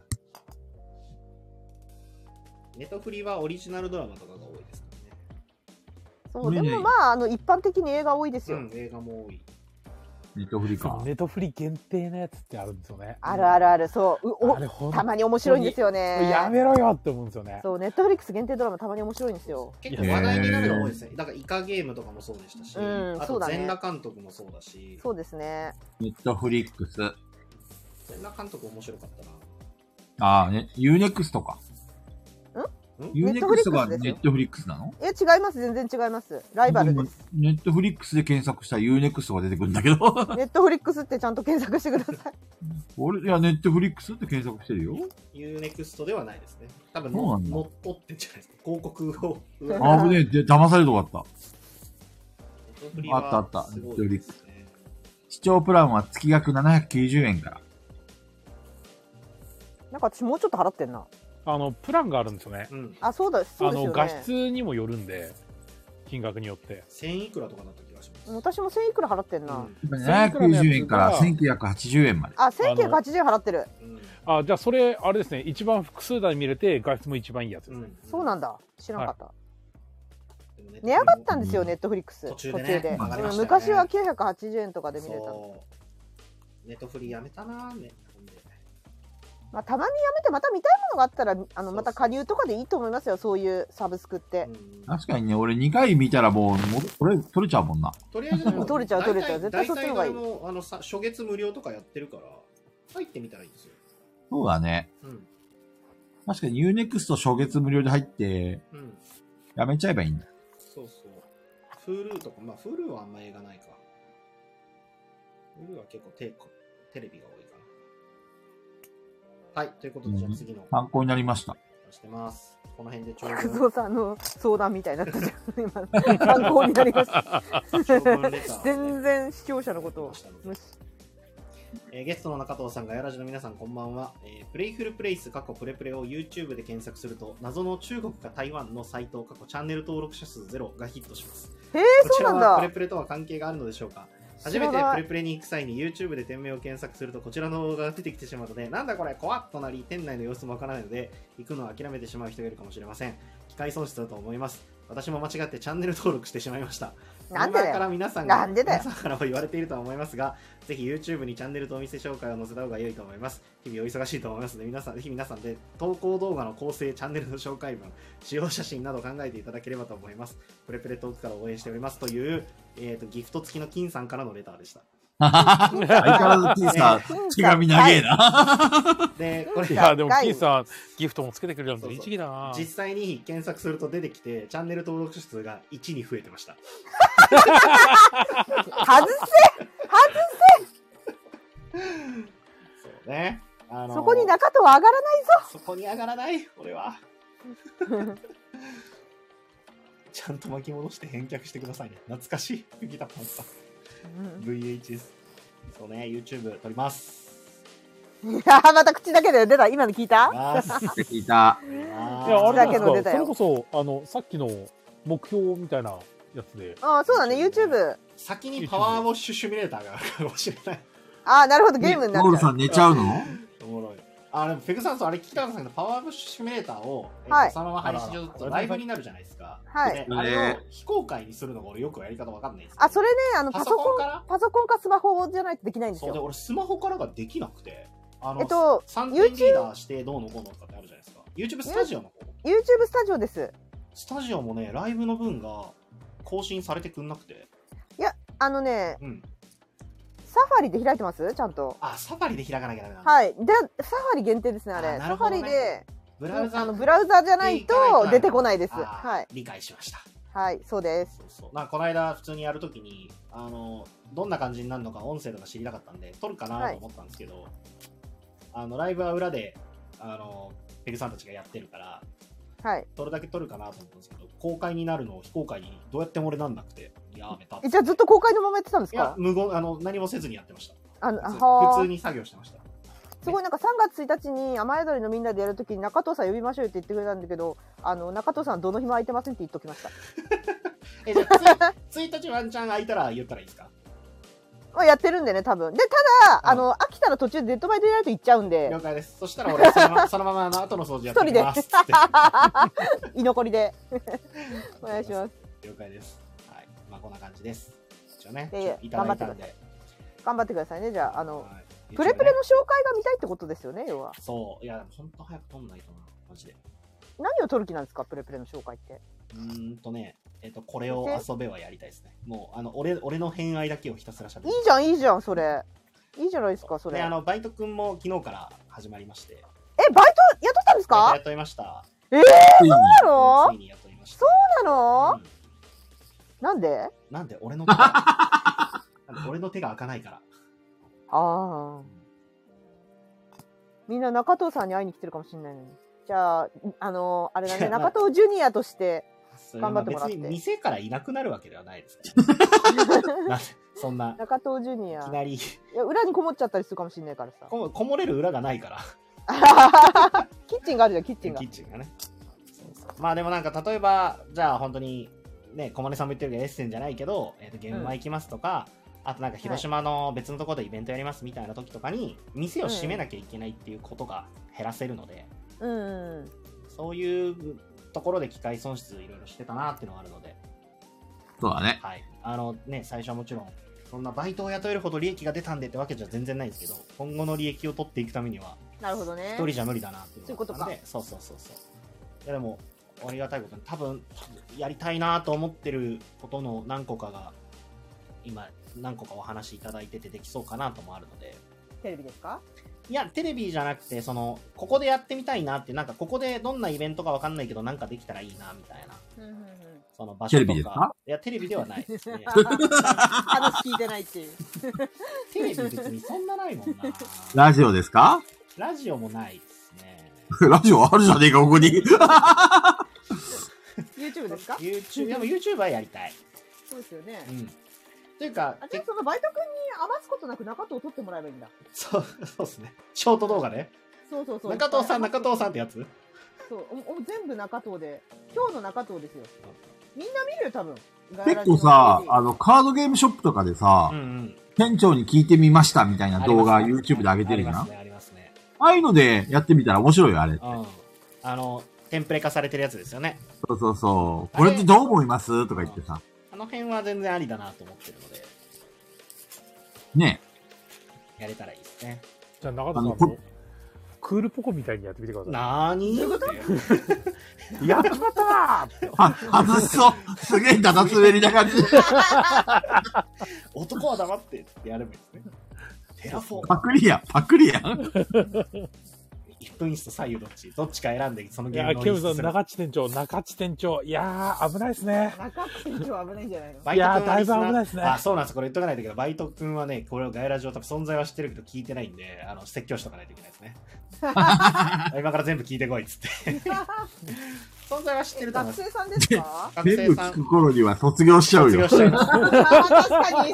ネトフリはオリジナルドラマとかが多いですからね。 そう、でもまあ一般的に映画多いですよ。 映画も多い。 ネトフリか。 ネトフリ限定のやつってあるんですよね。 あるあるある、そう。たまに面白いんですよね。 やめろよって思うんですよね。 そう、ネットフリックス限定ドラマたまに面白いんですよ。 結構話題になるの多いですね。だからイカゲームとかもそうでしたし、あと全裸監督もそうだし。 そうですね。 ネットフリックス。 全裸監督面白かったな。 ああ、ね、ユーネクスとか。ユーネクストがネットフリックスなの？ 違います。全然違います。ライバルです。 ネットフリックスで検索したらユーネクストが出てくるんだけど。 ネットフリックスってちゃんと検索してください。 俺、いや、ネットフリックスって検索してるよ。 ユーネクストではないですね。多分乗っ取ってんじゃないですか。広告を。 あぶねえ、騙されるとこあった。あった。ネットフリックス。視聴プランは月額790円から。 なんか私もうちょっと払ってんな。 プランがあるんですよね。 あ、そうだ、そうですよね。 画質にもよるんで、金額によって。 1000いくらとかだった気がします。 私も1000いくら払ってんな。 790円から1980円まで。 あ、1980円払ってる。 あ、じゃあそれ、あれですね、一番複数台見れて、画質も一番いいやつですね。 そうなんだ。知らなかった。値上がったんですよ、ネットフリックス。途中で。昔は980円とかで見れたの。 ネットフリやめたなね。 まあ、たまにやめてまた見たいものがあったらまた加入とかでいいと思いますよ、そういうサブスクって。 確かにね、俺2回見たらもう取れちゃうもんな。 とりあえず取れちゃう絶対そっちの方がいい。 初月無料とかやってるから入ってみたらいいんですよ。 そうだね。確かに UNEXT 初月無料で入ってやめちゃえばいいんだ。 そうそう。Hulu とか、まあ Hulu はあんま映画ないか。Hulu は結構テレビが多いかな。はい、ということで、じゃあ次の。 参考になりました。 してます。この辺でちょうど。 菊蔵さんの相談みたいになったじゃん。今、参考になりました。全然視聴者のことを無視。 ゲストの中藤さんがやらじの皆さんこんばんは。プレイフルプレイス過去プレプレを YouTube で検索すると、謎の中国か台湾のサイト過去チャンネル登録者数0がヒットします。こちらはプレプレとは関係があるのでしょうか？初めてプレプレに行く際に YouTube で店名を検索するとこちらの動画が出てきてしまうので、なんだこれ怖っとなり、店内の様子もわからないので行くのを諦めてしまう人がいるかもしれません。機械損失だと思います。私も間違ってチャンネル登録してしまいました。 なんでだよ。 から皆さんからも言われているとは思いますが、ぜひ YouTube にチャンネルとお店紹介を載せた方が良いと思います。日々お忙しいと思いますので、ぜひ皆さんで投稿動画の構成、チャンネルの紹介文、使用写真など考えていただければと思います。プレプレトークから応援しておりますという、ギフト付きの金さんからのレターでした。 相変わらず金さん、手紙長えな。 で、これいや、でも金さん、ギフトもつけてくれるんで、律儀だな。 実際に検索すると出てきて、チャンネル登録者数が1に増えてました。 外せそうね。 そこに中藤は上がらないぞ。 そこに上がらない、俺は。ちゃんと巻き戻して返却してくださいね。懐かしい。ギターパンさん。VHS。そうね、YouTube 撮ります。 いやまた口だけで出た。今の聞いた？ 聞いた。 いや、あれだけど出たよ。それこそ、さっきの目標みたいなやつで。 ああ、そうだね、YouTube。 先にパワーウォッシュシミュレーターがあるかもしれない。 ああ、なるほど、ゲームになる。 ゴールさん寝ちゃうの？ おもろい。でもペグさん、あれ聞きたかったんですけど、パワーウォッシュシミュレーターを、そのまま配信上とライブになるじゃないですか。 はい。 あれを非公開にするのが俺よくやり方わかんないです。 あ、それね、パソコンかスマホじゃないとできないんですよ。 そうで、俺スマホからができなくて。3点リーダーしてどうのこうのとかってあるじゃないですか。YouTube スタジオの方。 YouTube スタジオです。 スタジオもね、ライブの分が更新されてくんなくて。 いや、サファリで開いてますちゃんと。 あ、サファリで開かなきゃダメなんだ。はい。で、サファリ限定ですね、あれ。サファリで、 ブラウザじゃないと出てこないです。はい。 理解しました。 はい、そうです。 そうこの間普通にやるときに、どんな感じになるのか音声とか知りたかったんで、撮るかなと思ったんですけど、ライブは裏で、ペグさんたちがやってるから、 はい。 撮るだけ撮るかなと思ったんですけど、公開になるのを非公開にどうやっても俺なんなくて、 やめた。 じゃあずっと公開のままやってたんですいやか？ 無言、何もせずにやってました。 は普通に作業してました。 すごいなんか3月1日に雨宿りのみんなでやるときに中藤さん呼びましょうよって言ってくれたんだけど、中藤さんどの日も空いてませんって言っときました。 じゃあ1日ワンチャン空いたら言ったらいいですか？ まあやってるんでね、多分。で、ただ、飽きたら途中でデッドバイデイライト行っちゃうんで。 了解です。そしたら俺そのまま後の掃除やってきますって。 居残りで。お願いします。 了解です。はい。まあこんな感じです。一応ね、いただいたんで。 頑張ってくださいね。じゃあ、プレプレの紹介が見たいってことですよね、要は。 そう。いや、ほんと早く撮んないとな、マジで。 何を撮る気なんですか、プレプレの紹介って。 これを遊べはやりたいですね。もう、俺の偏愛だけをひたすら喋る。 いいじゃん、いいじゃん、それ。いいじゃないですか、それ。 で、バイトくんも昨日から始まりまして。 バイト雇ったんですか？ 雇いました。 そうなの？ ついに雇いました。 そうなの？なんで俺の手が開かないから。 ああ。みんな中藤さんに会いに来てるかもしれないのに。じゃあ、あれだね、中藤ジュニアとして頑張ってもらって。 別に店からいなくなるわけではないですけど。そんな。 中藤ジュニア。 いきなり。 いや、裏にこもっちゃったりするかもしれないからさ。 こもれる裏がないから。 キッチンがあるじゃん、キッチンが。 キッチンがね。そうまあでもなんか、例えば、じゃあ本当に、ね、小金さんも言ってるけど、エッセンじゃないけど、現場行きますとか、あとなんか広島の別のところでイベントやりますみたいな時とかに、店を閉めなきゃいけないっていうことが減らせるので、そういうところで機械損失いろいろしてたなっていうのがあるので。 そうだね。 はい。最初はもちろん、そんなバイトを雇えるほど利益が出たんでってわけじゃ全然ないんですけど、今後の利益を取っていくためには、 なるほどね。 一人じゃ無理だなっていうのがあったので、 そう。いやでも、ありがたいことに多分やりたいなと思ってることの何個かが、今、何個かお話いただいててできそうかなともあるので。 テレビですか？ いや、テレビじゃなくて、ここでやってみたいなって、なんかここでどんなイベントかわかんないけど、なんかできたらいいな、みたいな。その場所とか。 テレビですか？ いや、テレビではないですね。 話聞いてないっていう。 テレビ別にそんなないもんな。 ラジオですか？ ラジオもないですね。 ラジオあるじゃねえか、ここに。 YouTube ですか？ YouTube、でも YouTube はやりたい。 そうですよね。 というか、 じゃあそのバイト君に余すことなく中藤を撮ってもらえばいいんだ。 そうですね。ショート動画ね。 そう。 中藤さんってやつ？ そう、全部中藤で。今日の中藤ですよ。みんな見るよ、多分。 結構さ、カードゲームショップとかでさ、店長に聞いてみましたみたいな動画 YouTube で上げてるじゃん。 ありますね。 ああいうのでやってみたら面白いよ、あれって。 テンプレ化されてるやつですよね。 そう。これってどう思いますとか言ってさ。 あの辺は全然ありだなと思ってるので。 ねやれたらいいですね。 じゃあ中田さんもクールポコみたいにやってみてください。 なーにーやっちまったなー外しそう。すげえダダ滑りな感じ。 男は黙ってってやればいいですね。テラフォー。 パクリやん。 1分椅子と左右どっちか選んで、そのゲームのケムさん、中地店長。いやー、危ないですね。 中地店長危ないんじゃないの？ いやー、だいぶ危ないですね。 あ、そうなんです。これ言っとかないといけない。バイト君はね、これをガイラジオ多分存在は知ってるけど聞いてないんで、説教しとかないといけないですね。今から全部聞いてこいっつって。存在は知ってると思います。 学生さんですか？ 全部聞く頃には卒業しちゃうよ。 確かに、そうかもしれない。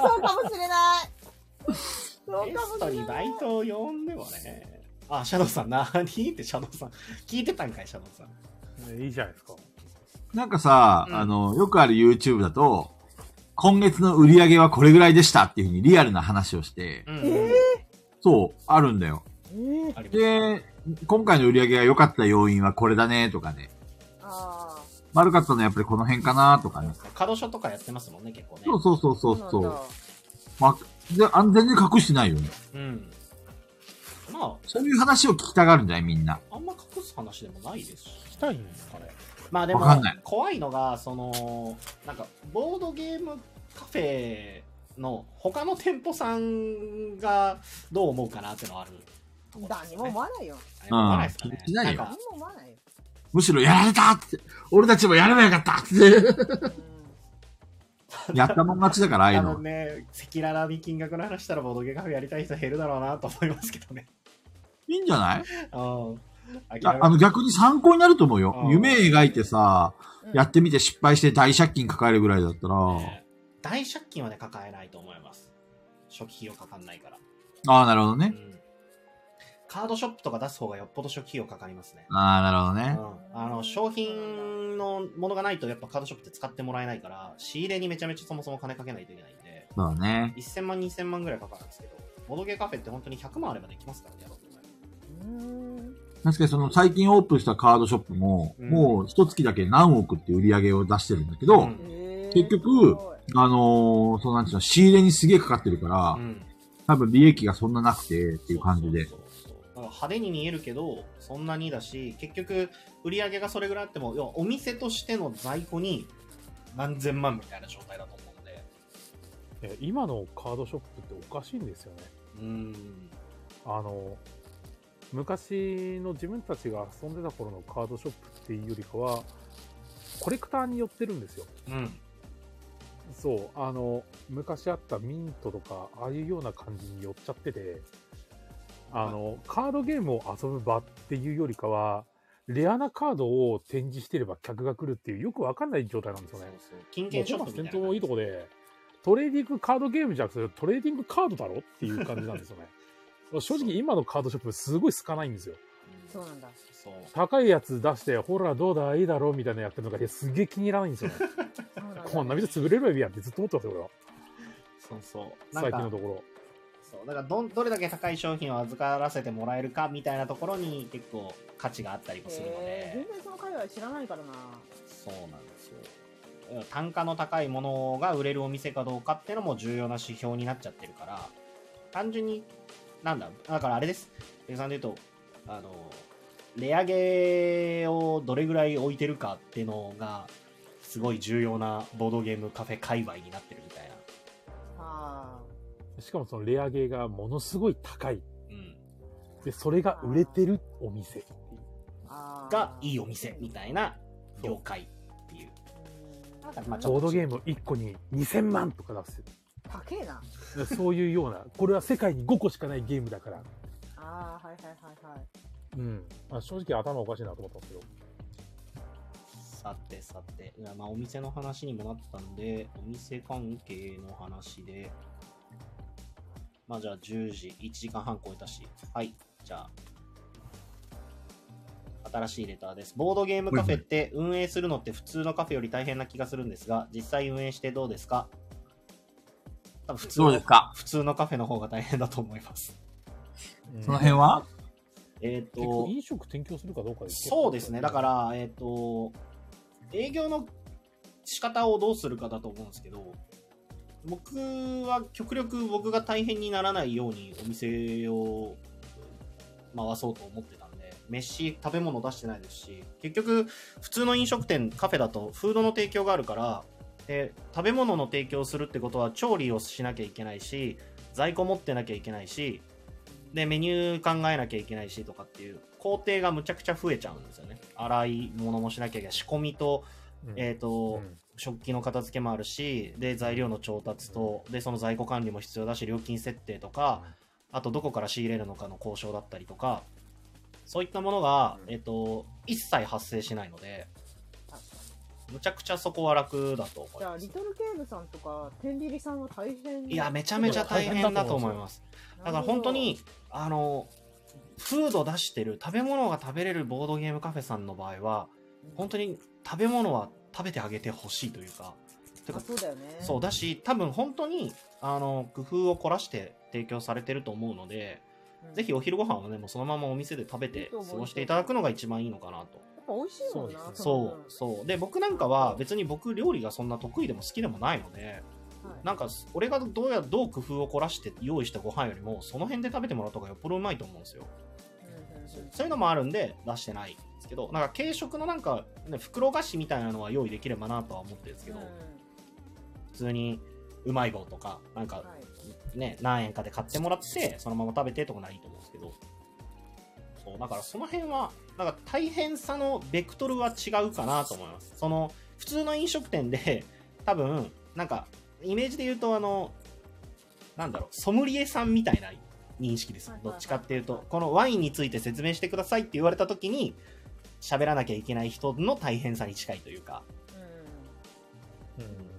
ゲストにバイトを呼んでもね。あ、シャドウさん、ってシャドウさん。聞いてたんかい、シャドウさん。 いいじゃないですか。 なんかさ、よくある YouTube だと、今月の売り上げはこれぐらいでしたっていうふうにリアルな話をして、そう、あるんだよ。で、今回の売り上げが良かった要因はこれだねとかね。悪かったのはやっぱりこの辺かなとかね。 角書とかやってますもんね、結構ね。 そう。まあ、全然隠してないよね。まあ、そういう話を聞きたがるんじゃないみんな。 あんま隠す話でもないですし。 聞きたいんですかね。 まあでも、怖いのが、なんか、ボードゲームカフェの他の店舗さんがどう思うかなっていうのはある、ね。 何も思わないよ。 思わないですかね。 気にしないよ。 何も思わないよ。 むしろやられたって、俺たちもやればよかったって。やったもん勝ちだから、ああいうの。 ね、赤裸々に金額の話したらボードゲームカフェやりたい人減るだろうなと思いますけどね。 いいんじゃない？ うん。 逆に参考になると思うよ。夢描いてさ、やってみて失敗して大借金抱えるぐらいだったら。 大借金はね、抱えないと思います。初期費用かかんないから。 ああ、なるほどね。 カードショップとか出す方がよっぽど初期費用かかりますね。 ああ、なるほどね。 商品のものがないとやっぱカードショップって使ってもらえないから、仕入れにめちゃめちゃそもそも金かけないといけないんで。 そうね。 1000万、2000万ぐらいかかるんですけど、ボドゲカフェって本当に100万あればできますからね、やろうと思えば。 確かにその最近オープンしたカードショップも、もう一月だけ何億っていう売り上げを出してるんだけど、結局、そうなんていうの、仕入れにすげえかかってるから、多分利益がそんななくてっていう感じで。 派手に見えるけど、そんなにだし、結局、売り上げがそれぐらいあっても、要はお店としての在庫に何千万みたいな状態だと思うので。 今のカードショップっておかしいんですよね。昔の自分たちが遊んでた頃のカードショップっていうよりかは、コレクターに寄ってるんですよ。そう、昔あったミントとか、ああいうような感じに寄っちゃってて、カードゲームを遊ぶ場っていうよりかは、レアなカードを展示してれば客が来るっていうよくわかんない状態なんですよね。 金券ショップみたいな。 先頭いいとこで、トレーディングカードゲームじゃなくてトレーディングカードだろっていう感じなんですよね。正直今のカードショップすごい少ないんですよ。 そうなんだ。 高いやつ出して、ほらどうだいいだろうみたいなやってるのがすげえ気に入らないんですよね。こんな店潰れればいいやってずっと思ってますよ、俺は。 そう。 最近のところ。 だからどれだけ高い商品を預からせてもらえるかみたいなところに結構価値があったりもするので。 全然その界隈知らないからな。 そうなんですよ。単価の高いものが売れるお店かどうかっていうのも重要な指標になっちゃってるから、単純に、だからあれです。レイさんで言うと、値上げをどれぐらい置いてるかっていうのが、すごい重要なボードゲームカフェ界隈になってるみたいな。 しかもその値上げがものすごい高い。で、それが売れてるお店。 がいいお店みたいな業界っていう。 ボードゲーム1個に2000万とか出す。 高えな。 そういうような、これは世界に5個しかないゲームだから。正直頭おかしいなと思ったんですけど。 さて、お店の話にもなったんで、お店関係の話で、じゃあ10時、1時間半超えたし、はい、じゃあ、新しいレターです。ボードゲームカフェって運営するのって普通のカフェより大変な気がするんですが、実際運営してどうですか？多分普通のカフェの方が大変だと思います。 その辺は結構飲食提供するかどうかですそうですね。だから、営業の仕方をどうするかだと思うんですけど、僕は極力僕が大変にならないようにお店を回そうと思ってたんで、食べ物出してないですし、結局普通の飲食店、カフェだとフードの提供があるから、食べ物の提供するってことは調理をしなきゃいけないし、在庫持ってなきゃいけないし、でメニュー考えなきゃいけないしとかっていう工程がむちゃくちゃ増えちゃうんですよね。洗い物もしなきゃいけない、仕込みと、食器の片付けもあるし、で材料の調達と、でその在庫管理も必要だし、料金設定とか、あとどこから仕入れるのかの交渉だったりとか、そういったものが、一切発生しないので、むちゃくちゃそこは楽だと思います。 じゃあリトルケーブさんとかテンリリさんは大変？ いや、めちゃめちゃ大変だと思います。だから本当にフード出してる、食べ物が食べれるボードゲームカフェさんの場合は、本当に食べ物は食べてあげてほしいというか、 そうだよね。 そうだし、多分本当に工夫を凝らして提供されてると思うので、ぜひお昼ご飯はね、もうそのままお店で食べて過ごしていただくのが一番いいのかなと。 美味しいもんな。 そうで、僕なんかは別に僕料理がそんな得意でも好きでもないので、なんか俺がどう工夫を凝らして用意したご飯よりもその辺で食べてもらうとかよっぽどうまいと思うんですよ。そういうのもあるんで出してないんですけど、なんか軽食のなんか、ね、袋菓子みたいなのは用意できればなとは思ってるんですけど、普通にうまい棒とかなんかね、何円かで買ってもらってそのまま食べてとかならいいと思うんですけど、そうだからその辺はなんか大変さのベクトルは違うかなと思います。その普通の飲食店で多分なんかイメージで言うとなんだろう、ソムリエさんみたいな認識です。どっちかっていうと、このワインについて説明してくださいって言われた時に喋らなきゃいけない人の大変さに近いというか、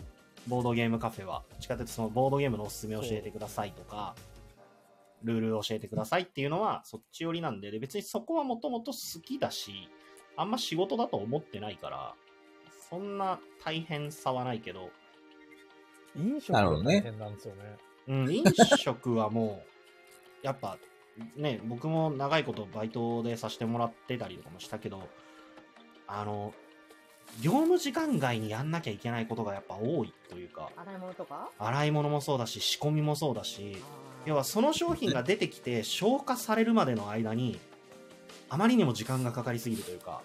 ボードゲームカフェは。どっちかというとそのボードゲームのおすすめ教えてくださいとか、ルール教えてくださいっていうのはそっち寄りなんで、別にそこはもともと好きだし、あんま仕事だと思ってないから、そんな大変さはないけど。 飲食が大変なんですよね。 うん、飲食はもう、やっぱ、ね、僕も長いことバイトでさせてもらってたりとかもしたけど、業務時間外にやんなきゃいけないことがやっぱ多いというか、 洗い物とか洗い物もそうだし、仕込みもそうだし、要はその商品が出てきて消化されるまでの間に、あまりにも時間がかかりすぎるというか。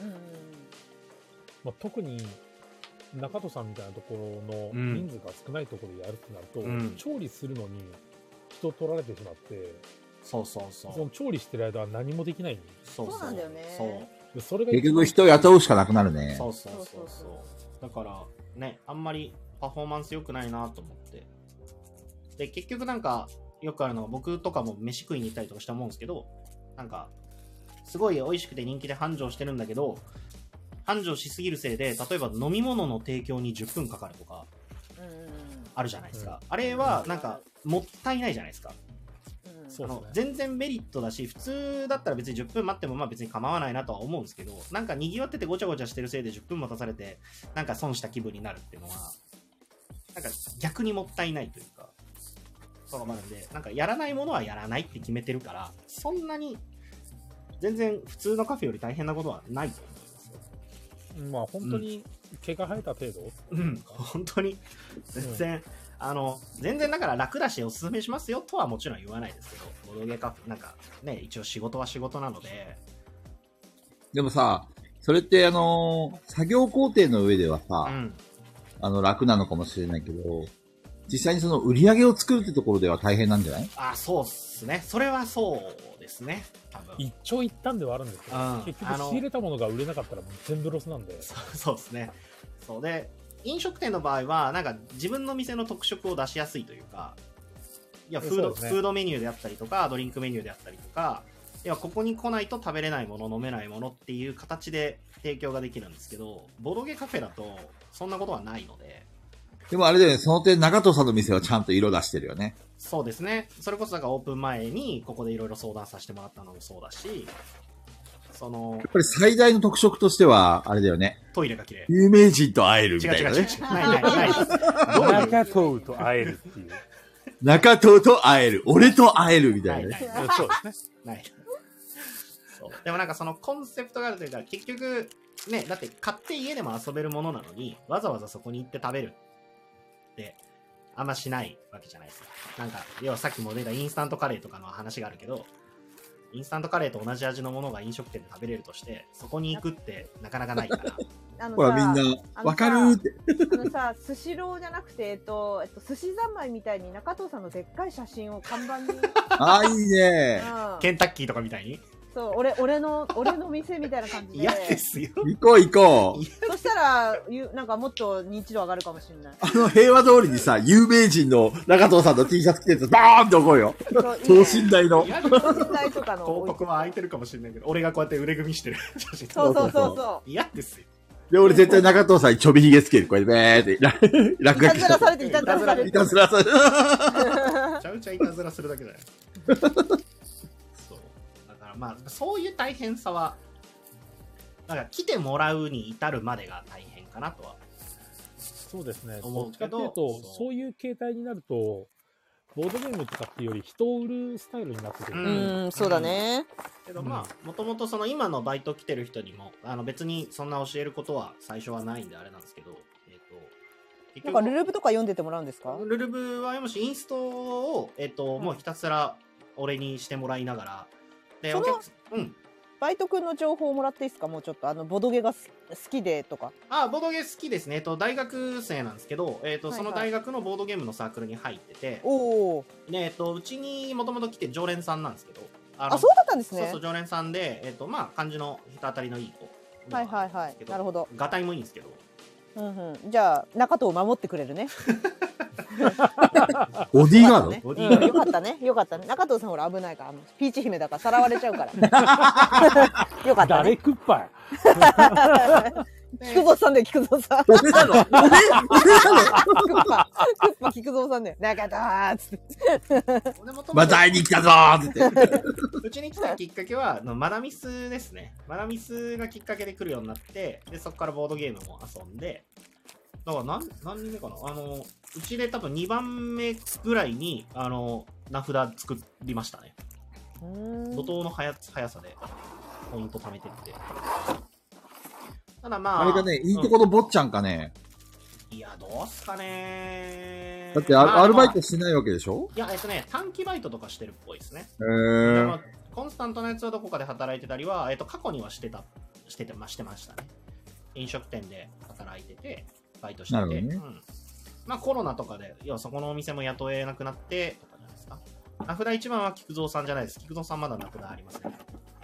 まあ、特に、中戸さんみたいなところの人数が少ないところでやるってなると、調理するのに人取られてしまって、 そうそうそう。 その調理してる間は何もできない。 そうなんだよね。 そう。 それが結局人雇うしかなくなるね。 そうそうそうそう。だからね、あんまりパフォーマンス良くないなと思って。で、結局なんか、よくあるのは僕とかも飯食いに行ったりとかしたと思うんですけど、なんか、すごい美味しくて人気で繁盛してるんだけど、繁盛しすぎるせいで、例えば飲み物の提供に10分かかるとか、あるじゃないですか。あれはなんか、もったいないじゃないですか。全然メリットだし、普通だったら別に10分待ってもまあ別に構わないなとは思うんですけど、なんか賑わっててごちゃごちゃしてるせいで10分待たされて、なんか損した気分になるっていうのは、なんか逆にもったいないというか、そうなるんで、なんかやらないものはやらないって決めてるから、そんなに全然普通のカフェより大変なことはないと思いますよ。 まあ本当に毛が生えた程度、 本当に全然、全然だから楽だしおすすめしますよとはもちろん言わないですけど、ボドゲカフェなんかね、一応仕事は仕事なので。 でもさ、それって作業工程の上ではさ、楽なのかもしれないけど、実際にその売り上げを作るってところでは大変なんじゃない？ そうっすね。それはそうですね。多分。 一長一短ではあるんですけど、結局仕入れたものが売れなかったら全部ロスなんで。 そうですね。そうで、飲食店の場合は、なんか自分の店の特色を出しやすいというか、いや、フードメニューであったりとか、ドリンクメニューであったりとか、いや、ここに来ないと食べれないもの、飲めないものっていう形で提供ができるんですけど、ボドゲカフェだと、そんなことはないので。 でもあれだよね、その点中藤さんの店はちゃんと色出してるよね。 そうですね。それこそだからオープン前に、ここでいろいろ相談させてもらったのもそうだし、 やっぱり最大の特色としては、あれだよね。 トイレが綺麗。 有名人と会えるみたいなね。 違う。ない。 中藤と会えるっていう。 中藤と会える。俺と会えるみたいなね。 そうですね。ない。 そう。でもなんかそのコンセプトがあるというか、結局、ね、だって買って家でも遊べるものなのに、わざわざそこに行って食べるって、あんましないわけじゃないですか。なんか、要はさっきも出たインスタントカレーとかの話があるけど、インスタントカレーと同じ味のものが飲食店で食べれるとして、そこに行くってなかなかないから。 ほらみんな、わかるって。 スシローじゃなくて、寿司三昧みたいに中藤さんのでっかい写真を看板に。 いいね。 ケンタッキーとかみたいに。 そう、俺の店みたいな感じで。 嫌ですよ。 行こう。 そしたら、なんかもっと認知度上がるかもしれない。 平和通りにさ、有名人の中藤さんの T シャツ着てると、バーンって置こうよ。等身大の。 等身大とかの。 広告は空いてるかもしれないけど、俺がこうやって腕組みしてる写真。 そう。 嫌ですよ。 で、俺絶対中藤さんにちょびひげつける。これで、べーって、落書き。 いたずらされて。 いたずらされて。 ちゃうちゃいたずらするだけだよ。まあ、そういう大変さは、なんか来てもらうに至るまでが大変かなとは。 そうですね。 思うけど、 そういう形態になると、ボードゲームとかっていうより人を売るスタイルになってくる。 そうだね。 けどまあ、もともとその今のバイト来てる人にも、別にそんな教えることは最初はないんであれなんですけど、 なんかルルブとか読んでてもらうんですか？ ルルブは読むし、インストを、もうひたすら俺にしてもらいながら、で、 バイト君の情報をもらっていいですか？もうちょっとボドゲが好きでとか。 ボドゲ好きですね。大学生なんですけど、その大学のボードゲームのサークルに入ってて、で、うちにもともと来て常連さんなんですけど、 そうだったんですね。 そう常連さんで、まあ感じの人当たりのいい子。 はい。なるほど。 ガタイもいいんですけど。 じゃあ中藤を守ってくれるね。 ボディーガード？ よかったね。中藤さんほら危ないから、ピーチ姫だからさらわれちゃうから。よかったね。 誰食っぱい。 菊蔵さんだよ、菊蔵さん。 俺なのクッパ菊蔵さんだよ。中田ーっつって。 まあ、会いに来たぞーって。 うちに来たきっかけは、マダミスですね。マダミスがきっかけで来るようになって、で、そこからボードゲームも遊んで、だから何人目かなうちで多分2番目ぐらいに、名札作りましたね。怒涛の速さで、ポイント貯めてって。ただまあ。 あれがね、いいとこの坊ちゃんかね。 いや、どうすかね。 だってアルバイトしてないわけでしょ？ いや、短期バイトとかしてるっぽいですね。コンスタントなやつはどこかで働いてたりは、過去にはしてましたね。飲食店で働いてて、バイトしてて。 ね。 まあコロナとかで、要はそこのお店も雇えなくなって、とかじゃないですか。名札一番は菊蔵さんじゃないです。菊蔵さんまだ名札ありますね。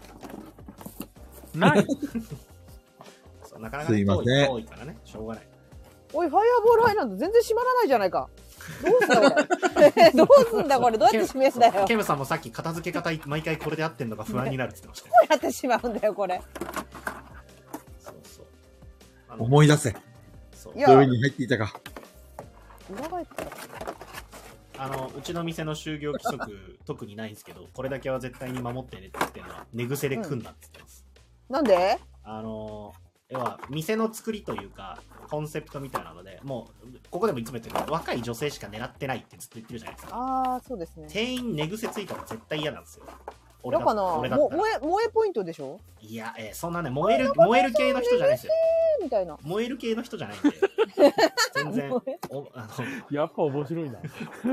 ないなかなか遠いからね、しょうがない。 おい、ファイアボールアイランド全然閉まらないじゃないか。どうすんだこれ。どうすんだこれ。どうやって閉めんだよ。 ケムさんもさっき片付け方毎回これで合ってんのか不安になるって言ってましたどうやってしまうんだよ、これ。 そうそう。 思い出せ。 そう。 どういうに入っていたか。 裏返ったうちの店の就業規則特にないんですけど、これだけは絶対に守ってねって言ってるのは寝癖で組んだって言ってます。 なんで？ 要は店の作りというかコンセプトみたいなので、もうここでもいつも言ってるけど、若い女性しか狙ってないってずっと言ってるじゃないですか。 ああ、そうですね。 店員寝癖ついたら絶対嫌なんですよ。 だから萌えポイントでしょ？ いや、そんなね、燃える系の人じゃないですよ。 みたいな。 燃える系の人じゃないんで。全然やっぱ面白いな。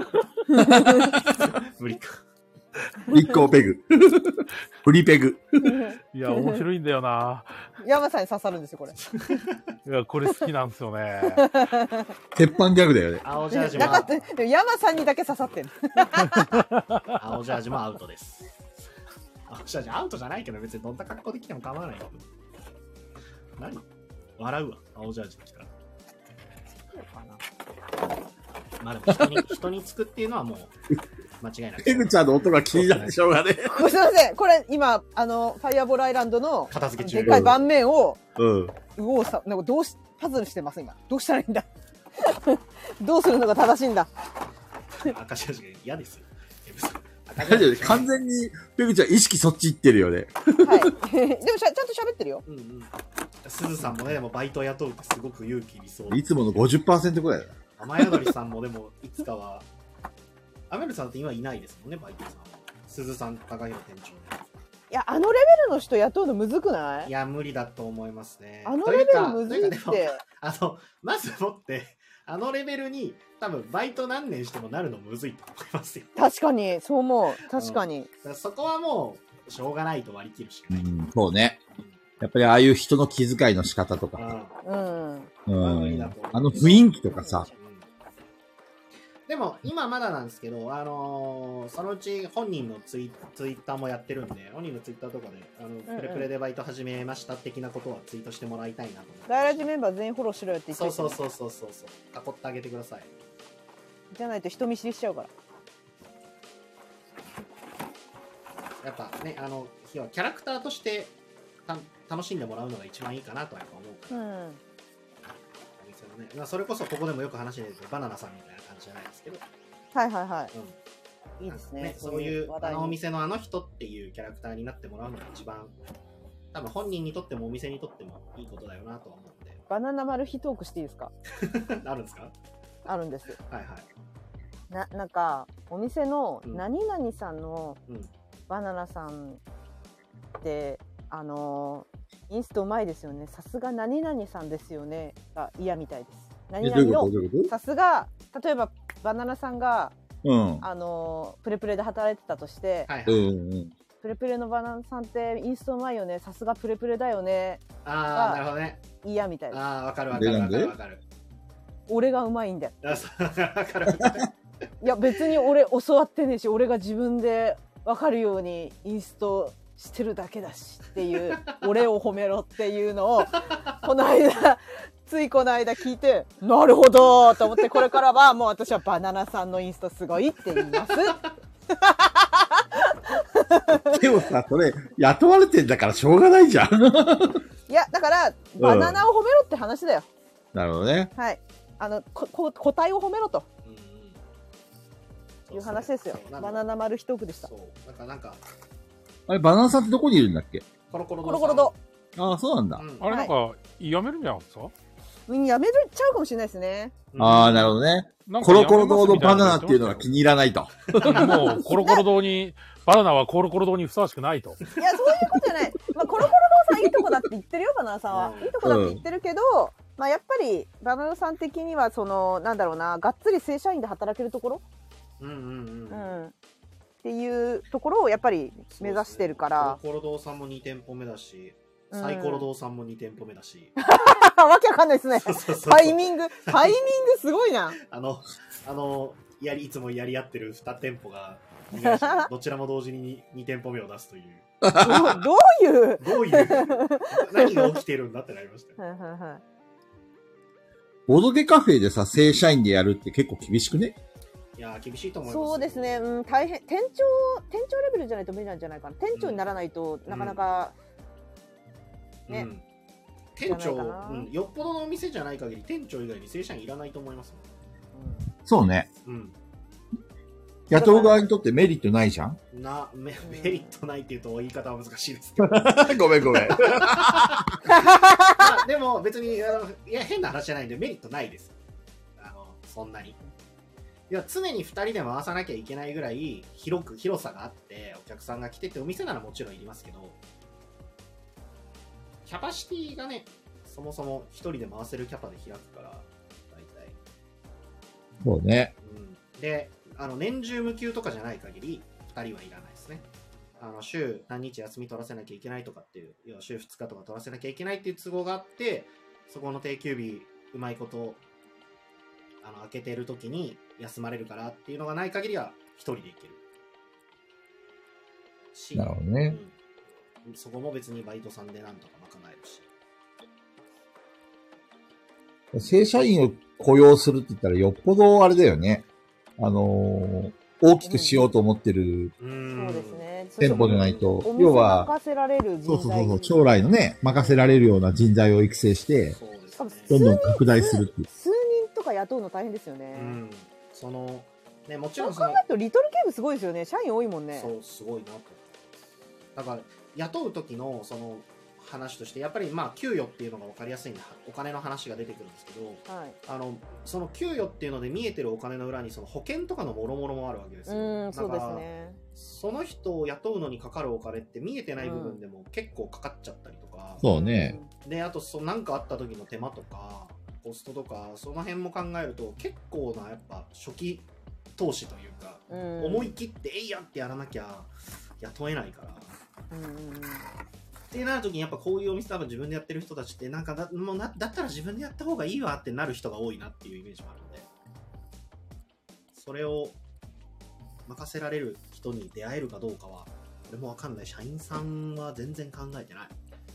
無理か。 立候ペグ。フリペグ。 いや、面白いんだよな。 山さんに刺さるんですよ、これ。 いや、これ好きなんですよね。 鉄板ギャグだよね。 青ジャージも。 でも山さんにだけ刺さってる。 青ジャージもアウトです。青ジャージアウトじゃないけど、別にどんな格好で来ても構わないよ。何？笑うわ、青ジャージ来たら。そうかな。まあでも人につくっていうのはもう間違いない。 ペグちゃんの音が気になってしょうがね。 すいません、これ今ファイアボールアイランドの片付け中でっかい盤面を右往左なんかパズルしてます今。どうしたらいいんだ。どうするのが正しいんだ。 赤字が嫌ですよ。 完全にペグちゃん意識そっち行ってるよね。 はい。でもちゃんと喋ってるよ。 すずさんもね、でもバイト雇うってすごく勇気理想。 いつもの 50% くらいだ。 雨宿りさんもでもいつかは、雨宿りさんって今いないですもんね、バイトさんは。すずさん、高弘店長。 いや、レベルの人雇うのむずくない？ いや、無理だと思いますね。 レベルむずいって。 まずもって、レベルに多分バイト何年してもなるのむずいと思いますよ。 確かに、そう思う。確かに。 そこはもう、しょうがないと割り切るしかない。 そうね。やっぱりああいう人の気遣いの仕方とか。雰囲気とかさ。 でも、今まだなんですけど、そのうち本人のツイッターもやってるんで、本人のツイッターとかで、プレプレでバイト始めました的なことはツイートしてもらいたいなと思って。 ダイラジメンバー全員フォローしろよって言ってる。 そう。囲ってあげてください。 じゃないと人見知りしちゃうから。 やっぱね、キャラクターとして楽しんでもらうのが一番いいかなとはやっぱ思うから。ね、それこそここでもよく話してるバナナさんみたいな感じじゃないですけど、 いいですね。 そういうお店の人っていうキャラクターになってもらうのが一番多分本人にとってもお店にとってもいいことだよなとは思うんで。 バナナマル秘トークしていいですか？ あるんですか？ あるんです。 はいはい。 なんかお店の何々さんのバナナさんってインストうまいですよね。さすが何々さんですよねが嫌みたいです。何々のさすが、例えばバナナさんが、プレプレで働いてたとして、プレプレのバナナさんってインストうまいよね。さすがプレプレだよね。 なるほどね。 嫌みたいです。 わかる。 俺がうまいんだよ。 わかる。 いや別に俺教わってねえし、俺が自分でわかるようにインストしてるだけだしっていう俺を褒めろっていうのをついこの間聞いて、なるほどと思って、これからはもう私はバナナさんのインストすごいって言います。 でもさ、それ雇われてんだからしょうがないじゃん。 いや、だから、バナナを褒めろって話だよ。 なるほどね。 はい。個体を褒めろと。いう話ですよ。バナナ丸一句でした。そう。 なんか。 あれ、バナナさんってどこにいるんだっけ？ コロコロ堂。 ああ、そうなんだ。 あれなんか、やめるんじゃなかった？ やめちゃうかもしれないですね。 ああ、なるほどね。コロコロ堂のバナナっていうのが気に入らないと。 もう、コロコロ堂に、バナナはコロコロ堂にふさわしくないと。 いや、そういうことじゃない。まあ、コロコロ堂さんいいとこだって言ってるよ、バナナさんは。いいとこだって言ってるけど、まあ、やっぱり、バナナさん的には、なんだろうな、がっつり正社員で働けるところっていうところをやっぱり目指してるから。 コロコロ堂さんも2店舗目だし、サイコロ堂さんも2店舗目だし。 わけわかんないですね。タイミングすごいな。 いつもやり合ってる2店舗が、どちらも同時に2店舗目を出すという。 どういう何が起きてるんだってなりました。 ボドゲカフェでさ、正社員でやるって結構厳しくね？ いや厳しいと思います。 そうですね。大変。店長レベルじゃないと無理なんじゃないかな。店長にならないと、なかなか、ね。 店長、よっぽどのお店じゃない限り店長以外に正社員いらないと思います。 そうね。雇う側にとってメリットないじゃん？ メリットないっていうと言い方は難しいですけど。 ごめん。 でも別に変な話じゃないんでメリットないです。そんなに。いや、常に2人で回さなきゃいけないぐらい広さがあってお客さんが来てて、お店ならもちろんいりますけど、キャパシティがね、そもそも1人で回せるキャパで開くから、大体。 そうね。 で、年中無休とかじゃない限り2人はいらないですね。週何日休み取らせなきゃいけないとかっていう、要は週2日とか取らせなきゃいけないっていう都合があって、そこの定休日うまいこと開けてる時に休まれるからっていうのがない限りは1人で行けるし、 なるほどね。 そこも別にバイトさんでなんとか賄えるし。 正社員を雇用するって言ったらよっぽどあれだよね。大きくしようと思ってる店舗じゃないと、要は、そう将来のね、任せられるような人材を育成して、どんどん拡大するっていう。 数人とか雇うの大変ですよね。 もちろんそう考えるとリトルケーブすごいですよね。社員多いもんね。 そう、すごいなと。だから雇う時の話として、やっぱり給与っていうのが分かりやすいんで、お金の話が出てくるんですけど、その給与っていうので見えてるお金の裏にその保険とかのもろもろもあるわけですよ。 そうですね。 その人を雇うのにかかるお金って見えてない部分でも結構かかっちゃったりとか、 そうね。 で、あと何かあった時の手間とかコストとか、その辺も考えると結構なやっぱ初期投資というか、思い切ってえいやってやらなきゃ雇えないから。ってなるときにやっぱこういうお店多分自分でやってる人たちってだったら自分でやった方がいいわってなる人が多いなっていうイメージもあるので、それを任せられる人に出会えるかどうかは俺もわかんない。社員さんは全然考えてない。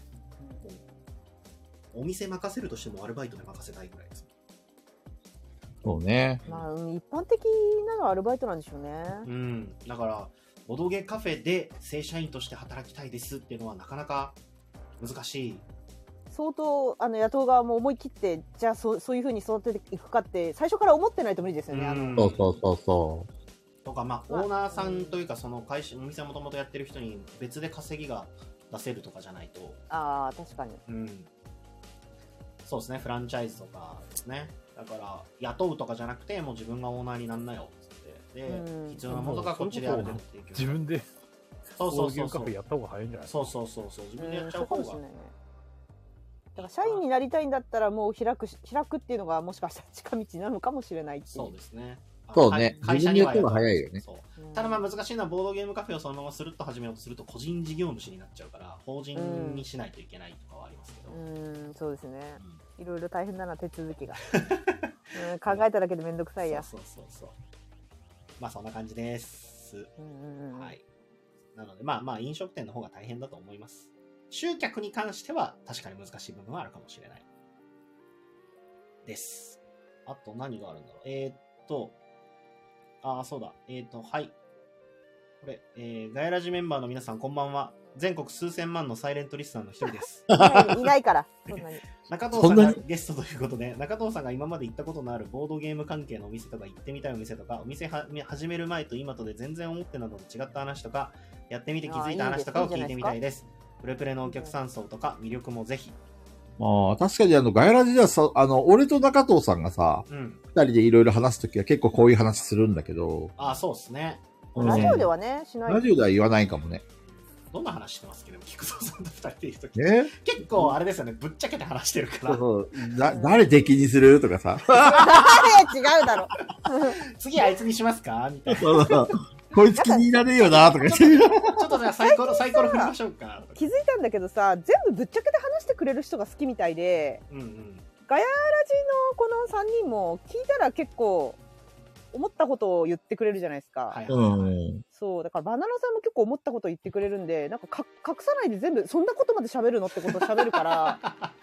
お店任せるとしてもアルバイトで任せたいぐらいです。 そうね。 一般的なのはアルバイトなんでしょうね。 だからボドゲカフェで正社員として働きたいですっていうのはなかなか難しい。 相当雇う側も思い切ってじゃあそういう風に育てていくかって最初から思ってないと無理ですよね。 そうとかオーナーさんというかその会社お店もともとやってる人に別で稼ぎが出せるとかじゃないと。 確かに。 そうですね、フランチャイズとかですね。だから雇うとかじゃなくてもう自分がオーナーになんなよ。で、必要なものがこっちであるっていう。 自分でそうカフェやった方が早いんじゃない？ そう自分でやっちゃう方が。だから社員になりたいんだったらもう開くっていうのがもしかしたら近道なのかもしれないっていう。 そうですね。 そうね。会社にやった方が早いよね。 ただ難しいのはボードゲームカフェをそのままするっと始めようとすると個人事業主になっちゃうから法人にしないといけないとかはありますけど。 そうですね。いろいろ大変だな手続きが。考えただけでめんどくさいや。 そう。そんな感じです。はい。なので飲食店の方が大変だと思います。集客に関しては確かに難しい部分はあるかもしれないです。あと何があるんだろう。そうだ。はい。これ、ガヤラジメンバーの皆さんこんばんは。 全国数千万のサイレントリスナーの一人です。 いないから、そんなに。 中藤さんがゲストということで、中藤さんが今まで行ったことのあるボードゲーム関係のお店とか行ってみたいお店とか、お店始める前と今とで全然思ってたのと違った話とか、やってみて気づいた話とかを聞いてみたいです。プレプレのお客さん層とか魅力もぜひ。 確かにガヤラジではさ、俺と中藤さんがさ、二人でいろいろ話すときは結構こういう話するんだけど。 そうですね。 ラジオではね、しない。 ラジオでは言わないかもね。 どんな話してますけど、菊蔵さんと二人でいるとき。結構あれですよね、ぶっちゃけて話してるから。 誰敵にするとかさ。 違うだろ。 次あいつにしますかみたいな。 こいつ気に入らねえよなとか言って。 ちょっとじゃあサイコロ振りましょうか。 気づいたんだけどさ、全部ぶっちゃけて話してくれる人が好きみたいで、ガヤラジのこの3人も聞いたら結構思ったことを言ってくれるじゃないですか。そう、だからバナナさんも結構思ったこと言ってくれるんで、なんか隠さないで全部そんなことまで喋るのってことを喋るから。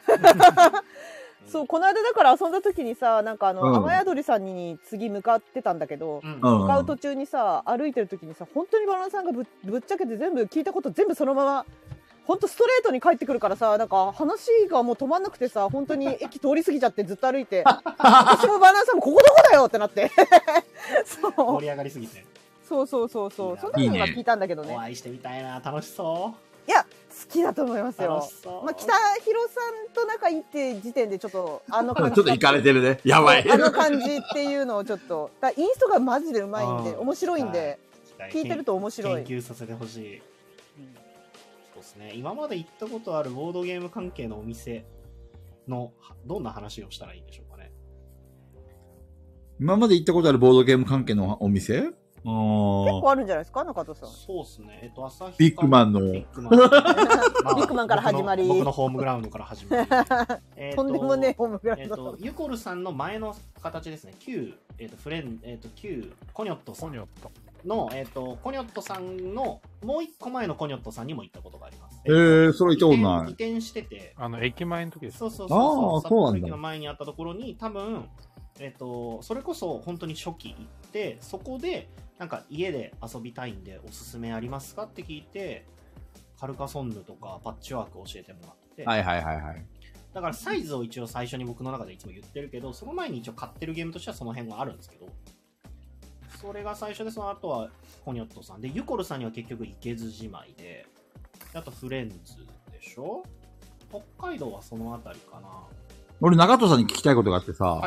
そう、この間だから遊んだ時にさ、なんか雨宿りさんに次向かってたんだけど、向かう途中にさ、歩いてる時にさ、本当にバナナさんがぶっちゃけて全部聞いたこと全部そのまま、本当ストレートに帰ってくるからさ、なんか話がもう止まんなくてさ、本当に駅通り過ぎちゃってずっと歩いて、私もバナナさんもここどこだよってなって。 そう。盛り上がりすぎて。 そう。その時には聞いたんだけどね。 お会いしてみたいな、楽しそう。 いや、好きだと思いますよ。まあ、北広さんと仲いいって時点でちょっと感じ。 ちょっと行かれてるね。やばい。 感じっていうのをちょっと。インストがマジでうまいんで、面白いんで、聞いてると面白い。 研究させてほしい。そうですね。今まで行ったことあるボードゲーム関係のお店の、どんな話をしたらいいんでしょうかね。 今まで行ったことあるボードゲーム関係のお店結構あるんじゃないですか、中戸さん。 そうですね。 ビッグマンの。 ビッグマンから始まり。 僕のホームグラウンドから始まり。 とんでもねえホームグラウンド。 ユコルさんの前の形ですね。旧コニョットさんの、コニョットさんのもう一個前のコニョットさんにも行ったことがあります。 それ行ったことない。 移転してて。 駅前の時です。 そう。 そうなんだ。 駅の前にあったところに多分、それこそ本当に初期行って、そこで、なんか家で遊びたいんでおすすめありますかって聞いて、カルカソンヌとかパッチワーク教えてもらって。だからサイズを一応最初に僕の中でいつも言ってるけど、その前に一応買ってるゲームとしてはその辺はあるんですけど、それが最初で、その後はコニョットさんで、ユコルさんには結局行けずじまいで、あとフレンズでしょ。北海道はそのあたりかな。 俺中戸さんに聞きたいことがあってさ、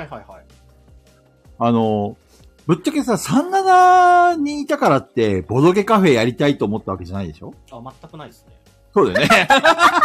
ぶっちゃけさ、37にいたからって、ボドゲカフェやりたいと思ったわけじゃないでしょ？ 全くないですね。 そうだよね。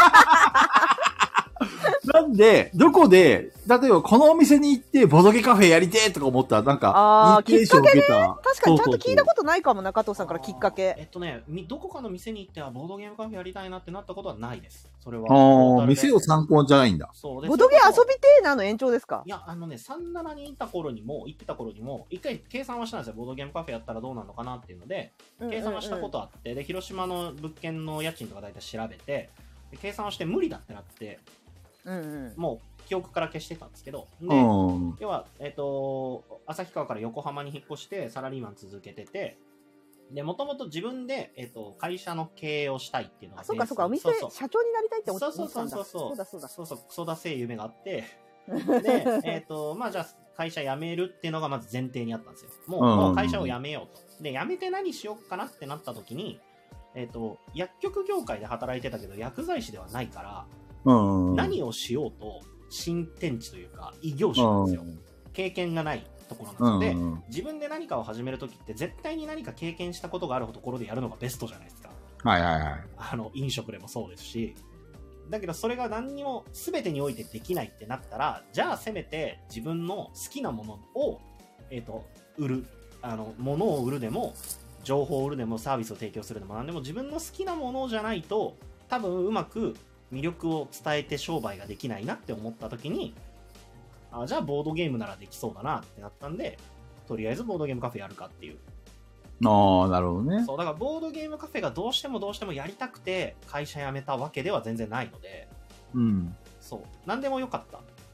なんで、どこで、例えばこのお店に行ってボドゲカフェやりてーとか思ったら、なんか、 きっかけね。確かにちゃんと聞いたことないかも、中藤さんからきっかけ。 どこかの店に行ってはボードゲームカフェやりたいなってなったことはないです。それは。 店を参考じゃないんだ。 そうボドゲ遊びてーなの延長ですか？ いや、37に行ってた頃にも、一回計算はしたんですよ。ボードゲームカフェやったらどうなのかなっていうので、計算はしたことあって、で、広島の物件の家賃とか大体調べて、計算をして無理だってなって、もう記憶から消してたんですけど、で、要は、旭川から横浜に引っ越してサラリーマン続けてて、で、もともと自分で、会社の経営をしたいっていうのが、 そうか、お店、社長になりたいって思ってたんだ。 そう、クソだせえ夢があって、で、まあじゃあ会社辞めるっていうのがまず前提にあったんですよ。もう会社を辞めようと。で、辞めて何しようかなってなった時に、薬局業界で働いてたけど、薬剤師ではないから、何をしようと新天地というか異業種なんですよ。経験がないところなので、自分で何かを始めるときって絶対に何か経験したことがあるところでやるのがベストじゃないですか。飲食でもそうですし、だけどそれが何にも全てにおいてできないってなったら、じゃあせめて自分の好きなものを売る、物を売るでも情報を売るでもサービスを提供するでも何でも自分の好きなものじゃないと多分うまく魅力を伝えて商売ができないなって思った時に、じゃあボードゲームならできそうだなってなったんで、とりあえずボードゲームカフェやるかっていう。 なるほどね。 そう、だからボードゲームカフェがどうしてもやりたくて会社辞めたわけでは全然ないので、そう、何でもよかった。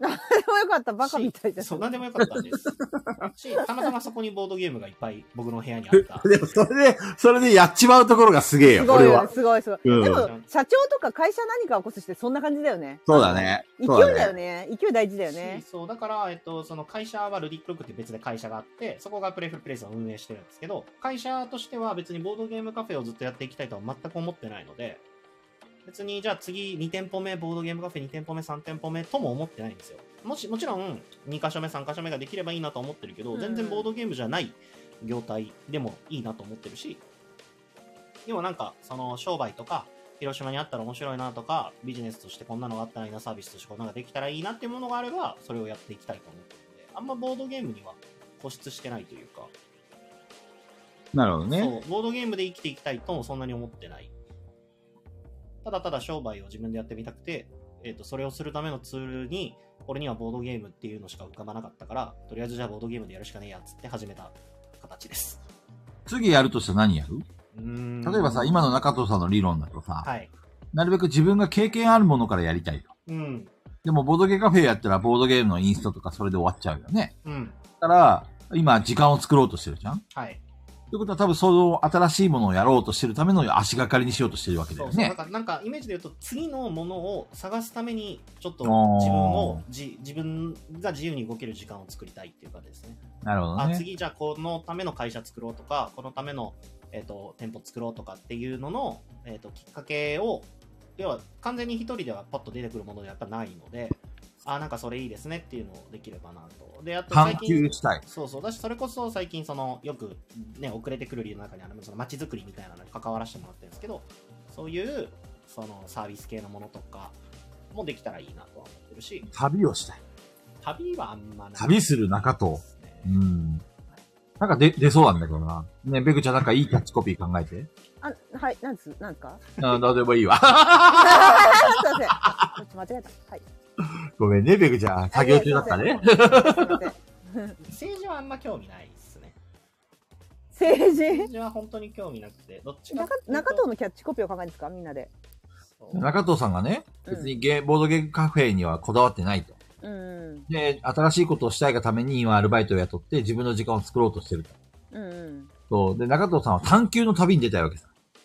なんでもよかった、バカみたいだ。 そう、なんでもよかったんです。たまたまそこにボードゲームがいっぱい僕の部屋にあった。 でもそれでやっちまうところがすげえよ、これは。 すごい。でも、社長とか会社何か起こすしてそんな感じだよね。 そうだね。 勢いだよね。勢い大事だよね。 そう、だから、その会社はルディックロックって別で会社があって、そこがプレイフルプレイスを運営してるんですけど、会社としては別にボードゲームカフェをずっとやっていきたいとは全く思ってないので、別にじゃあ次2店舗目、ボードゲームカフェ2店舗目、3店舗目とも思ってないんですよ。もちろん2カ所目、3カ所目ができればいいなと思ってるけど、全然ボードゲームじゃない業態でもいいなと思ってるし、でもなんかその商売とか、広島にあったら面白いなとか、ビジネスとしてこんなのがあったらいいな、サービスとしてこんなのができたらいいなっていうものがあれば、それをやっていきたいと思ってるので、あんまボードゲームには固執してないというか。 なるほどね。 そう、ボードゲームで生きていきたいともそんなに思ってない。ただただ商売を自分でやってみたくて、それをするためのツールに、俺にはボードゲームっていうのしか浮かばなかったから、とりあえずじゃあボードゲームでやるしかねえやっつって始めた形です。 次やるとしたら何やる？例えばさ、今の中藤さんの理論だとさ、 はい、 なるべく自分が経験あるものからやりたいと。でもボードゲーカフェやったらボードゲームのインストとかそれで終わっちゃうよね。だから、今時間を作ろうとしてるじゃん？はい。ということは多分その新しいものをやろうとしてるための足がかりにしようとしてるわけだよね。 そうなんかイメージで言うと次のものを探すためにちょっと自分が自由に動ける時間を作りたいっていう感じですね。 なるほどね。 次じゃあこのための会社作ろうとか、このための、店舗作ろうとかっていうのの、きっかけを、要は完全に一人ではパッと出てくるものでやっぱないので、なんかそれいいですねっていうのをできればなと。で、あと最近、 探求したい。 そうだし、それこそ最近よくね、遅れてくる理由の中にその街づくりみたいなのに関わらせてもらってるんですけど、そういう、そのサービス系のものとかもできたらいいなとは思ってるし。 旅をしたい。 旅はあんまない、 旅する中藤。なんか出そうなんだけどな。ね、ベグちゃんなんかいいキャッチコピー考えて。 はい、なんすかどうでもいいわ。 すいません。ちょっと間違えた。はい。 ごめんね、ベグちゃん。作業中だったね。 政治はあんま興味ないっすね。 政治は本当に興味なくて、どっちか中藤のキャッチコピーを考えるんですかみんなで。 中藤さんがね、別にボードゲームカフェにはこだわってないと。で、新しいことをしたいがために今アルバイトを雇って自分の時間を作ろうとしてると。そう。で、中藤さんは探求の旅に出たいわけさ。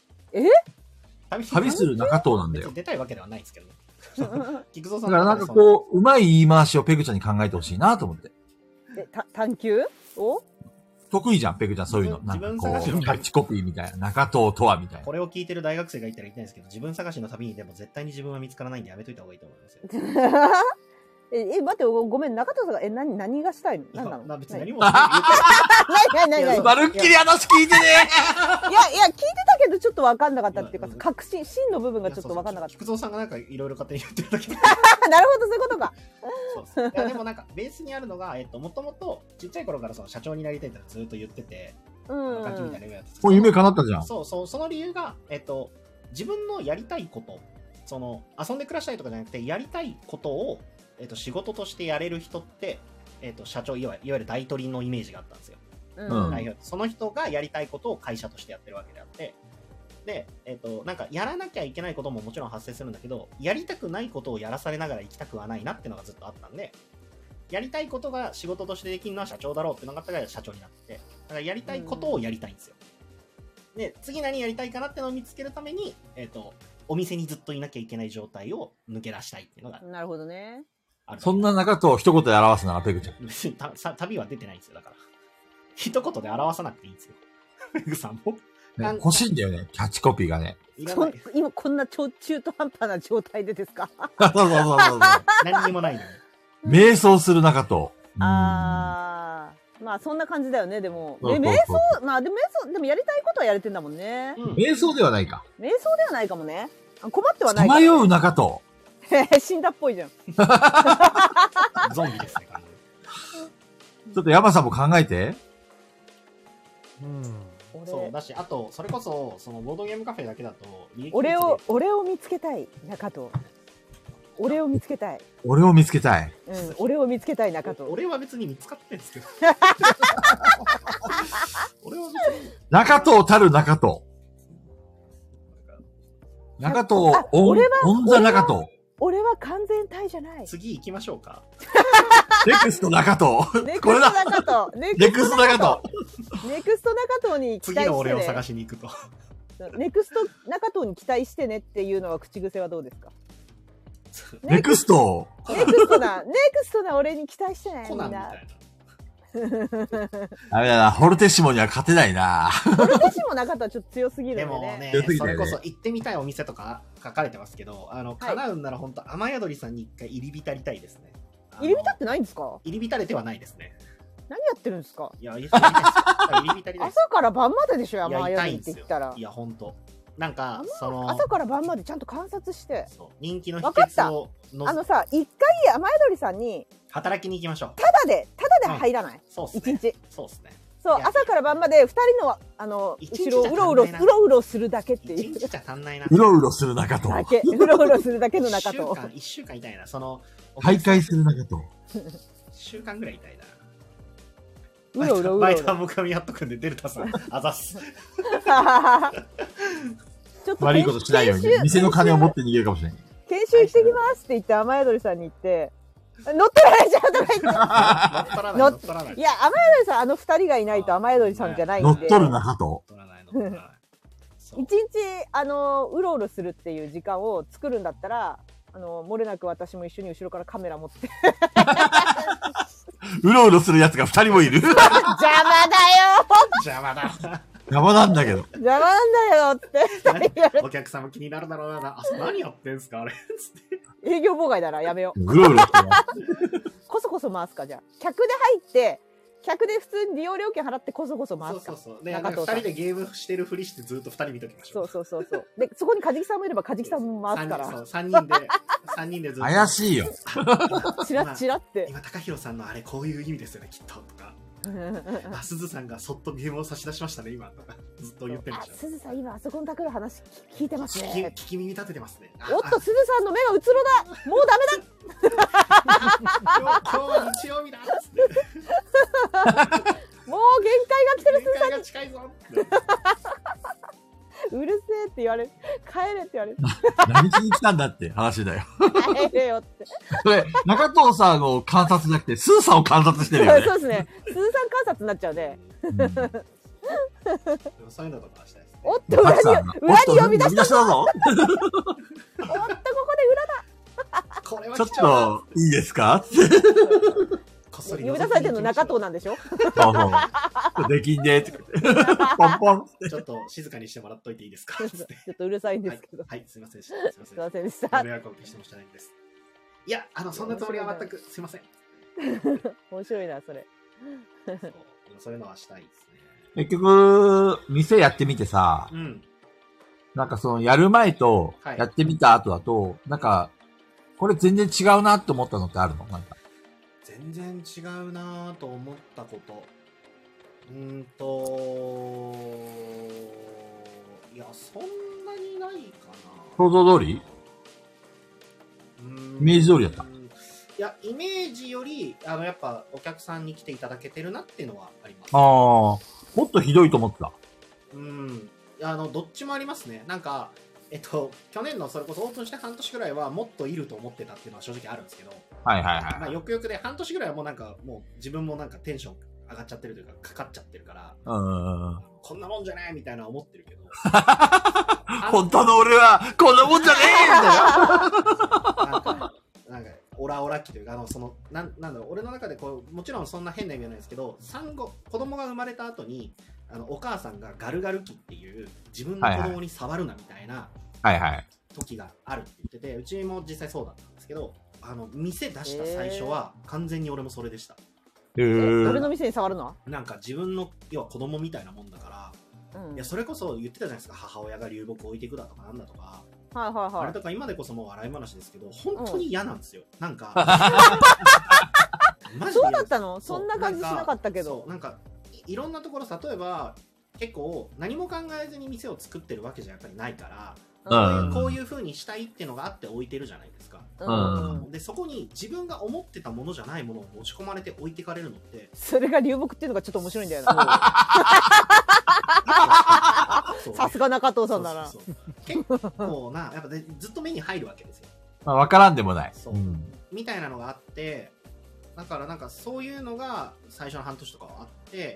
旅する中藤なんだよ。 出たいわけではないですけどね。菊蔵さんだからなんかこう、うまい言い回しをペグちゃんに考えてほしいなと思って。 探求を得意じゃん、ペグちゃん、そういうの。なんかこう、キャッチコピーみたいな。中藤とはみたいな。 これを聞いてる大学生がいたら言いたいんですけど、自分探しの旅にでも絶対に自分は見つからないんでやめといた方がいいと思いますよ。 待って、ごめん、中藤さんが、何がしたいの？何なの？ 別に何も言ってない。 まるっきり話聞いてねいや、聞いてたけどちょっと分かんなかったっていうか、真の部分がちょっと分かんなかった。 菊蔵さんがなんかいろいろ勝手に言ってるだけなるほど、そういうことか。 そう。いや、でもなんか、ベースにあるのが、もともと、ちっちゃい頃からその社長になりたいってずっと言ってて、ガキみたいな夢やってた。 夢叶ったじゃん。 そう、その理由が、自分のやりたいこと、遊んで暮らしたいとかじゃなくて、やりたいことを、仕事としてやれる人って、社長、いわゆる大取りのイメージがあったんですよ。その人がやりたいことを会社としてやってるわけであって、で、なんか、やらなきゃいけないことももちろん発生するんだけど、やりたくないことをやらされながら生きたくはないなってのがずっとあったんで、やりたいことが仕事としてできるのは社長だろうってのがあったから社長になって、だからやりたいことをやりたいんですよ。で、次何やりたいかなってのを見つけるために、お店にずっといなきゃいけない状態を抜け出したいっていうのが。 なるほどね。 そんな中と一言で表すならペグちゃん。 別に旅は出てないんですよ、だから。一言で表さなくていいんですよ。ペグさんも。 欲しいんだよね、キャッチコピーがね。 今こんな中途半端な状態でですか？ そう。 何にもないのに。 瞑想する中と。 まあそんな感じだよね、でも。瞑想、でもやりたいことはやれてんだもんね。 瞑想ではないか。 瞑想ではないかもね。困ってはない。 さまよう中と。 死んだっぽいじゃん。 ゾンビですね。 ちょっと山さんも考えて。 そうだし、あとそれこそそのボードゲームカフェだけだと俺を見つけたい中と。俺を見つけたい。 俺を見つけたい。 俺を見つけたい中と。 俺は別に見つかってんですけど。俺は別に中藤たる中藤。中藤オンザ中藤。 俺は完全体じゃない。 次行きましょうか。 ネクスト中藤。 ネクスト中藤。 ネクスト中藤。ネクスト中藤に期待してね。 次の俺を探しに行くと。 ネクスト中藤に期待してねっていうのは口癖はどうですか？ ネクスト。 ネクストな俺に期待してね。 コナンみたいな。 あれだな、ホルテシモには勝てないな。 ホルテシモ中藤はちょっと強すぎるんででもね。 ね、それこそ行ってみたいお店とか書かれてますけど、叶うんなら本当雨宿りさんに一回入り浸りたいですね。 入り浸ってないんですか？ 入り浸れてはないですね。 何やってるんですか？ いや、入り浸りたいです。 朝から晩まででしょ、雨宿りって言ったら。 いや、本当。なんか、 朝から晩までちゃんと観察して。 人気の秘訣をさ、一回雨宿りさんに働きに行きましょう。 ただで入らない？ そうっすね。 一日。 そうっすね。 そう、朝から晩まで二人の後ろをうろうろするだけっていう。 一日じゃ足んないな。 うろうろする中藤。 うろうろするだけの中藤。 一週間いたいな。 徘徊する中藤。 一週間ぐらいいたいな。 うろうろ。 バイターもかみやっとくんで、デルタさん、あざっす。 ちょっと悪いことしないように、店の金を持って逃げるかもしれない。 研修行ってきますって言って雨宿りさんに行って、乗っ取られちゃうとか言って。乗っ取らない。いや、雨宿りさん、二人がいないと雨宿りさんじゃないんで。 乗っ取る中藤。 一日、うろうろするっていう時間を作るんだったら、漏れなく私も一緒に後ろからカメラ持って。 うろうろする奴が二人もいる。 邪魔だよ邪魔だ。 邪魔なんだけど。 邪魔なんだよって。 お客さんも気になるだろうな。何やってんすかあれ。 営業妨害だな、やめよう。 うろうろしてます。 こそこそ回すか、じゃあ。客で入って、客で普通に利用料金払ってこそこそ回すか。 そう。で、二人でゲームしてるふりしてずっと二人見ときましょう。 そう。で、そこにカジキさんもいればカジキさんも回すから。 そう、三人でずっと。 怪しいよ。 チラッチラって。 今、高弘さんのあれこういう意味ですよね、きっと。とか。すずさんがそっとゲームを差し出しましたね、今。とか。ずっと言ってるんでしょ。 すずさん、今あそこのタクの話聞いてますね。 聞き耳立ててますね。 おっと、すずさんの目がうつろだ。もうダメだ。 今日は日曜日だっつって。 もう限界が来てる、すずさんに。 限界が近いぞ。 うるせえって言われる。帰れって言われる。 何しに来たんだって話だよ。 帰れよって。 それ、中藤さんを観察じゃなくて、スーさんを観察してるよね。 そうですね。スーさん観察になっちゃうね。 そういうのとかしたいですね。 おっと、裏に呼び出したぞ。おっと、ここで裏だ。 これはちょっと、いいですか呼び出されてるの中藤なんでしょ。 できんねってポンポン。 ちょっと静かにしてもらっといていいですか。 ちょっとうるさいんですけど。 はい、すいません。すいませんでした。 ご迷惑をおかけして申し訳ないです。いや、そんなつもりは全く、すいません。 面白いな、それ。 そういうのはしたいですね。 結局、店やってみてさ、なんかやる前と、やってみた後だと、なんか、これ全然違うなって思ったのってあるの？なんか全然違うなぁと思ったこと。いや、そんなにないかな。 想像通り？イメージ通りだった。 いや、イメージより、やっぱお客さんに来ていただけてるなっていうのはあります。 もっとひどいと思ってた。 どっちもありますね。なんか、去年のそれこそオープンして半年ぐらいはもっといると思ってたっていうのは正直あるんですけど、まあよくよくで半年ぐらいはもうなんかもう自分もなんかテンション上がっちゃってるというかかかっちゃってるから、こんなもんじゃねえみたいな思ってるけど、 本当の俺はこんなもんじゃねえみたいな。 なんかオラオラ期というかなんだろう、俺の中でもちろんそんな変な意味はないですけど、産後子供が生まれた後にお母さんがガルガル期っていう自分の子供に触るなみたいな時があるって言ってて、うちも実際そうだったんですけど、店出した最初は完全に俺もそれでした。 俺の店に触るの？ なんか自分の要は子供みたいなもんだから、いやそれこそ言ってたじゃないですか、母親が流木置いていくだとかなんだとか。あれとか今でこそもう笑い話ですけど、本当に嫌なんですよ。なんかそうだったの？そんな感じしなかったけど。 なんかいろんなところ、例えば結構何も考えずに店を作ってるわけじゃやっぱりないから、こういう風にしたいっていうのがあって置いてるじゃないですか。でそこに自分が思ってたものじゃないものを持ち込まれて置いてかれるのって、 それが流木っていうのがちょっと面白いんだよな。さすが中藤さんだな。 結構なやっぱずっと目に入るわけですよ。 まあ、わからんでもない。 そう、みたいなのがあって、だからなんかそういうのが最初の半年とかはあって、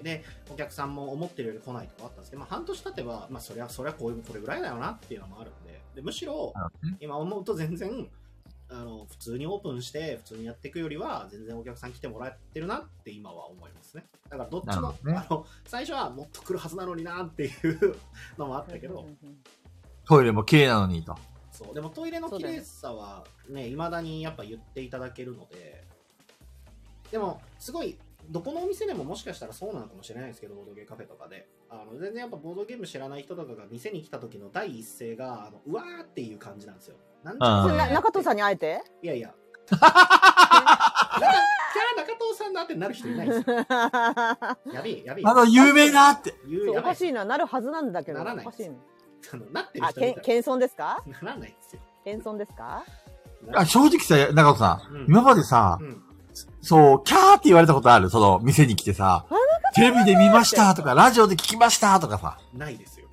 で、お客さんも思ってるより来ないとかあったんですけど、まあ半年経てば、まあそりゃこれぐらいだよなっていうのもあるんで、むしろ、今思うと全然、普通にオープンして普通にやっていくよりは全然お客さん来てもらってるなって今は思いますね。だからどっちも、最初はもっと来るはずなのになっていうのもあったけど、 トイレも綺麗なのにと。 そう、でもトイレの綺麗さはね、未だにやっぱ言っていただけるので、でもすごいどこのお店でももしかしたらそうなのかもしれないですけど、ボードゲーカフェとかで全然やっぱボードゲーム知らない人とかが店に来た時の第一声がうわーっていう感じなんですよ。なんで中藤さんに会えて、 いやいやキャラ中藤さんだってなる人いないですよ。やべえ有名なっておかしいな、なるはずなんだけど、 ならない。 おかしいね。 なってる人いたら謙遜ですか？ ならないですよ。 謙遜ですか？ 正直さ、中藤さん、今までさ、そう、キャーって言われたことある？その、店に来てさ、テレビで見ましたとか、ラジオで聞きましたとかさ。 ないですよ。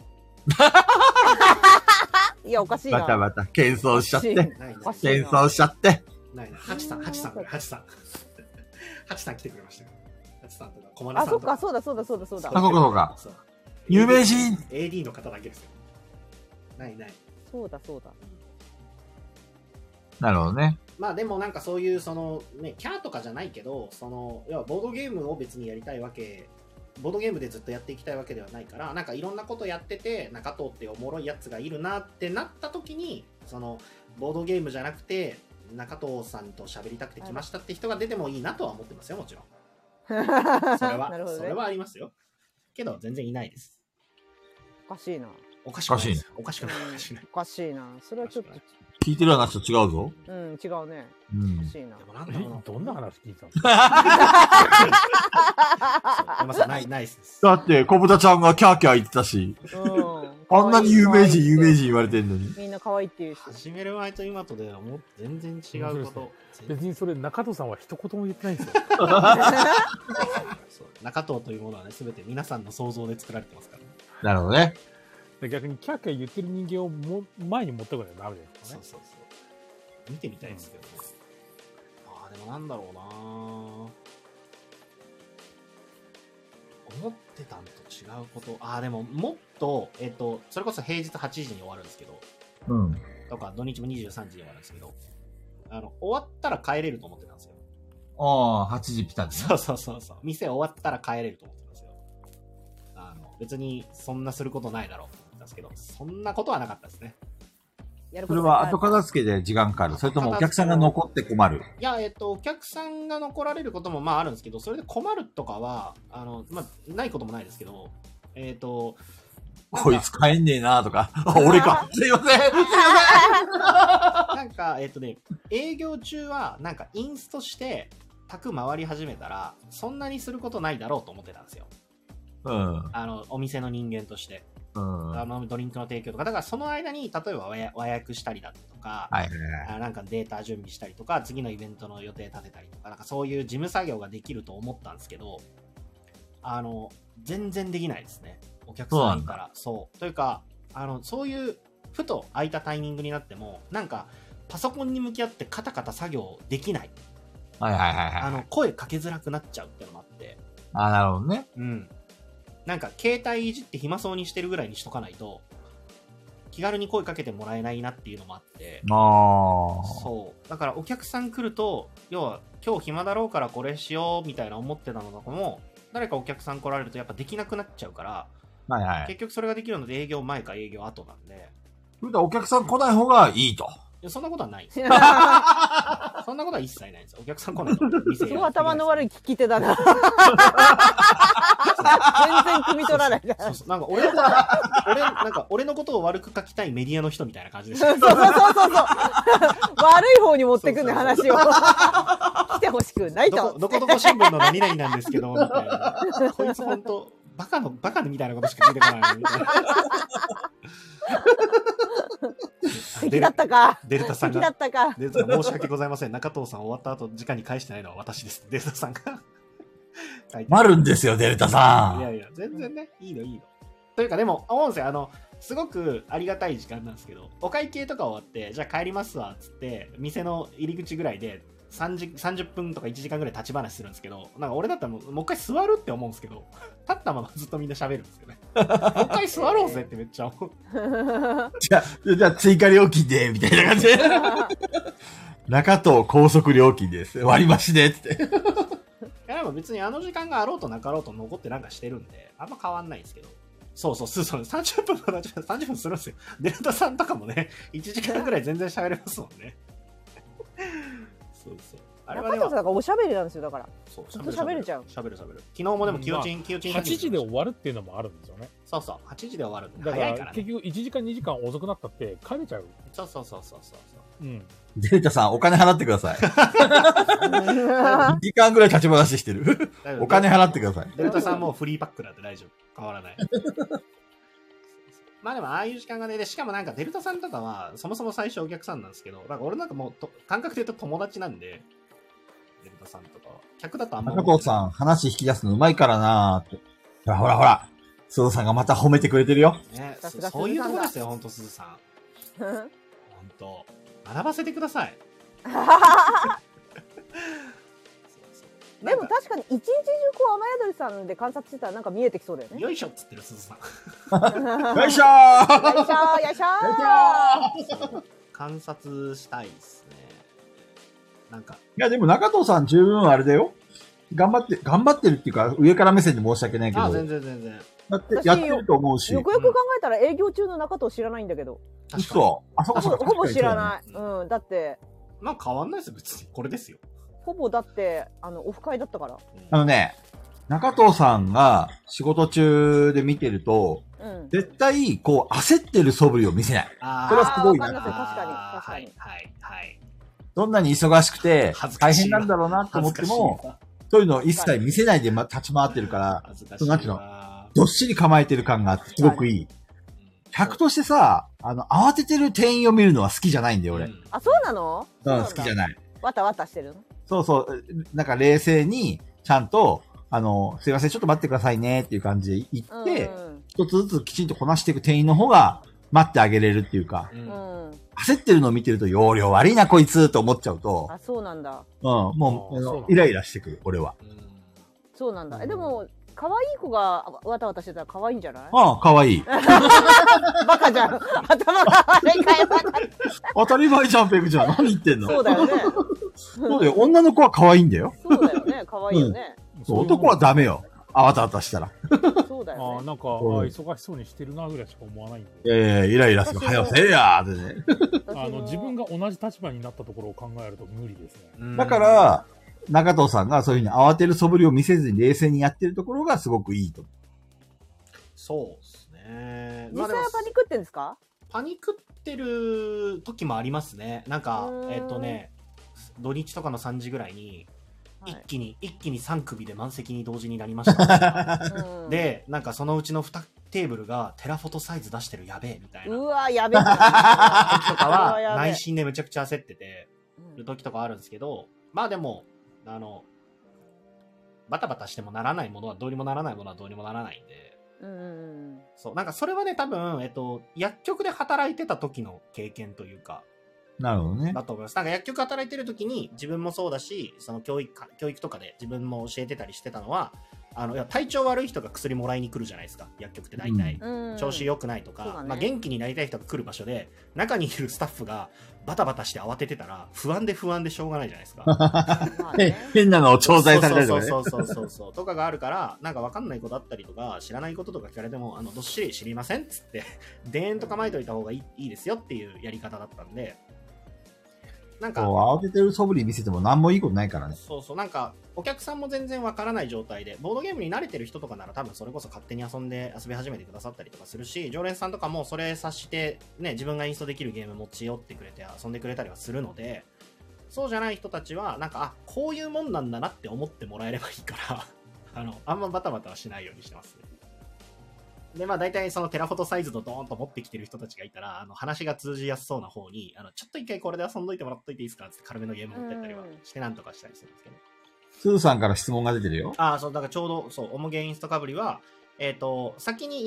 いや、おかしいな。 また、謙遜しちゃって。謙遜しちゃって。 ない。ハチさん来てくれましたよ。ハチさんとか、小丸さんとか。 あ、そうだ。 そうか。有名人 AD の方だけですよ。ない。 そうだ。 なるほどね。 まあでもなんかそういうキャーとかじゃないけど、要はボードゲームを別にやりたいわけ、ボードゲームでずっとやっていきたいわけではないから、なんかいろんなことやってて、中藤っておもろいやつがいるなってなった時に、ボードゲームじゃなくて、中藤さんと喋りたくて来ましたって人が出てもいいなとは思ってますよ、もちろん。それはありますよ。けど全然いないです。 おかしいな。 おかしいな。それはちょっと。 聞いてる話と違うぞ。 違うね。おかしいな。 どんな話聞いたの？ないっす。 だって、小豚ちゃんがキャーキャー言ってたし。あんなに有名人言われてんのに。 みんな可愛いって言うし。 始める前と今とではもう全然違うこと。 別にそれ中藤さんは一言も言ってないんですよ。 中藤というものはね、全て皆さんの想像で作られてますからね。 なるほどね。 逆にキャーキャー言ってる人間を前に持ってこないとダメですよね。 そう。見てみたいですけどね。でもなんだろうな、思ってたんと違うこと。でももっと、それこそ平日8時に終わるんですけど、とか土日も23時に終わるんですけど、終わったら帰れると思ってたんですよ。 8時ピタリね。 そう。店終わったら帰れると思ってたんですよ。別にそんなすることないだろうと思ったんですけど、そんなことはなかったですね。 それは後片付けで時間かかる？それともお客さんが残って困る？ いや、お客さんが残られることもまああるんですけど、それで困るとかは、ないこともないですけど、 こいつ帰んねえなとか、俺か。すいません。 なんか、営業中は、なんかインストして、宅回り始めたら、そんなにすることないだろうと思ってたんですよ。お店の人間として。ドリンクの提供とか、だからその間に例えば和訳したりだとか、なんかデータ準備したりとか、次のイベントの予定立てたりとか、なんかそういう事務作業ができると思ったんですけど、全然できないですね、お客さんいたら。そうというか、そういうふと空いたタイミングになっても、なんかパソコンに向き合ってカタカタ作業できない、声かけづらくなっちゃうっていうのもあって。 なるほどね。 なんか携帯いじって暇そうにしてるぐらいにしとかないと気軽に声かけてもらえないなっていうのもあって、そうだからお客さん来ると、要は今日暇だろうからこれしようみたいな思ってたのとかも、誰かお客さん来られるとやっぱできなくなっちゃうから、結局それができるので営業前か営業後なんで。 お客さん来ない方がいいと。 いや、そんなことはないです。そんなことは一切ないんですよ。お客さん来ないと店。 その頭の悪い聞き手だな。全然汲み取らないから。 なんか俺のことを悪く書きたいメディアの人みたいな感じです。 そう。悪い方に持ってくんね、話を。来てほしくないと。 どこ新聞の何々なんですけど、みたいな。こいつ本当バカみたいなことしか聞いてこないみたいな。 敵だったか。 デルタさんが。 敵だったか。 デルタさん、申し訳ございません。中藤さん終わった後、直に返してないのは私です。デルタさんが。 困るんですよ、デルタさん。 いや、全然ね、いいの。 というかでも、思うんですよ。すごくありがたい時間なんですけど、お会計とか終わって、じゃあ帰りますわ、つって、店の入り口ぐらいで、30分とか1時間ぐらい立ち話するんですけど、なんか俺だったらもう一回座るって思うんですけど、立ったままずっとみんな喋るんですよね。もう一回座ろうぜってめっちゃ思う。 じゃあ追加料金で、みたいな感じで。中藤高速料金です。割り増しで、つって。 いやでも別にあの時間があろうとなかろうと残ってなんかしてるんで、あんま変わんないんですけど。そう、30分も30分するんですよ。デルタさんとかもね、1時間ぐらい全然喋れますもんね。そう。あれは中田さんがおしゃべりなんですよ、だから。 そう、 喋るじゃん。 喋る。昨日もでもキヨチン 8時で終わるっていうのもあるんですよね。 そう、8時で終わるんで。 だから早いからね。 結局1時間2時間遅くなったって帰れちゃう。 そう。 うん。 デルタさん、お金払ってください。2時間ぐらい立ち話してる。お金払ってください。 デルタさんもフリーパックなんで大丈夫。変わらない。まあでもああいう時間がね、で、しかもなんかデルタさんとかは、そもそも最初お客さんなんですけど、なんか俺なんかもう感覚で言うと友達なんで、デルタさんとかは。客だとあんま。 中藤さん、話引き出すのうまいからなーって。ほら。鈴さんがまた褒めてくれてるよ。 ね、そういうとこですよ、ほんと鈴さん。ほんと。学ばせてください。 でも確かに一日中こう雨宿りさんで観察してたらなんか見えてきそうだよね。 よいしょっつってる鈴さん。 よいしょー観察したいっすね。なんか。 いや、でも中藤さん十分あれだよ。頑張ってるっていうか、上から目線で申し訳ないけど。 全然。 だってやってると思うし。 よくよく考えたら営業中の中藤知らないんだけど。 嘘。あそこほぼ知らない。うん、だって。 まあ変わんないですよ、別に。これですよ。 ほぼだって、オフ会だったから。 中藤さんが仕事中で見てると、絶対、こう、焦ってる素振りを見せない。これはすごいな。 確かに。 はい。 どんなに忙しくて、大変なんだろうなと思っても、そういうのを一切見せないで立ち回ってるから、なんていうの、どっしり構えてる感があってすごくいい。客としてさ、慌ててる店員を見るのは好きじゃないんだよ、俺。 あ、そうなの？ 好きじゃない。 わたわたしてるその？ う。なんか冷静に、ちゃんと、すいません、ちょっと待ってくださいねっていう感じで言って、一つずつきちんとこなしていく店員の方が待ってあげれるっていうか、焦ってるのを見てると容量悪いなこいつと思っちゃうと、 あ、そうなんだ。 もう、イライラしてくる、俺は。 そうなんだ。でも、可愛い子がわたわたしてたら可愛いんじゃない？ 可愛い。 バカじゃん。頭が悪いかよ。 当たり前じゃん、ペグちゃん。何言ってんの？ そうだよね。 そうだよ。女の子は可愛いんだよ。 そうだよね。可愛いよね。 男はダメよ。わたわたしたら。 そうだよね。 なんか、忙しそうにしてるなぐらいしか思わないんで。 イライラする。早よせえやーってね。 自分が同じ立場になったところを考えると無理ですね。 だから、中藤さんがそういうふうに慌てる素振りを見せずに冷静にやってるところがすごくいいと。 そうですね。 実際はパニックってんですか？ パニックってる時もありますね。なんか、土日とかの3時ぐらいに、一気に3組で満席に同時になりました。で、なんかそのうちの2テーブルがテラフォトサイズ出してるやべえみたいな。 うわ、やべえ。時とかは内心でめちゃくちゃ焦っててる時とかあるんですけど、まあでも、バタバタしてもならないものはどうにもならないものはどうにもならないんで。そう、なんかそれはね、多分、薬局で働いてた時の経験というか、 なるほどね。 だと思います。なんか薬局働いてる時に自分もそうだし、その教育とかで自分も教えてたりしてたのは、いや体調悪い人が薬もらいに来るじゃないですか。薬局って大体。調子良くないとか、まあ元気になりたい人が来る場所で、中にいるスタッフがバタバタして慌ててたら、不安でしょうがないじゃないですか。 変なのを調剤されたりとかね。 そう。とかがあるから、なんかわかんないことあったりとか、知らないこととか聞かれても、どっしり知りませんっつって、でーんと構えといた方がいいですよっていうやり方だったんで、なんか慌ててる素振り見せても何もいいことないからね。 そう、なんかお客さんも全然わからない状態で、ボードゲームに慣れてる人とかなら多分それこそ勝手に遊び始めてくださったりとかするし、常連さんとかもそれ察してね、自分がインストできるゲーム持ち寄ってくれて遊んでくれたりはするので、そうじゃない人たちはなんかこういうもんなんだなって思ってもらえればいいからあんまバタバタはしないようにしてますね。で、まあ大体そのテラフォトサイズのドーンと持ってきてる人たちがいたら、話が通じやすそうな方に、ちょっと一回これで遊んどいてもらっといていいですかって軽めのゲーム持ってったりはしてなんとかしたりするんですけど。 スーさんから質問が出てるよ。 そう、だからちょうど、そう、オモゲインストかぶりは、先に言います。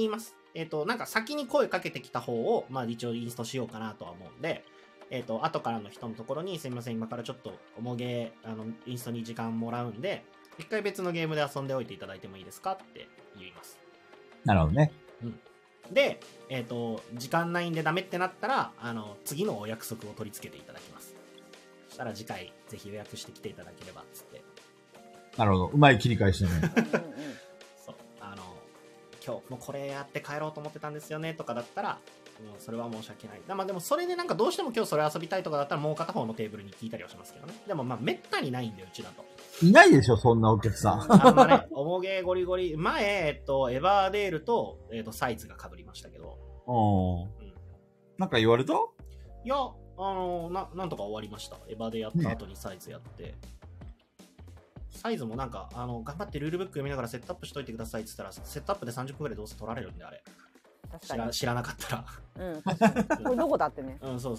なんか先に声かけてきた方を、まあ一応インストしようかなとは思うんで、後からの人のところに、すいません、今からちょっと、重げ、インストに時間もらうんで、一回別のゲームで遊んでおいていただいてもいいですかって言います。 なるほどね。 うん。で、時間ないんでダメってなったら、次のお約束を取り付けていただきます。そしたら次回、ぜひ予約してきていただければ、つって。 なるほど。うまい切り返しだね。 そう。今日もうこれやって帰ろうと思ってたんですよね、とかだったら、もうそれは申し訳ない。まあでもそれでなんかどうしても今日それ遊びたいとかだったらもう片方のテーブルに聞いたりはしますけどね。でもまあめったにないんでうちだと。 いないでしょ、そんなお客さん。 あんまね、おもげゴリゴリ。前、エバーデールと、サイズが被りましたけど。 なんか言われた？ いや、なんとか終わりました。エバーでやった後にサイズやって。サイズもなんか、頑張ってルールブック読みながらセットアップしといてくださいって言ったら、セットアップで30分くらいどうせ取られるんで、あれ。知らなかったら。 うん。これどこだってね。 うん、そう。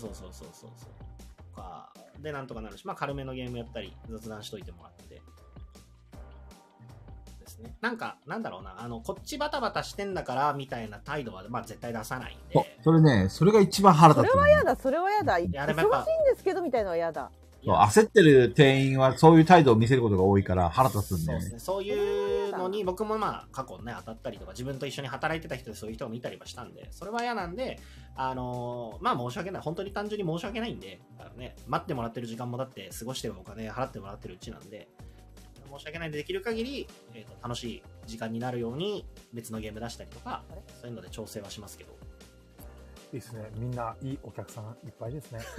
で、なんとかなるし、まあ軽めのゲームやったり、雑談しといてもらって。ですね。なんか、なんだろうな、こっちバタバタしてんだから、みたいな態度は、まあ絶対出さないんで。 それね、それが一番腹立つ。 それは嫌だ。忙しいんですけど、みたいなのは嫌だ。 焦ってる店員はそういう態度を見せることが多いから腹立つんだよね。 そうですね。そういうのに僕もまあ過去ね当たったりとか自分と一緒に働いてた人でそういう人を見たりはしたんで、それは嫌なんで、まあ申し訳ない。本当に単純に申し訳ないんで、ね、待ってもらってる時間もだって過ごしてるお金払ってもらってるうちなんで、申し訳ないんでできる限り、楽しい時間になるように別のゲーム出したりとか、そういうので調整はしますけど。 いいですね。みんないいお客さんいっぱいですね。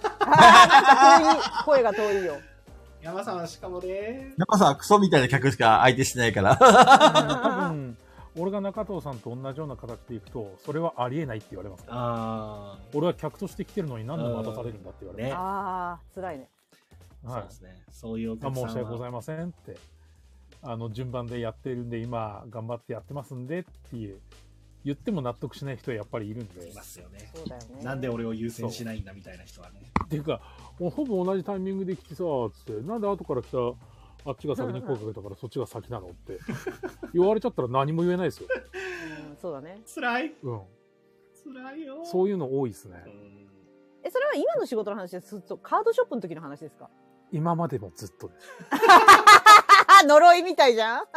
声が遠いよ。 山さんはしかもね。 山さんはクソみたいな客しか相手してないから。 多分、俺が中藤さんと同じような形でいくと、それはありえないって言われます、ね。俺は客として来てるのに何で待たされるんだって言われます。 ああ、辛いね。 はい。そうですね。そういうお客さんは申し訳ございませんって。順番でやってるんで、今頑張ってやってますんでっていう。言っても納得しない人はやっぱりいるんで。 いますよね。 そうだよね。 なんで俺を優先しないんだみたいな人はね。 っていうか、もうほぼ同じタイミングで来てさ、つって、なんで後から来た、あっちが先に声かけたからそっちが先なのって言われちゃったら何も言えないですよ。 そうだね。 辛い。 うん。 辛いよ。 そういうの多いですね。 それは今の仕事の話です。カードショップの時の話ですか？ 今までもずっとです。 呪いみたいじゃん。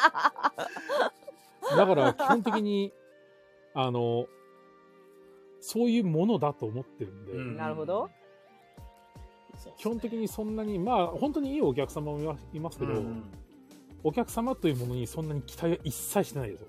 だから基本的にそういうものだと思ってるんで。 なるほど。 基本的にそんなに、まあ本当にいいお客様もいますけど、お客様というものにそんなに期待は一切してないですよ。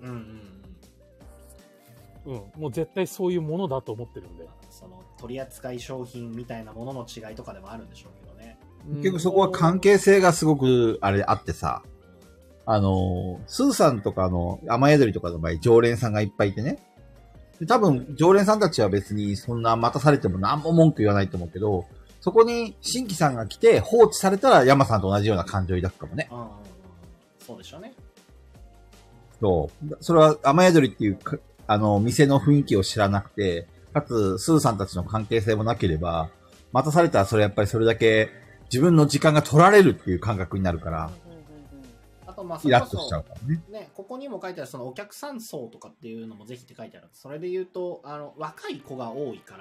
もう絶対そういうものだと思ってるんで。 その取扱い商品みたいなものの違いとかでもあるんでしょうけどね。 結局そこは関係性がすごくあってさ、スーさんとかの雨宿りとかの場合、常連さんがいっぱいいてね。多分、常連さんたちは別にそんな待たされても何も文句言わないと思うけど、そこに新規さんが来て放置されたら山さんと同じような感情を抱くかもね。 そうでしょうね。 そう。それは雨宿りっていう店の雰囲気を知らなくて、かつ、スーさんたちの関係性もなければ、待たされたらそれやっぱりそれだけ自分の時間が取られるっていう感覚になるから、 あとまあイラッとしちゃうからね。 ね、ここにも書いてあるそのお客さん層とかっていうのもぜひって書いてある。それで言うと、若い子が多いから、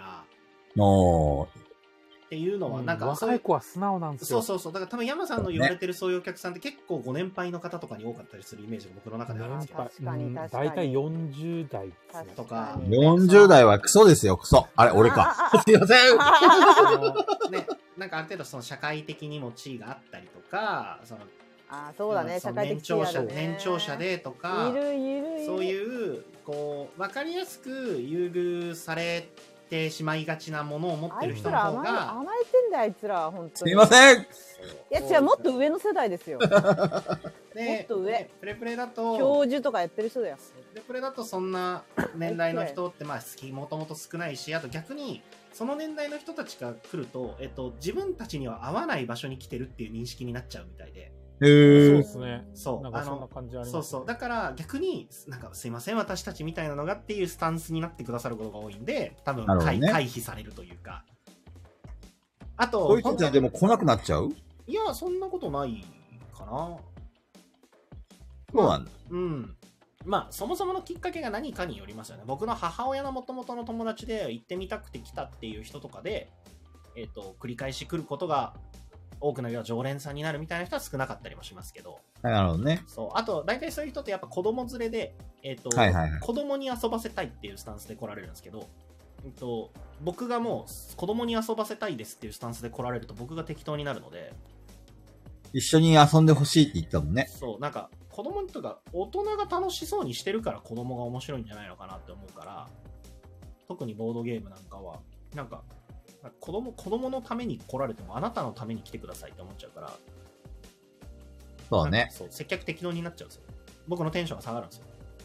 っていうのはなんか、 若い子は素直なんですよ。 そう。だから多分山さんの言われてるそういうお客さんって結構ご年配の方とかに多かったりするイメージが僕の中であるんですけど。 確かに。 だいたい40代とか。 40代はクソですよ、クソ。あれ、俺か。すいません。 ね、なんかある程度その社会的にも地位があったりとか、 そうだね、社会的地位あるね。 年長者でとか、 いる。 そういう、わかりやすく優遇されてしまいがちなものを持ってる人の方が。 甘えてんだよ、あいつら、本当に。 すいません。 いや、違う、もっと上の世代ですよ。もっと上。 プレプレだと。 教授とかやってる人だよ。 プレプレだとそんな年代の人って、まあ、もともと少ないし、あと逆に、その年代の人たちが来ると、自分たちには合わない場所に来てるっていう認識になっちゃうみたいで。 そうですね。 そう。 なんかそんな感じありますね。 そう。だから逆に、なんかすいません、私たちみたいなのがっていうスタンスになってくださることが多いんで、多分回避されるというか。あと、 そういう人ってでも来なくなっちゃう？ いや、そんなことないかな。 そうなんだ。 まあそもそものきっかけが何かによりますよね。僕の母親の元々の友達で行ってみたくて来たっていう人とかで、繰り返し来ることが多くの人は常連さんになるみたいな人は少なかったりもしますけど。 なるほどね。 そう。あと、大体そういう人ってやっぱ子供連れで、 はいはいはい、 子供に遊ばせたいっていうスタンスで来られるんですけど、僕がもう子供に遊ばせたいですっていうスタンスで来られると僕が適当になるので。 一緒に遊んでほしいって言ったもんね。 そう。なんか、子供とか大人が楽しそうにしてるから子供が面白いんじゃないのかなって思うから、特にボードゲームなんかは、なんか、子供のために来られてもあなたのために来てくださいって思っちゃうから。 そうだね。 そう、接客適当になっちゃうんですよ。僕のテンションが下がるんですよ。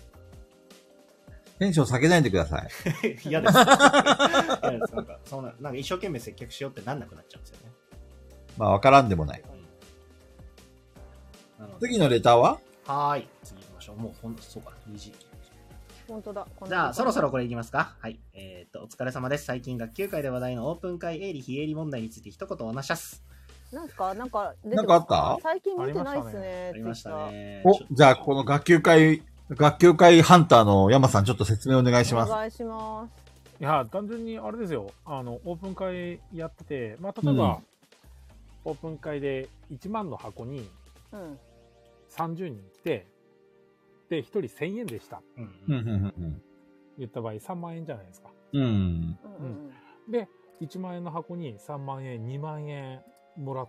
テンション下げないでください。 嫌です。嫌です。なんか一生懸命接客しようってなんなくなっちゃうんですよね。 まあ、わからんでもない。次のレターは？ はーい。次行きましょう。もうそうか、2時。 本当だ。 じゃあ、そろそろこれいきますか。はい。お疲れ様です。最近学級会で話題のオープン会営利非営利問題について一言お話しゃす。 なんか出てますか？ あった？最近見てないっすね。 ありましたね。 お、じゃあ、この学級会ハンターの山さん、ちょっと説明お願いします。 お願いします。 いや、単純にあれですよ。オープン会やってて、まあ、例えば、オープン会で1万の箱に、30人来て、で、1人1000円でした。言った場合、3万円じゃないですか。で、1万円の箱に3万円、2万円もらって、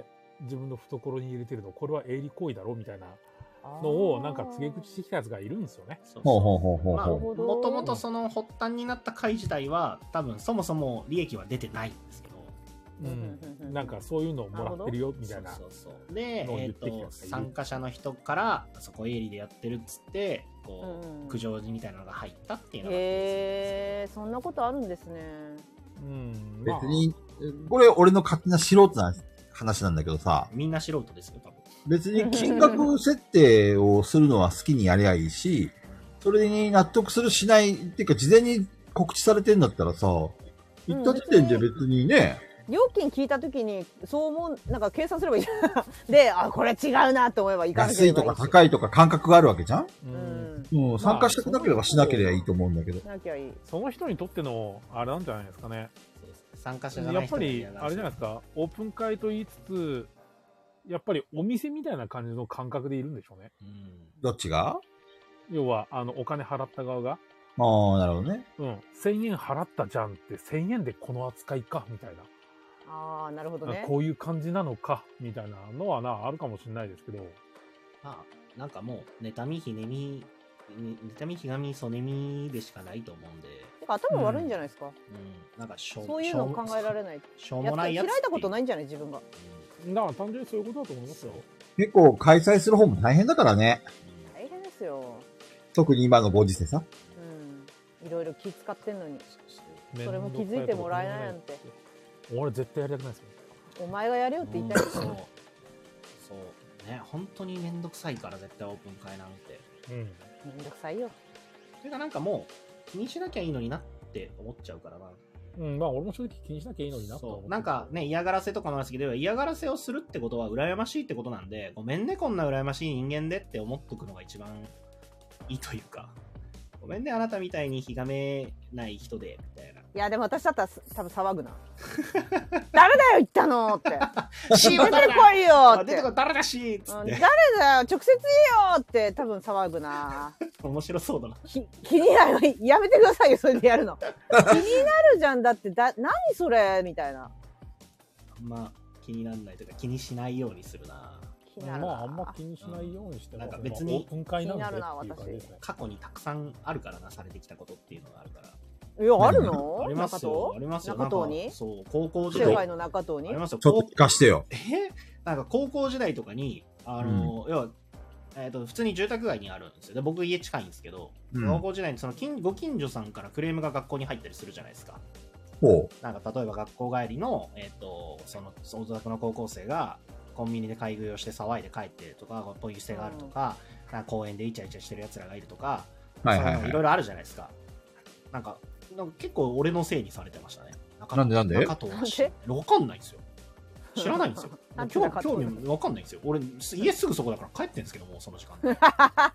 自分の懐に入れてるの、これは営利行為だろみたいなのを、なんか告げ口してきたやつがいるんですよね。 もともとその発端になった会自体は、多分そもそも利益は出てないんですけど、 なんかそういうのをもらってるよみたいな。 で、参加者の人からそこ営利でやってるっつってこう苦情みたいなのが入ったっていうのが。 そんなことあるんですね。 別にこれ俺の勝手な素人な話なんだけどさ。 みんな素人ですよ多分。 別に金額設定をするのは好きにやりゃいいし、それに納得するしないっていうか事前に告知されてんだったらさ、行った時点で別にね。 料金聞いたときに、そう思う、なんか計算すればいいじゃん。で、これ違うなと思えばいかなければいい。 安いとか高いとか感覚があるわけじゃん？参加したくなければしなければいいと思うんだけど。 しなきゃいい。 その人にとっての、あれなんじゃないですかね。 参加者じゃない人が嫌やっぱり、あれじゃないですか、オープン会と言いつつ、やっぱりお店みたいな感じの感覚でいるんでしょうね。 どっちが？ 要は、お金払った側が。 ああ、なるほどね。 1000円払ったじゃんって、1000円でこの扱いか、みたいな。 ああ、なるほどね。 こういう感じなのか、みたいなのはあるかもしれないですけど。 なんかもう、妬み、ひがみ、そねみでしかないと思うんで。 頭悪いんじゃないですか。 なんかそういうの考えられない。 しょうもないやつ。 開いたことないんじゃない自分が。 だから単純にそういうことだと思いますよ。 結構開催する方も大変だからね。 大変ですよ。 特に今のご時世さ。 いろいろ気使ってんのに。それも気づいてもらえないなんて。 俺絶対やりたくないですよ。 お前がやれよって言いたいですよ。 そうね、本当にめんどくさいから絶対オープン会なんて。 めんどくさいよ。 それがなんかもう気にしなきゃいいのになって思っちゃうからな。 まあ俺も正直気にしなきゃいいのになと思って。 なんかね、嫌がらせとかもあるんですけど、嫌がらせをするってことは羨ましいってことなんで、ごめんねこんな羨ましい人間でって思っとくのが一番いいというか、ごめんねあなたみたいにひがめない人でみたいな。 いやでも私だったら多分騒ぐな。誰だよ言ったのって。出てこいよって。 誰だしっつって。 誰だよ直接言えよって多分騒ぐな。 面白そうだな。 気になる。やめてくださいよそれでやるの。気になるじゃんだって何それみたいな。 あんま気にならないというか気にしないようにするな。 まああんま気にしないようにしても、 なんか別にオープン会なんでっていう感じですね。 過去にたくさんあるからな、されてきたことっていうのがあるから。 いや、あるの？ ありますよ。ありますよ。 中藤に？ そう、高校時代。 世界の中藤に？ ありますよ。 ちょっと聞かしてよ。 なんか高校時代とかに、要は、普通に住宅街にあるんですよ。で、僕家近いんですけど、高校時代にそのご近所さんからクレームが学校に入ったりするじゃないですか。なんか例えば学校帰りの、その大宅の高校生がコンビニで買い食いをして騒いで帰ってるとか、ポイ捨てがあるとか、公園でイチャイチャしてる奴らがいるとか、いろいろあるじゃないですか。なんか結構俺のせいにされてましたね。 なんで中藤わかんないんですよ。 知らないんですよ。興味わかんないんですよ。俺、家すぐそこだから帰ってんですけども、その時間で。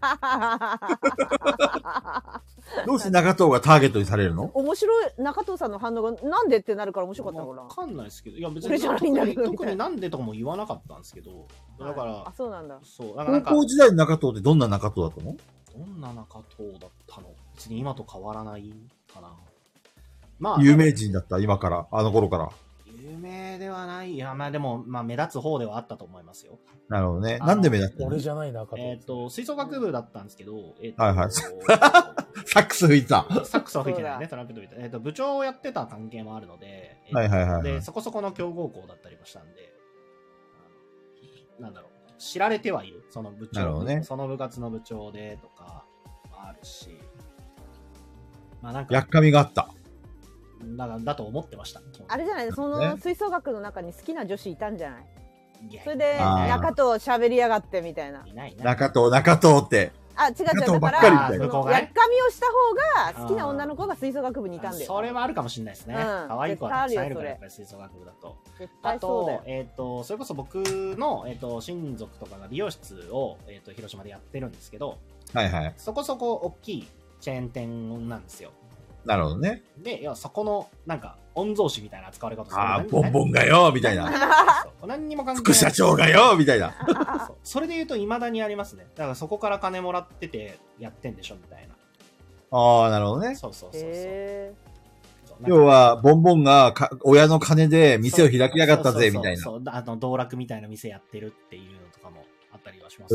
どうして中藤がターゲットにされるの？ 面白い、中藤さんの反応がなんでってなるから面白かったのかな。 わかんないですけど、いや別俺じゃないんだけど特になんでとかも言わなかったんですけど、だから、 あ、そうなんだ。 そう、だから高校時代の中藤ってどんな中藤だったの？ どんな中藤だったの？別に今と変わらないかな。まあ、 有名人だった、今から、あの頃から。 有名ではない。いや、まあでも、まあ目立つ方ではあったと思いますよ。 なるほどね。なんで目立ったの？ 俺じゃない中と、吹奏楽部だったんですけど、 はいはい。サックス吹いた。 サックスは吹いてないね、トランペット吹いた。部長をやってた関係もあるので、 はいはいはい。 で、そこそこの強豪校だったりもしたんで、なんだろう、知られてはいる。その部長、 なるほどね。 その部活の部長でとか、あるし、まあなんか、 やっかみがあった。 だと思ってました。 あれじゃない、その吹奏楽の中に好きな女子いたんじゃない？それで、 あー中藤喋りやがってみたいな。 いないね。 中藤って。 あ、違う違う。 中藤ばっだか、 かりみたいなそのやっかみをした方が好きな女の子が吹奏楽部にいたんだよ。 それはあるかもしれないですね。可愛い子はたくさんいるから、やっぱり吹奏楽部だと。 絶あ対そうだと、 よ。 それこそ僕の、親族とかが美容室を、広島でやってるんですけど、 はいはい。 そこそこ大きいチェーン店なんですよ。 なるほどね。 で、いや、そこの、なんか、御曹司みたいな扱われ方する。 ああ、ボンボンがよ、みたいな。 何にも関係ない。 副社長がよ、みたいな。 それで言うと未だにありますね。だからそこから金もらっててやってんでしょみたいな。 ああ、なるほどね。 そうそうそうそう。 要は、ボンボンが親の金で店を開きやがったぜ、みたいな。 そう、道楽みたいな店やってるっていうのとかもあったりはします。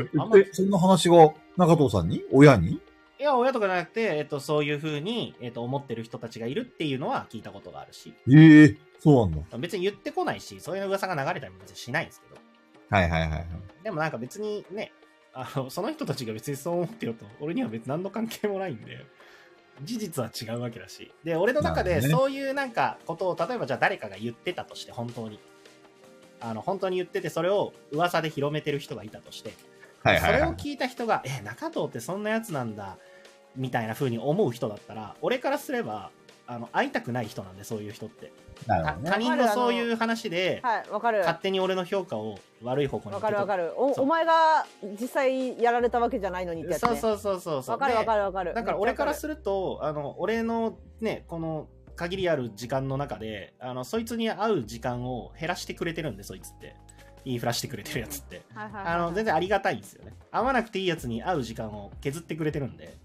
そんな話が中藤さんに？親に？ いや、親とかじゃなくて、そういう風に、思ってる人たちがいるっていうのは聞いたことがあるし。 そうなんだ。 別に言ってこないし、そういう噂が流れたりも別にしないんですけど。 はいはいはいはい。 でもなんか別にね、その人たちが別にそう思ってると、俺には別に何の関係もないんで、事実は違うわけだし。で、俺の中でそういうなんかことを、例えばじゃあ誰かが言ってたとして、本当に。本当に言ってて、それを噂で広めてる人がいたとして、それを聞いた人が、中藤ってそんなやつなんだ、みたいな風に思う人だったら、俺からすれば、会いたくない人なんで、そういう人って。他人のそういう話で、勝手に俺の評価を悪い方向に。 わかるわかる。お前が実際やられたわけじゃないのにってやつね。 そう。 わかるわかるわかる。 だから俺からすると、俺のね、この限りある時間の中で、そいつに会う時間を減らしてくれてるんで、そいつって。言いふらしてくれてるやつって。全然ありがたいんですよね。会わなくていいやつに会う時間を削ってくれてるんで。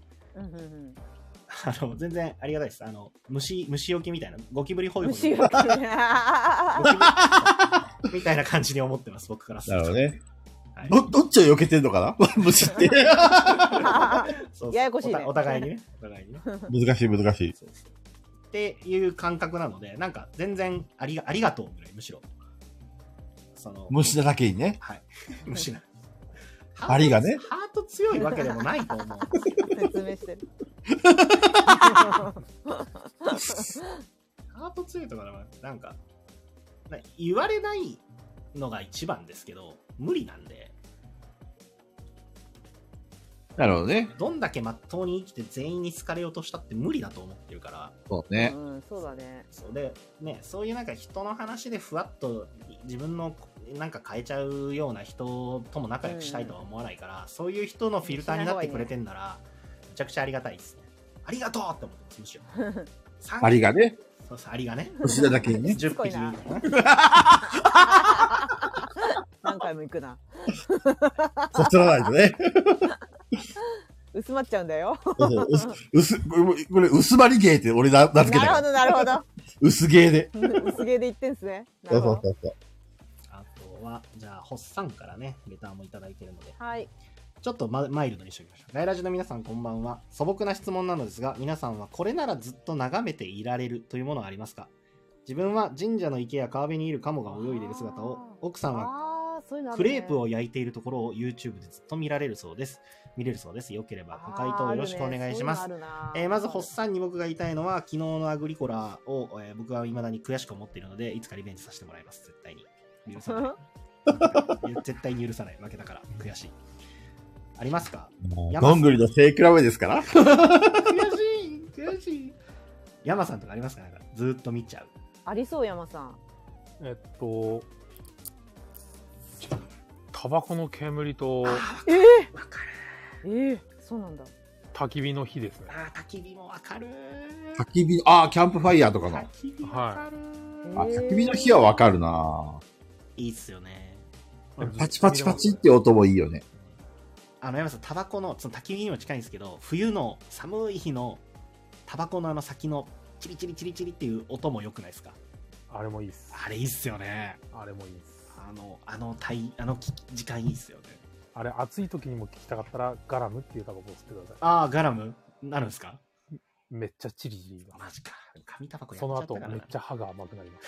全然ありがたいです。虫置きみたいな、ゴキブリホイホイ。虫置きみたいな感じに思ってます、僕からすると。 なるほどね。どっちを避けてんのかな虫って。 ややこしいね。 お互いにね。 難しい。 っていう感覚なので、なんか全然ありがとうぐらい、むしろ。 虫だけにね。 はい。虫な。 ありがね。 ハート強いわけでもないと思う。 説明してる。 ハート強いとかなんか、言われないのが一番ですけど、無理なんで。 なるほどね。 どんだけまっとうに生きて全員に好かれようとしたって無理だと思ってるから。 そうね。 そうだね。 そうで、ね、そういうなんか人の話でふわっと自分のなんか変えちゃうような人とも仲良くしたいとは思わないから、そういう人のフィルターになってくれてんなら、めちゃくちゃありがたいですね。ありがとうって思ってます、むしろ。 ありがね。 そうそう、ありがね。 虫だけにね。 10匹。 何回も行くな。 こすらないとね。 薄まっちゃうんだよ。 これ、薄まり芸って俺名付けた。 なるほど。 薄芸で。 薄芸で言ってんすね。 そう。 あとは、じゃあ、ホッサンからね、レターもいただいてるので。 はい。 ちょっとマイルドにしておきましょう。ガイラジの皆さんこんばんは。素朴な質問なのですが、皆さんはこれならずっと眺めていられるというものはありますか？自分は神社の池や川辺にいるカモが泳いでいる姿を、奥さんはクレープを焼いているところを YouTube でずっと見れるそうです。よければご回答よろしくお願いします。まず、ホッサンに僕が言いたいのは、昨日のアグリコラを、僕は未だに悔しく思っているので、いつかリベンジさせてもらいます。絶対に。許さない。絶対に許さない。負けたから。悔しい。ありますか？ どんぐりの背比べですから悔しい。山さんとかありますか？なんかずっと見ちゃう。 ありそう、山さん。 タバコの煙とわかる。 そうなんだ。 焚き火の火ですね。 焚き火もわかる。 焚き火、キャンプファイヤーとかの。 焚き火わかる。 焚き火の火はわかるないいっすよね。 パチパチパチって音もいいよね。 山さん、タバコの、その焚き火にも近いんですけど、冬の寒い日のタバコの先のチリチリチリチリっていう音も良くないですか？ あれもいいっす。 あれいいっすよね。 あれもいいっす。 時間いいっすよね。 あれ、暑い時にも聞きたかったら、ガラムっていうタバコを吸ってください。 ああ、ガラムなるんですか？ めっちゃチリチリが。 マジか。紙タバコやっちその後、 ゃったからな。 めっちゃ歯が甘くなります。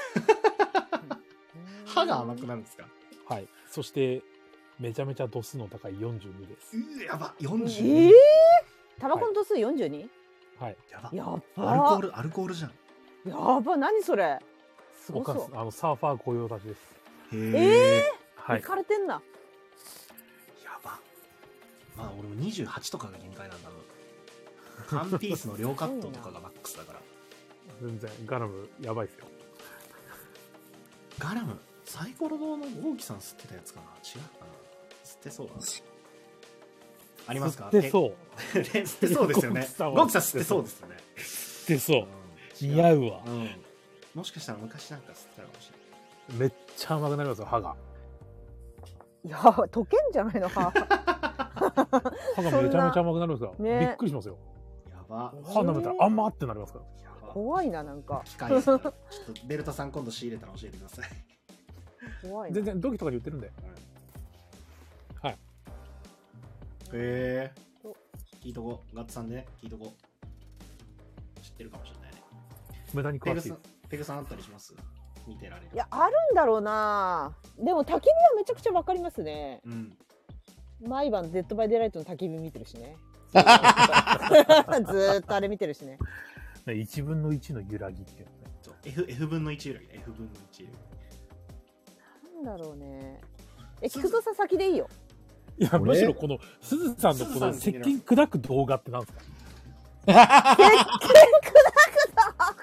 歯が甘くなるんですか？ はい。そして、めちゃめちゃ度数の高い42です。 やば、42。 タバコの度数 42？ はい。 やば。 やアルコールじゃん。 やば、何それ。すごそう。 サーファー御用達です。 はい。行かれてんな。 やば。まあ俺も28とかが限界なんだろう。ワンピースの両カットとかがマックスだから。 全然、ガラム、やばいっすよ。 ガラム、サイコロ堂のゴーキさん吸ってたやつかな？違うかな？吸ってそうだな。ありますか？ 吸ってそう。 吸ってそうですよね。ゴーキさん吸ってそうですよね。 吸ってそう。似合うわ。 もしかしたら昔なんか吸ってたかもしれない。 めっちゃ甘くなりますよ、歯が。 いや、溶けんじゃないの、歯。 歯がめちゃめちゃ甘くなるんですよ。びっくりしますよ。 やば。 歯舐めたら甘ってなりますから。 怖いな、なんか。 機械ですから。ちょっとデルタさん今度仕入れたら教えてください。 怖いな。 全然、ドキとかで売ってるんで。はい。 へえ。聞いとこ。ガッツさんでね、聞いとこ。知ってるかもしれないね。 無駄に詳しい。 ペグさんあったりします？見てられる。 いや、あるんだろうな。でも焚き火はめちゃくちゃわかりますね。毎晩デッドバイデイライトの焚き火見てるしね。ずーっとあれ見てるしね。 1分の1の揺らぎっていうね。F 分の1揺らぎ。F 分の1揺らぎ。なんだろうね。菊蔵さん先でいいよ。 いや、むしろこのすずさんのこの石鹸砕く動画ってなんですか？ 石鹸砕く動画。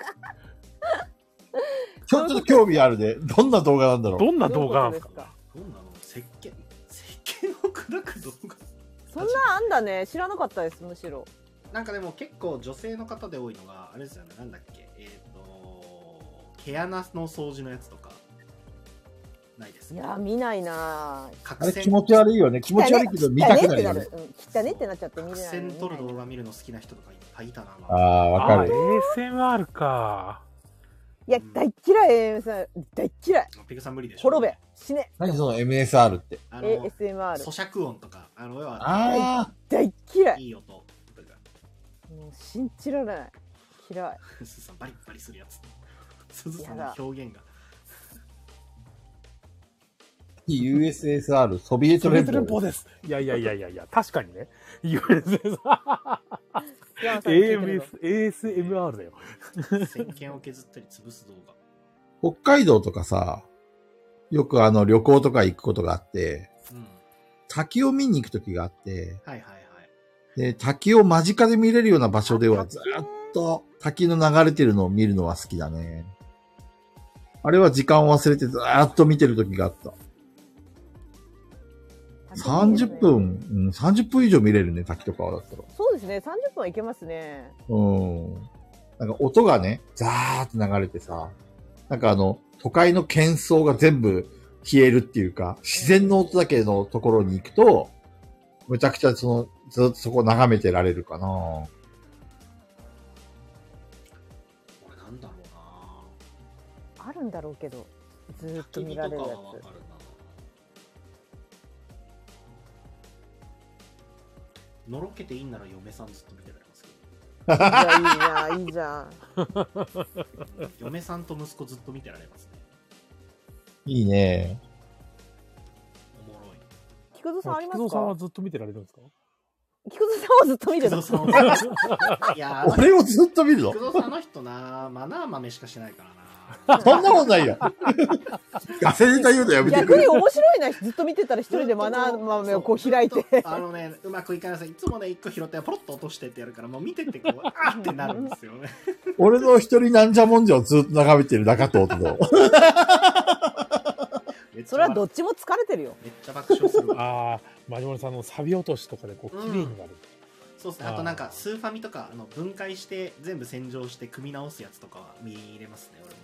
ちょっと興味あるね。どんな動画なんだろう。 どんな動画なんですか？ どんなの？石鹸を砕く動画。 そんなあんだね。知らなかったです、むしろ。 なんかでも結構女性の方で多いのがあれですよね。なんだっけ、毛穴の掃除のやつとかないですか？ いや見ないな。 あれ気持ち悪いよね。気持ち悪いけど見たくなるよね。 汚ねってなっちゃって見れない。 角栓取る動画見るの好きな人とかいっぱいいたな。 わかる。 ASMR か。 いや大嫌い。大嫌い。 ペグさん無理でしょ。 滅べ死ね。 何その MSR って。 ASMR。 咀嚼音とか大嫌い。 いい音とか。 もう信じられない。嫌い。 すずさんバリバリするやつ。すずさんの表現が。 USSR ソビエト連邦です。いや、確かにね。USSR。ASMR だよ。 石鹸を削ったり潰す動画。 北海道とかさ、よく旅行とか行くことがあって、滝を見に行く時があって、で、滝を間近で見れるような場所ではずっと滝の流れてるのを見るのは好きだね。あれは時間を忘れてずっと見てる時があった。30分、30分以上見れるね、滝とかだったら。 そうですね、30分はいけますね。 なんか音がね、ザーって流れてさ、なんか都会の喧騒が全部消えるっていうか、自然の音だけのところに行くと、むちゃくちゃずっとそこを眺めてられるかな。 これなんだろうな。 あるんだろうけど、ずーっと見られるやつ。 のろけていいんなら嫁さんずっと見てられますけど。 いいじゃん。 嫁さんと息子ずっと見てられますね。 いいね。 おもろい。 菊蔵さんありますか？ 菊蔵さんはずっと見てられるんですか？ 菊蔵さんはずっと見てる。 いや俺をずっと見るの？ 菊蔵さんの人な、マナー豆しかしないからな。 そんなことないよ。ガセネタ言うのやめてくれ。 逆に面白いな、ずっと見てたら一人でマナー豆をこう開いて。 うまくいかないです。いつもね、一個拾ってポロッと落としてってやるから、もう見ててこう、あーってなるんですよね。 俺の一人なんじゃもんじゃをずっと眺めてる中藤と。 それはどっちも疲れてるよ。 めっちゃ爆笑するわ。 ああ、マジモリさんのサビ落としとかでこう綺麗になる。 そうですね。あとなんかスーファミとか分解して全部洗浄して組み直すやつとかは見れますね。俺も。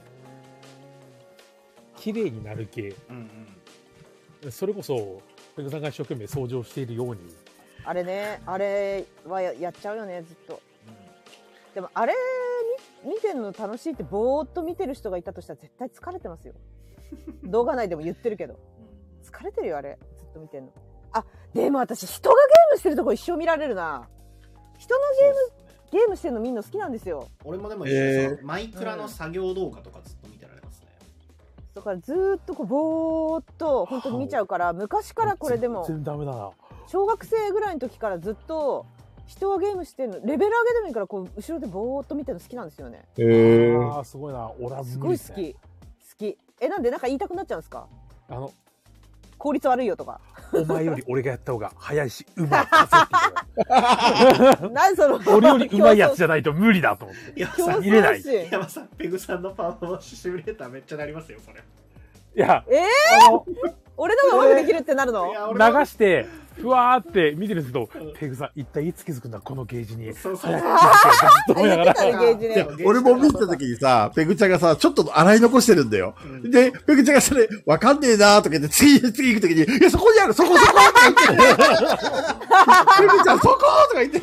綺麗になる系。 うんうん。それこそペグさんが一生懸命掃除をしているように。 あれね、あれはやっちゃうよねずっと。でもあれ見てるの楽しいってぼーっと見てる人がいたとしたら絶対疲れてますよ。動画内でも言ってるけど疲れてるよあれずっと見てるの。あ、でも私人がゲームしてるとこ一生見られるな。人のゲームしてるの見るの好きなんですよ。 俺もでも一緒、マイクラの作業動画とかずっと見てられますね。 だからずーっとこうぼーっと本当に見ちゃうから、昔からこれでも全然ダメだな。 小学生ぐらいの時からずっと人はゲームしてるのレベル上げでもいいからこう後ろでぼーっと見てるの好きなんですよね。 ああ、すごいな。俺はすごい好き好き。なんでなんか言いたくなっちゃうんですか？効率悪いよとか。 お前より俺がやった方が早いしうまいって何その俺よりうまいやつじゃないと無理だと思って。入れない。 山さん、ペグさんのパフォーマンスシミュレーターめっちゃなりますよそれ。 いや、 俺の方がうまくできるってなるの？ 流してふわーって見てるんですけど、ペグさん一体いつ気づくんだこのゲージに。早く気づけよと思いながら。 俺も見てた時にさ、ペグちゃんがさ、ちょっと洗い残してるんだよ。で、ペグちゃんがそれ、わかんねえなーとか言って、次行く時に、いや、そこにある、そことか言って。ペグちゃん、そことか言って。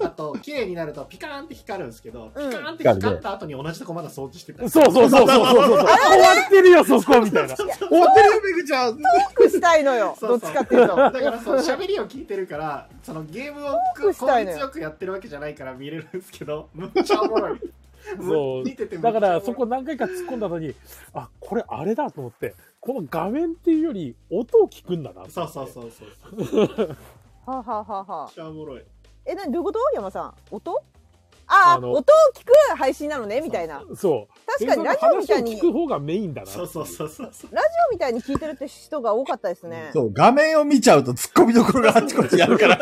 あと、綺麗になるとピカーンって光るんですけど、ピカーンって光った後に同じとこまだ掃除してた。 そう。終わってるよ、そこみたいな。 終わってるよ、ペグちゃん。 トークしたいのよ。どっちかっていうと。 だからそう、喋りを聞いてるから、そのゲームを効率よくやってるわけじゃないから見れるんですけど、むっちゃおもろい。 そう。だからそこ何回か突っ込んだのに、あ、これあれだと思って、この画面っていうより音を聞くんだな。 そう。 はあ、はあははめっちゃおもろい。 どういうこと山さん？音？音を聞く配信なのねみたいな。 そう。 確かにラジオみたいに聞く方がメインだな。 そう。 ラジオみたいに聞いてるって人が多かったですね。 そう、画面を見ちゃうと突っ込みどころがあっちこっちやるから。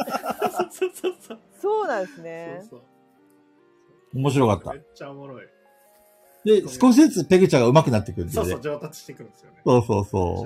そうなんですね。 面白かった。 めっちゃおもろい。 で、少しずつペグちゃんが上手くなってくるんで、ね。 そう、上達してくるんですよね。 そう。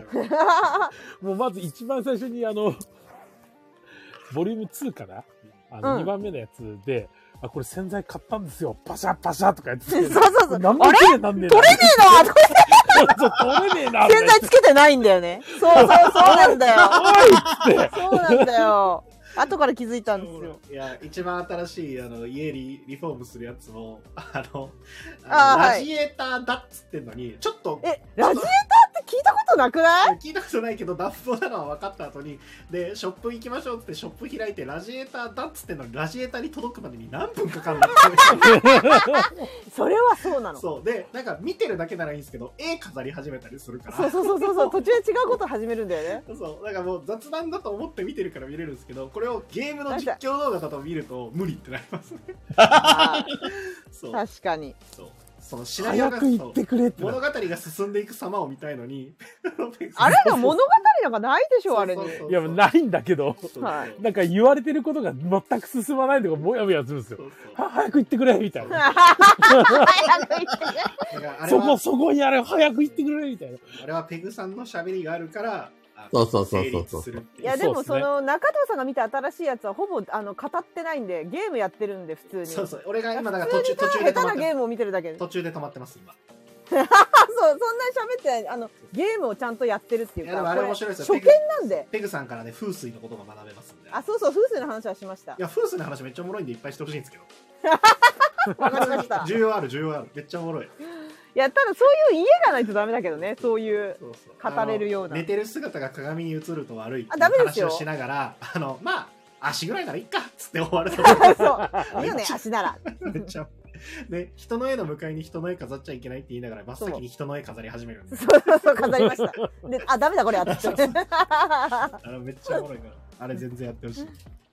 もうまず一番最初にボリューム2かな2番目のやつで、あ、これ洗剤買ったんですよ。パシャパシャとかやって。 そう。 何も綺麗なんねえな。 取れね取れねえな。 洗剤つけてないんだよね。そうなんだよ。 おいって。 そうなんだよ。後から気づいたんですよ。 いや、一番新しい家リフォームするやつもラジエーターだっつってんのに、ちょっとラジエーターって聞いたことなくない？ 聞いたことないけど暖房なのは分かった後に、でショップ行きましょうってショップ開いてラジエーターだっつってんのに、ラジエーターに届くまでに何分かかるのってそれはそうなの。 そうで、なんか見てるだけならいいんですけど、絵飾り始めたりするから、 そう途中で違うこと始めるんだよね。 そうだからもう雑談だと思って見てるから見れるんですけど、これをゲームの実況動画だと見ると無理ってなりますね。そう、 確かに。 そう、そのシナリオが、 早く言ってくれって物語が進んでいく様を見たいのにあれが物語なんかないでしょ、あれに。 いや、ないんだけど、なんか言われてることが全く進まないとかもやもやするんですよ。早く言ってくれみたいな。 早く言ってくれ。 そこにあれ早く言ってくれみたいな。 あれはペグさんの喋りがあるから、 そういやでもその中藤さんが見た新しいやつはほぼ語ってないんで、ゲームやってるんで普通に。 そう、俺が今だから途中で下手なゲームを見てるだけで。 途中で止まってます今。 そう、そんなに喋ってない。ゲームをちゃんとやってるっていうか、 あれ面白いですよ。 初見なんで。 ペグさんからね、風水のことが学べますんで。 あ、そう、風水の話はしました。いや、風水の話めっちゃおもろいんでいっぱいしてほしいんですけど。 わかりました。 需要ある。めっちゃおもろい。 いや、ただそういう家がないとダメだけどね、そういう語れるような。 寝てる姿が鏡に映ると悪いって話をしながら、まあ足ぐらいならいっかっつって終わると。 そう、いいよね、足なら。 めっちゃね、人の絵の向かいに人の絵飾っちゃいけないって言いながら真っ先に人の絵飾り始めるんで。 そう飾りました。で、ダメだこれやって。 めっちゃおもろいから、あれ全然やってほしい。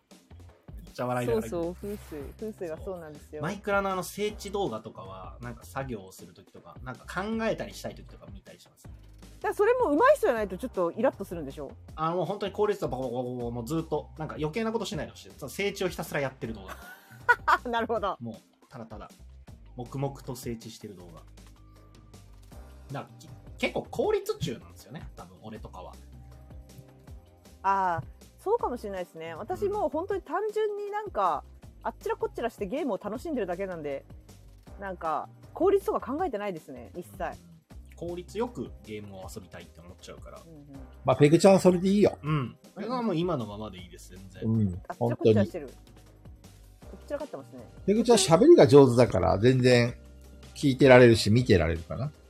そう、風水はそうなんですよ。 マイクラの整地動画とかはなんか作業をするときとか、なんか考えたりしたいときとか見たりします、ね。 だからそれも上手い人じゃないとちょっとイラッとするんでしょ？ もう本当に効率とバコバコバコもうずっとなんか余計なことしないでほしい。整地をひたすらやってる動画。なるほど。 もうただただ黙々と整地してる動画。 結構効率中なんですよね、多分俺とかは。 ああ、そうかもしれないですね。私もう本当に単純になんか、あっちらこっちらしてゲームを楽しんでるだけなんで、なんか、効率とか考えてないですね、一切。 効率よくゲームを遊びたいって思っちゃうから。 まあ、ペグちゃんはそれでいいよ。 うん。それはもう今のままでいいです、全然。 うん。 あっちらこっちらしてる。こっちらかってますね。 ペグちゃん喋りが上手だから、全然聞いてられるし、見てられるかな。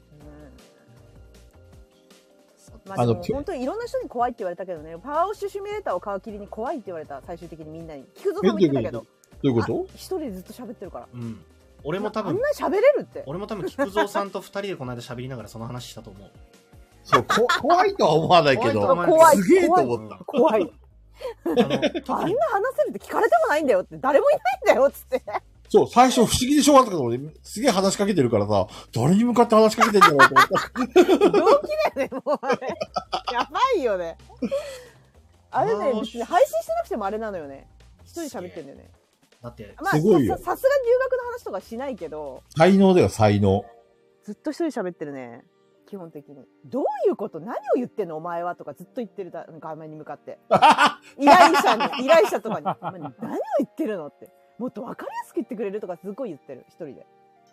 まあでも本当にいろんな人に怖いって言われたけどね、パワーウォッシュシミュレーターを皮切りに怖いって言われた、最終的にみんなに。菊蔵さんも言ってたけど。 どういうこと一人でずっと喋ってるから。 うん。俺も多分、 あんなに喋れるって。 俺も多分菊蔵さんと二人でこの間喋りながらその話したと思う。 そう、怖いとは思わないけど、 怖いすげえと思った。 怖い。あんな話せるって聞かれてもないんだよって、誰もいないんだよっつって。 そう、最初不思議でしょうがなかったから俺、すげえ話しかけてるからさ、誰に向かって話しかけてんだろうと思った。 動機だよね、もうあれ。やばいよね。あれね、別に配信してなくてもあれなのよね。一人喋ってんだよね。 だって、 まあ、 すごいよ。 さすがに留学の話とかしないけど。 才能だよ、才能。 ずっと一人喋ってるね。基本的に。どういうこと？何を言ってんのお前はとかずっと言ってる画面に向かって。依頼者とかに。何を言ってるのって。もっと分かりやすく言ってくれるとかすごい言ってる、一人で。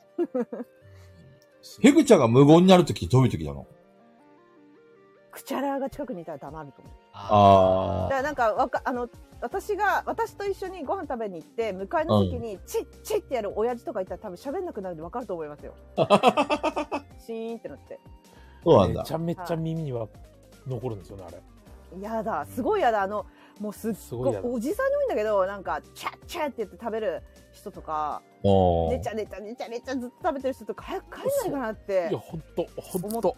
ペグちゃんが無言になるときどういうときなの？ クチャラが近くにいたら黙ると思う。 ああ。 だからなんか私と一緒にご飯食べに行って、向かいの席にチッチッってやる親父とかいたら多分喋んなくなるんで分かると思いますよ。シーンってなって。 そうなんだ。 めちゃめちゃ耳には残るんですよね、あれ。 やだ、すごいやだ。もうすっごい、おじさんに多いんだけど、なんか、チャッチャッって言って食べる人とか、ねちゃねちゃねちゃねちゃずっと食べてる人とか、早く帰んないかなって、 いや、ほんと。 思って、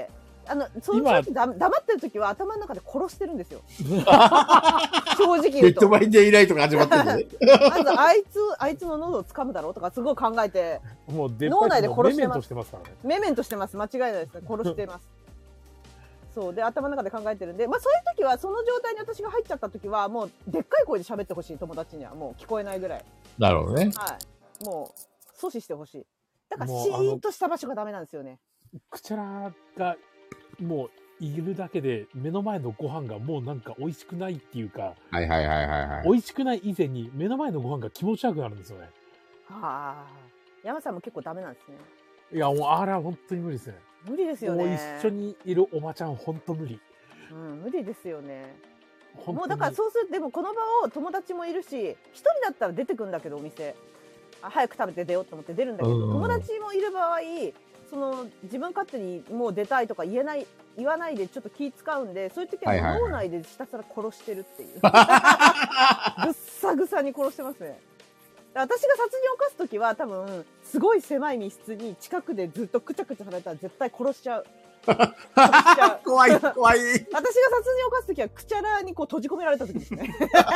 その時黙ってる時は頭の中で殺してるんですよ。正直言うと。 ベッドバイデイライトが始まってるんで。 まずあいつの喉を掴むだろうとかすごい考えて、 もう脳内で殺してます。 メメントしてますからね。 メメントしてます。間違いないです。殺してます。そうで頭の中で考えてるんで、まあそういう時はその状態に私が入っちゃった時はもうでっかい声で喋ってほしい、友達にはもう聞こえないぐらい。 なるほどね。 はい。もう阻止してほしい。だからシーンとした場所がダメなんですよね。 クチャラがもういるだけで目の前のご飯がもうなんか美味しくないっていうか、 はいはいはいはい。 美味しくない以前に目の前のご飯が気持ち悪くなるんですよね。 はあ。山さんも結構ダメなんですね。 いやもうあれは本当に無理ですね。 無理ですよね。 もう一緒にいるおばちゃん本当無理。 うん、無理ですよね。もうだからそうすると、でもこの場を友達もいるし、一人だったら出てくんだけどお店、早く食べて出ようと思って出るんだけど、友達もいる場合、その自分勝手にもう出たいとか言わないでちょっと気使うんで、そういう時は脳内でひたすら殺してるっていう。ぐっさぐさに殺してますね。私が殺人を犯す時は多分すごい狭い密室に近くでずっとくちゃくちゃされたら絶対殺しちゃう。 怖い怖い。 私が殺人を犯す時はクチャラにこう閉じ込められた時ですね。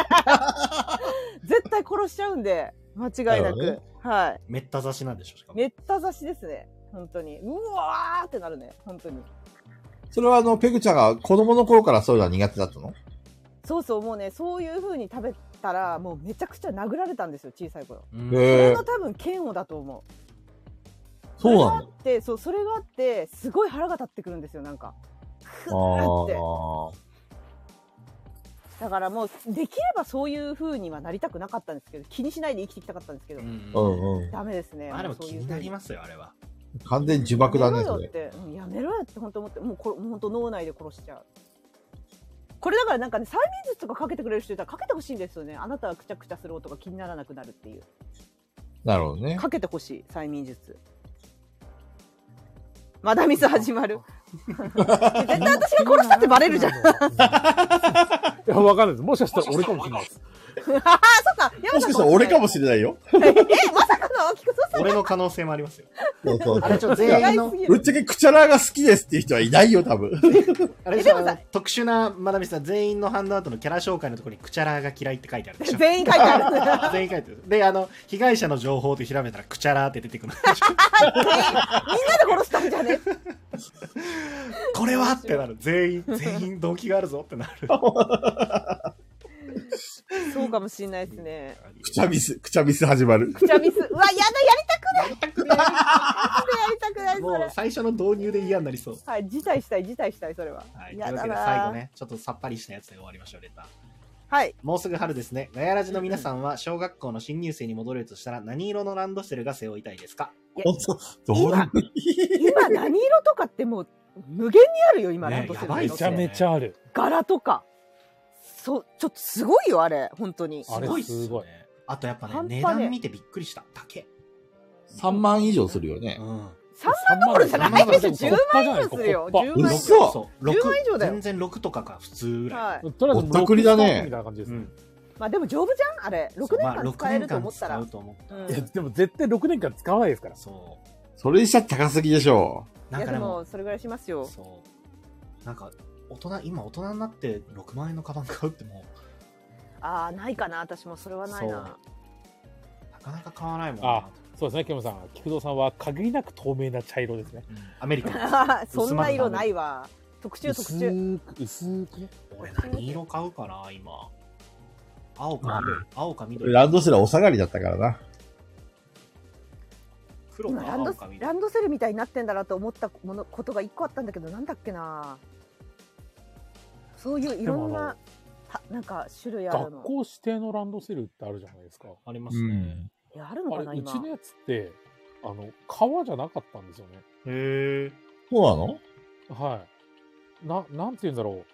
絶対殺しちゃうんで間違いなく、はい。 めった刺しなんでしょ、しかも。 めった刺しですね。本当にうわーってなるね、本当に。 それはペグちゃんが子供の頃からそういうのは苦手だったの？ そうそう、もうね、そういう風に食べたらもうめちゃくちゃ殴られたんですよ、小さい頃。それが多分嫌悪だと思う。 そうなんだ。 それがあってすごい腹が立ってくるんですよ、なんかクーって。だからもうできればそういう風にはなりたくなかったんですけど、気にしないで生きてきたかったんですけど、ダメですね。 あれも気になりますよ、あれは。 完全に呪縛だね、それ。 やめろよって本当思って、もう本当脳内で殺しちゃう。これだからなんかね、催眠術とかかけてくれる人いたらかけてほしいんですよね。あなたはくちゃくちゃする音が気にならなくなるっていう。 なるほどね。 かけてほしい、催眠術。まだミス始まる。絶対私が殺したってバレるじゃん。いや、わかんないです。もしかしたら俺かもしれないです。 ああ、そっか。 もしかしたら俺かもしれないよ。 まさかの菊蔵さん。 俺の可能性もありますよ。 そう。 あれ全員の。 ぶっちゃけクチャラーが好きですっていう人はいないよ、多分。 あれでも特殊なまだみさん、全員のハンドアウトのキャラ紹介のところにクチャラーが嫌いって書いてあるでしょ。 全員書いてある。 全員書いてある。で、被害者の情報って調べたらクチャラーって出てくる。みんなで殺したんじゃねこれはってなる。全員動機があるぞってなる。 そうかもしれないですね。 くちゃミス始まる。 くちゃミス。うわ、やだ、やりたくない。やりたくない、それ。 最初の導入で嫌になりそう。 はい、辞退したい、それは。 はい、というわけで最後ね、ちょっとさっぱりしたやつで終わりましょう、レター。 はい。 もうすぐ春ですね。ガヤラジの皆さんは小学校の新入生に戻れるとしたら何色のランドセルが背負いたいですか？ 本当どうな今何色とかってもう無限にあるよ、今、ランドセルのめちゃめちゃある。 柄とか。ちょっとすごいよ、あれ、本当に。 すごいっすよね。あとやっぱね、値段見てびっくりした。竹。 3万以上するよね。 3万どころじゃないでしょ。10万以上するよ。10万以上。10万以上だよ。 全然6とかが普通ぐらい。 とりあえずぼったくりだね。 みたいな感じです。 まあでも丈夫じゃんあれ。6年間使えると思ったら。 いやでも絶対6年間使わないですから。 そう。 それにしたら高すぎでしょ。 いやでもそれぐらいしますよ。 そう。なんか今大人になって6万円のカバン買うってもう。 ああ、ないかな、私もそれはないな。 なかなか買わないもんな。そうですね、ケムさん、菊堂さんは限りなく透明な茶色ですね。 アメリカそんな色ないわ。特注。 薄くね。 俺何色買うかな、今。青か緑。 ランドセルはお下がりだったからな。 黒か青か緑。 ランドセルみたいになってんだなと思ったことが一個あったんだけど、なんだっけな。そういういろんな。なんか種類あるの。 学校指定のランドセルってあるじゃないですか。 ありますね。 いや、あるのかな、 今。うちのやつって、革じゃなかったんですよね。 へえ。 そうなの？ はい。なんて言うんだろ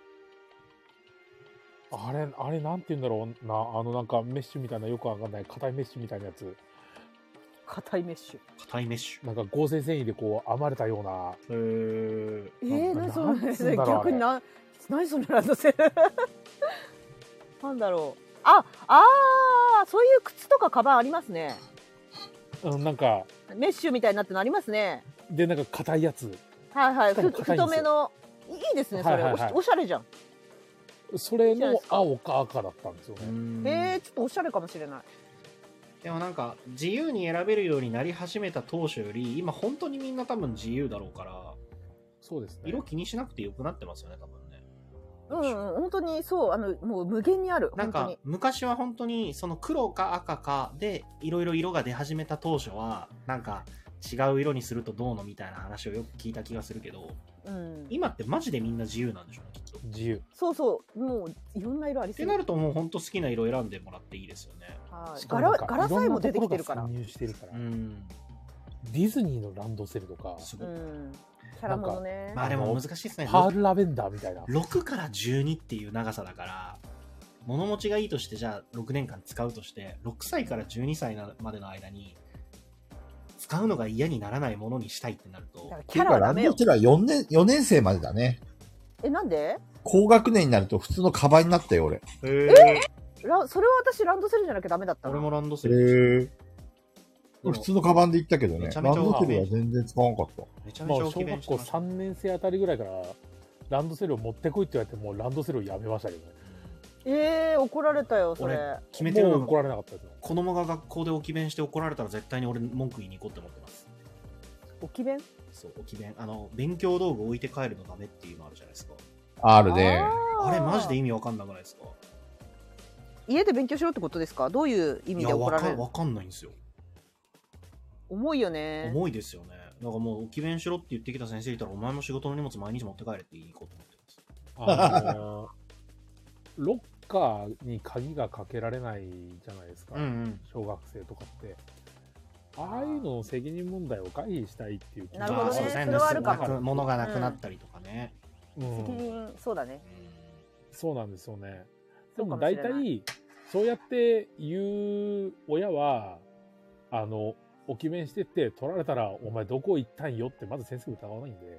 う。あれ、なんて言うんだろうな。なんかメッシュみたいな、よくわかんない、硬いメッシュみたいなやつ。 硬いメッシュ。 なんか合成繊維でこう、編まれたような。 何それ逆に何そのランドセルなんだろう。そういう靴とかカバンありますね。 なんかメッシュみたいになってのありますね。 でなんか硬いやつ。 はい。太めのいいですね、それ。おしゃれじゃん。 それの青か赤だったんですよね。 ちょっとおしゃれかもしれない。 でもなんか自由に選べるようになり始めた当初より今本当にみんな多分自由だろうから。 そうですね。 色気にしなくてよくなってますよね、多分ね。 本当にそう、もう無限にある。 なんか昔は本当にその黒か赤かでいろいろ色が出始めた当初はなんか違う色にするとどうのみたいな話をよく聞いた気がするけど、今ってマジでみんな自由なんでしょうね、きっと。 自由。 そう、もういろんな色ありそう。 ってなるともう本当好きな色選んでもらっていいですよね。 柄さえも出てきてるから。 ディズニーのランドセルとか。 すごい。 キャラものね。 まあでも難しいですね。 パールラベンダーみたいな。 6から12っていう長さだから、物持ちがいいとしてじゃあ6年間使うとして、6歳から12歳までの間に、使うのが嫌にならないものにしたいってなると。 キャラランドセルは4年生までだね。 なんで？ 高学年になると普通のカバンになったよ、俺。 それは私ランドセルじゃなきゃダメだったの？ 俺もランドセル。 普通のカバンで行ったけどね。ランドセルは全然使わなかった。 めちゃめちゃ小学校3年生あたりぐらいからランドセルを持ってこいって言われてもうランドセルをやめましたけどね。 怒られたよ、それ。 決めてるの怒られなかったですよ。 子供が学校で置き弁して怒られたら絶対に俺文句言いに行こうって思ってます。 置き弁？ そう、置き弁。勉強道具置いて帰るのダメっていうのあるじゃないですか。 あるね。 あれマジで意味わかんなくないですか？ 家で勉強しろってことですか？どういう意味で怒られる？ わかんないんですよ。 重いよね。 重いですよね。だからもう置き弁しろって言ってきた先生いたらお前も仕事の荷物毎日持って帰れって言いに行こうと思ってます。 ロッカーに鍵がかけられないじゃないですか、小学生とかって。ああいうの責任問題を回避したいっていう気が。なるほどね。それはあるかも。 物がなくなったりとかね。 責任、そうだね。 そうなんですよね。でも大体そうやって言う親は置き弁してって取られたらお前どこ行ったんよってまず先生疑わないんで。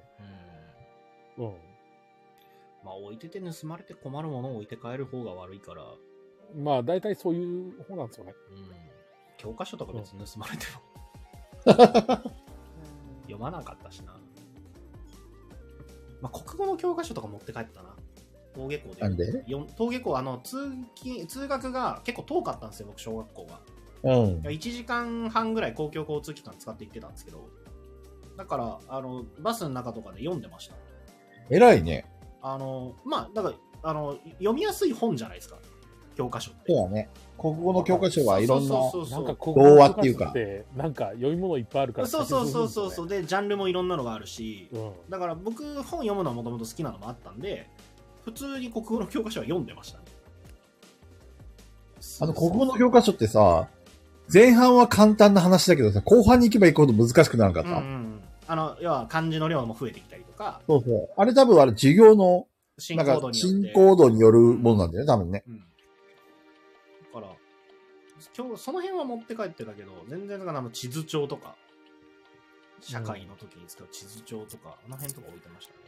まあ置いてて盗まれて困るものを置いて帰る方が悪いから。 まあ大体そういう方なんですよね。 教科書とか別に盗まれても読まなかったしな。まあ国語の教科書とか持って帰ったな。登下校で。 なんで？ 登下校通学が結構遠かったんですよ、僕小学校が。1時間半ぐらい公共交通機関使って行ってたんですけど、だからバスの中とかで読んでました。 偉いね。 まあだから読みやすい本じゃないですか。 教科書って。 そうだね。国語の教科書はいろんな、 なんか童話っていうか。 なんか読み物いっぱいあるから、 そう。で、ジャンルもいろんなのがあるし、だから僕、本読むのはもともと好きなのもあったんで、普通に国語の教科書は読んでましたね。 国語の教科書ってさ、前半は簡単な話だけどさ、後半に行けば行くほど難しくならなかった。 要は漢字の量も増えてきたりとか。 そうそう。あれ多分授業の、進行度によるものなんだよね、多分ね。 だから、今日その辺は持って帰ってたけど、全然地図帳とか、社会の時に使う地図帳とか、あの辺とか置いてましたね。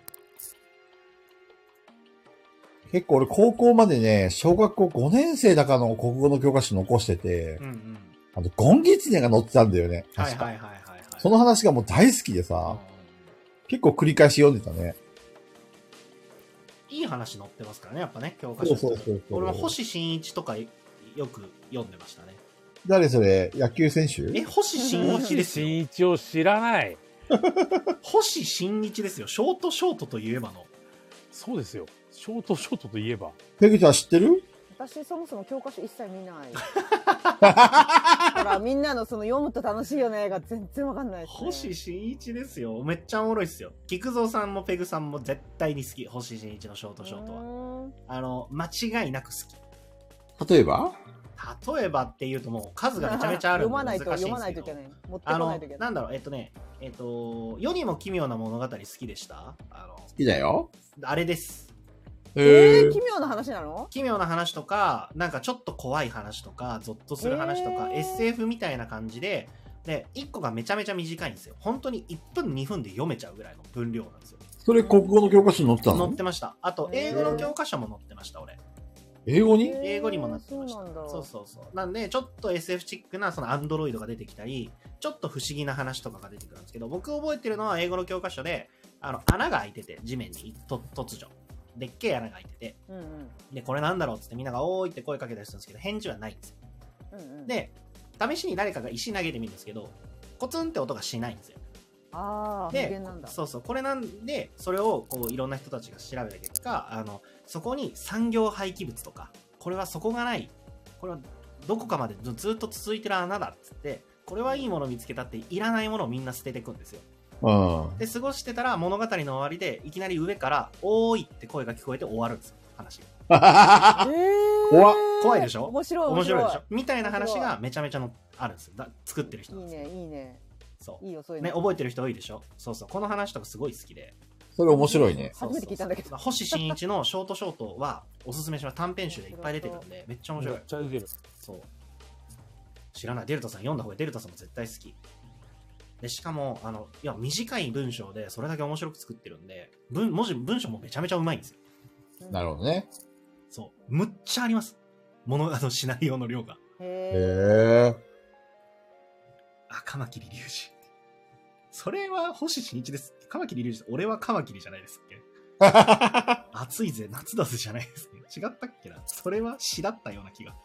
結構俺高校までね、小学校5年生だかの国語の教科書残してて、ゴンギツネが載ってたんだよね。確か。その話がもう大好きでさ、結構繰り返し読んでたね。 いい話載ってますからね、やっぱね、教科書。そう。俺は星新一とかよく読んでましたね。 誰それ？野球選手？ 星新一ですよ。 新一を知らない。 星新一ですよ。ショートといえばの。 そうですよ。ショートといえば。 ペグちゃん知ってる？ 私そもそも教科書一切見ない。だからみんなのその読むと楽しいよねが全然わかんないです、ね。 星新一ですよ。めっちゃおもろいっすよ。菊蔵さんもペグさんも絶対に好き。星新一のショートは。間違いなく好き。 例えばっていうともう数がめちゃめちゃあるんで難しいんですけど。 読まないといけない。持ってこないといけない。 なんだろう、世にも奇妙な物語好きでした？ 好きだよ。 あれです。 奇妙な話なの？ 奇妙な話とか、なんかちょっと怖い話とか、ゾッとする話とか、SF みたいな感じで、1個がめちゃめちゃ短いんですよ。本当に1分2分で読めちゃうぐらいの分量なんですよ。 それ国語の教科書に載ってたの？ 載ってました。あと、英語の教科書も載ってました、俺。 英語にもなってました。そう。なんで、ちょっと SF チックな、アンドロイドが出てきたり、ちょっと不思議な話とかが出てくるんですけど、僕覚えてるのは英語の教科書で、穴が開いてて、地面に突如。でっけえ穴が開いてて、で、これなんだろうっつってみんながおーいって声かけたりするんですけど、返事はないんですよ。で、試しに誰かが石投げてみるんですけど、コツンって音がしないんですよ。で、そう。これなんで、それをこういろんな人たちが調べた結果、そこに産業廃棄物とか、これは底がない、これはどこかまでずっと続いてる穴だっつって、これはいいもの見つけたっていらないものをみんな捨てていくんですよ。で、過ごしてたら物語の終わりでいきなり上からおーいって声が聞こえて終わるんですよ、話が。怖いでしょ？面白いでしょ？みたいな話がめちゃめちゃあるんですよ。作ってる人なんですよ。 いいね。 そう。いいよ、そういうの。ね、覚えてる人多いでしょ？そう。この話とかすごい好きで。 それ面白いね。 初めて聞いたんだけど。 星新一のショートはおすすめします。短編集でいっぱい出てるんで、めっちゃ面白い。 めっちゃ出てる。 そう。知らない。デルタさん読んだ方がデルタさんも絶対好き。で、しかも、短い文章でそれだけ面白く作ってるんで、文章もめちゃめちゃうまいんですよ。 なるほどね。 そう。むっちゃあります。シナリオの量が。 へー。 カマキリ隆二。それは星新一です。カマキリ隆二、俺はカマキリじゃないですっけ？暑いぜ、夏だぜじゃないですね。違ったっけな？それは詩だったような気が。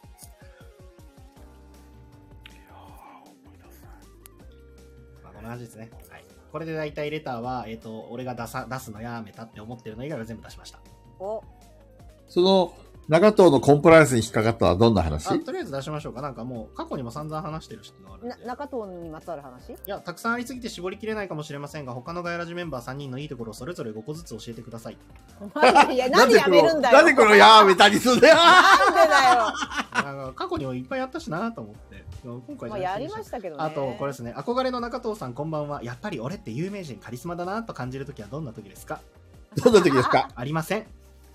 この話ですね。はい。これで大体レターは、俺が出すのやめたって思ってるの以外は全部出しました。 その、長藤のコンプライアンスに引っかかったのはどんな話？ とりあえず出しましょうか。なんかもう、過去にも散々話してるしってのがあるんで。 中藤にまつわる話？いや、たくさんありすぎて絞りきれないかもしれませんが、他のガヤラジメンバー3人のいいところをそれぞれ5個ずつ教えてください。 いや、なんでやめるんだよ。 なんでこのやめたりするんだよ。 なんでだよ。過去にもいっぱいやったしなと思って。今回じゃやりましたけどね。 あと、これですね。憧れの中藤さんこんばんは。やっぱり俺って有名人カリスマだなと感じるときはどんな時ですか？ どんな時ですか？ ありません。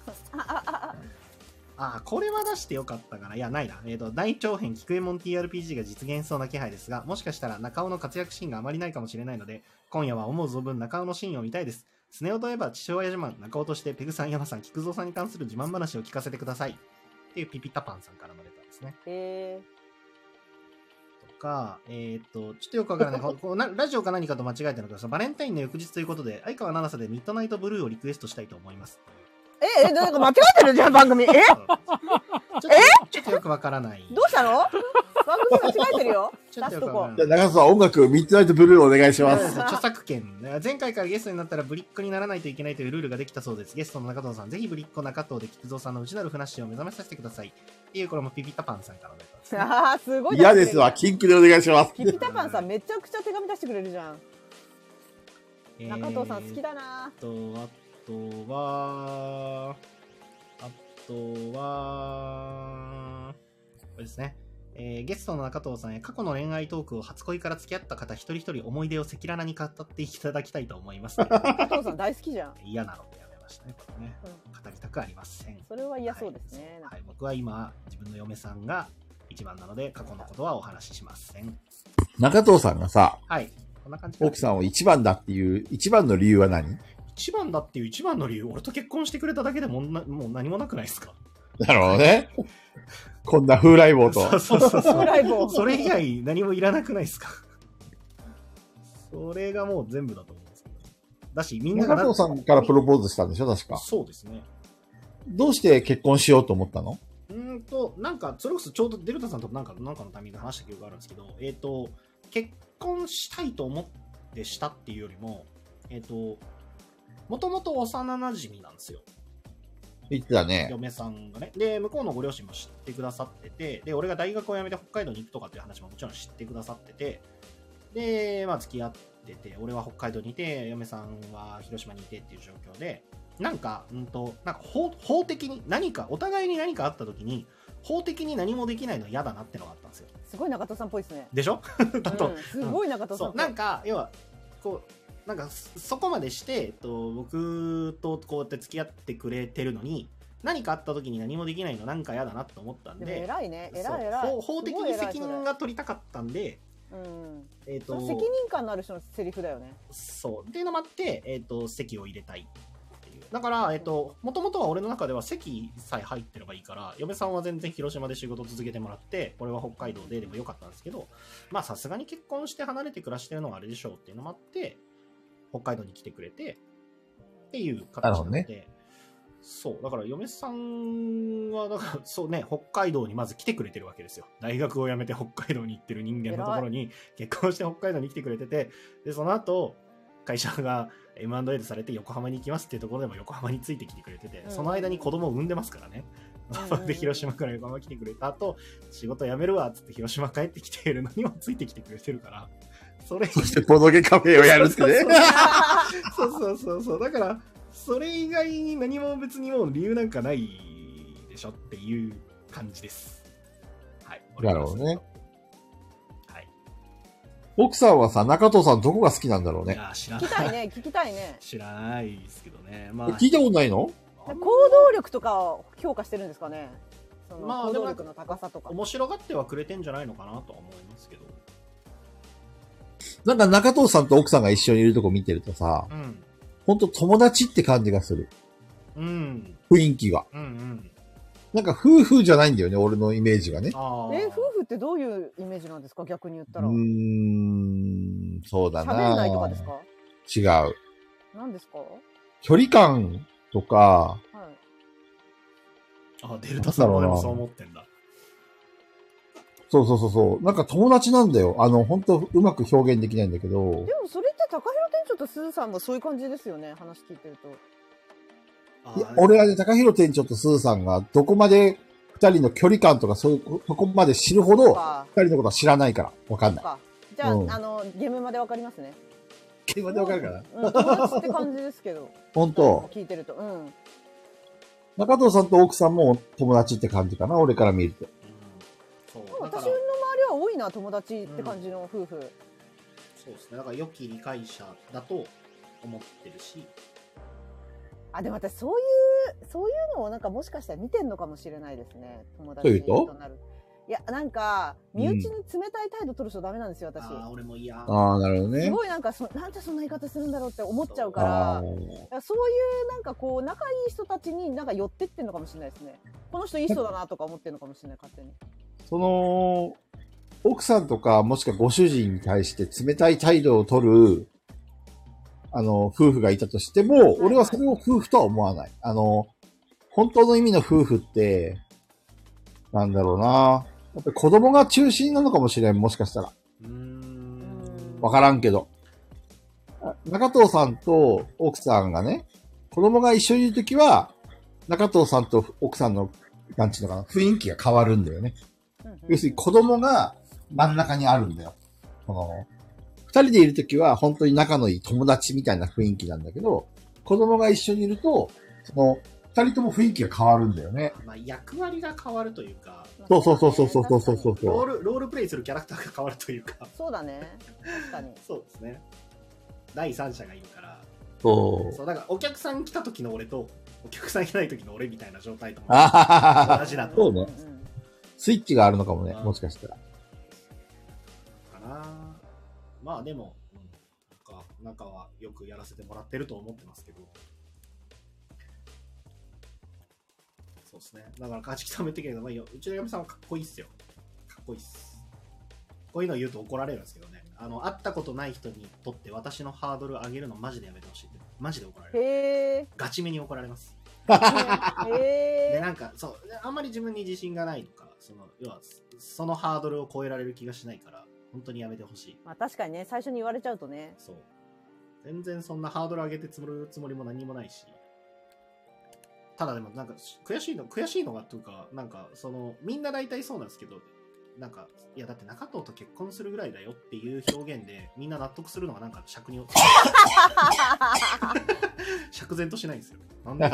これは出してよかったかな。いや、ないな。大長編菊右衛門 TRPG が実現しそうな気配ですが、もしかしたら中尾の活躍シーンがあまりないかもしれないので、今夜は思う存分中尾のシーンを見たいです。スネ夫といえば父親自慢、中尾としてペグさん、山さん、菊蔵さんに関する自慢話を聞かせてください。っていうピピタパンさんからのレターですね。とか、ちょっとよくわからない。ラジオか何かと間違えてるのか、バレンタインの翌日ということで、相川七瀬でミッドナイトブルーをリクエストしたいと思います。 なんか間違ってるじゃん、番組。ちょっとよくわからない。 どうしたの？ 番組間違えてるよ。 ちょっと出すとこ。 じゃあ中田さん、音楽、ミッドナイトブルーお願いします。 著作権。前回からゲストになったらぶりっ子にならないといけないというルールができたそうです。ゲストの中藤さん、ぜひぶりっ子中藤で菊蔵さんの内なるふなっしーを目覚めさせてください。っていう、これもピピタパンさんからのやつです、ね。 ああ、すごい。 嫌ですわ、キンクでお願いします。 ピピタパンさん、めちゃくちゃ手紙出してくれるじゃん。中藤さん好きだな。 あとは、これですね。ゲストの中藤さんへ過去の恋愛トークを初恋から付き合った方一人一人思い出を赤裸々に語っていただきたいと思います、ね。 中藤さん大好きじゃん。 嫌なのでやめましたね、これね。語りたくありません。 それは嫌そうですね。 はい、僕は今、自分の嫁さんが一番なので、過去のことはお話ししません。 中藤さんがさ、 はい。こんな感じ。 奥さんを一番だっていう、一番の理由は何？ 一番だっていう一番の理由、俺と結婚してくれただけでもう何もなくないですか？ なるほどね。こんな風来坊と。 そう。 風来坊。 それ以外何もいらなくないですか？それがもう全部だと思うんですけど。だし、みんなが。 中藤さんからプロポーズしたんでしょ、確か。 そうですね。 どうして結婚しようと思ったの？ なんか、それこそちょうどデルタさんとなんかのタイミングで話した記憶があるんですけど、結婚したいと思ってしたっていうよりも、もともと幼馴染なんですよ。 言ってたね。 嫁さんがね。で、向こうのご両親も知ってくださってて、で、俺が大学を辞めて北海道に行くとかっていう話ももちろん知ってくださってて、で、まあ付き合ってて、俺は北海道にいて、嫁さんは広島にいてっていう状況で、なんか法的に何か、お互いに何かあった時に、法的に何もできないの嫌だなってのがあったんですよ。 すごい中藤さんっぽいですね。 でしょ？だと、 すごい中藤さんっぽい。 なんか、要は、こう、なんかそこまでして、僕とこうやって付き合ってくれてるのに、何かあった時に何もできないのなんか嫌だなと思ったんで、 でも偉いね、偉い。 法的に責任が取りたかったんで、 責任感のある人のセリフだよね。 そうっていうのもあって、籍を入れたいっていう。だからもともとは俺の中では籍さえ入ってればいいから、嫁さんは全然広島で仕事続けてもらって、俺は北海道でもよかったんですけど、まあさすがに結婚して離れて暮らしてるのはあれでしょうっていうのもあって、北海道に来てくれてっていう形なので、ね、そうだから嫁さんはだからそうね、北海道にまず来てくれてるわけですよ。大学を辞めて北海道に行ってる人間のところに結婚して北海道に来てくれてて、でその後会社が M&A でされて横浜に行きますっていうところでも横浜についてきてくれてて、その間に子供を産んでますからね。で広島から横浜来てくれた後、仕事辞めるわっつって広島帰ってきているのにもついてきてくれてるから、そしてボドゲカフェをやるってね。 そう。だから、それ以外に何も別にもう理由なんかないでしょっていう感じです。はい。 なるほどね。 はい。 奥さんはさ、中藤さんどこが好きなんだろうね。 いや、知らない。 聞きたいね。 知らないですけどね。まあ。聞いたことないの？ 行動力とかを評価してるんですかね。その行動力の高さとか。 面白がってはくれてんじゃないのかなとは思いますけど。 なんか中藤さんと奥さんが一緒にいるとこ見てるとさ、ほんと友達って感じがする。雰囲気が。なんか夫婦じゃないんだよね、俺のイメージがね。 夫婦ってどういうイメージなんですか、逆に言ったら。 そうだな。 喋れないとかですか？ 違う。 何ですか？ 距離感とか。 デルタさんもそう思ってんだ。 そう。なんか友達なんだよ。本当うまく表現できないんだけど。でもそれって高弘店長とすずさんもそういう感じですよね、話聞いてると。 いや、俺はね、高弘店長とすずさんがどこまで二人の距離感とかそこまで知るほど、二人のことは知らないから、わかんない。 じゃあ、ゲームまでわかりますね。 ゲームまでわかるかな？ 友達って感じですけど。 本当。 聞いてると。 中藤さんと奥さんも友達って感じかな、俺から見ると。 私の周りは多いな、友達って感じの夫婦。 そうですね。だから良き理解者だと思ってるし。 でも私そういうのをなんかもしかしたら見てんのかもしれないですね。友達となる。いや、なんか、身内に冷たい態度取る人ダメなんですよ、私。 俺も嫌。 なるほどね。 すごいなんか、なんでそんな言い方するんだろうって思っちゃうから、そういうなんかこう、仲いい人たちになんか寄ってってんのかもしれないですね。この人いい人だなとか思ってんのかもしれない、勝手に。 奥さんとか、もしくはご主人に対して冷たい態度を取る、夫婦がいたとしても、俺はそれを夫婦とは思わない。本当の意味の夫婦って、なんだろうな。 やっぱり子供が中心なのかもしれん、もしかしたら。わからんけど。中藤さんと奥さんがね、子供が一緒にいるときは、中藤さんと奥さんの、なんちゅうのかな、雰囲気が変わるんだよね。要するに子供が真ん中にあるんだよ。二人でいるときは本当に仲のいい友達みたいな雰囲気なんだけど、子供が一緒にいると、二人とも雰囲気が変わるんだよね。 まあ、役割が変わるというか。 そう。ロールプレイするキャラクターが変わるというか。 そうだね。確かに。 そうですね。第三者がいるから。 そう。 だからお客さん来た時の俺と、お客さん来ない時の俺みたいな状態とも同じだと。 そうね。スイッチがあるのかもね、もしかしたら。かな。まあでも、中はよくやらせてもらってると思ってますけど。そうですね。だから、カジキさんも言ってけど、うちの嫁さんはかっこいいっすよ。かっこいいっす。こういうの言うと怒られるんですけどね。会ったことない人にとって私のハードル上げるのマジでやめてほしいって。マジで怒られる。 へー。 ガチめに怒られます。 へー。 で、なんか、そう、あんまり自分に自信がないとか、要は、そのハードルを超えられる気がしないから、本当にやめてほしい。 まあ確かにね、最初に言われちゃうとね。 そう。全然そんなハードル上げて積むつもりも何もないし。ただでもなんか悔しいのがというか、なんかみんな大体そうなんですけど、なんか、いやだって中藤と結婚するぐらいだよっていう表現でみんな納得するのがなんか釈然としないんですよ。なんで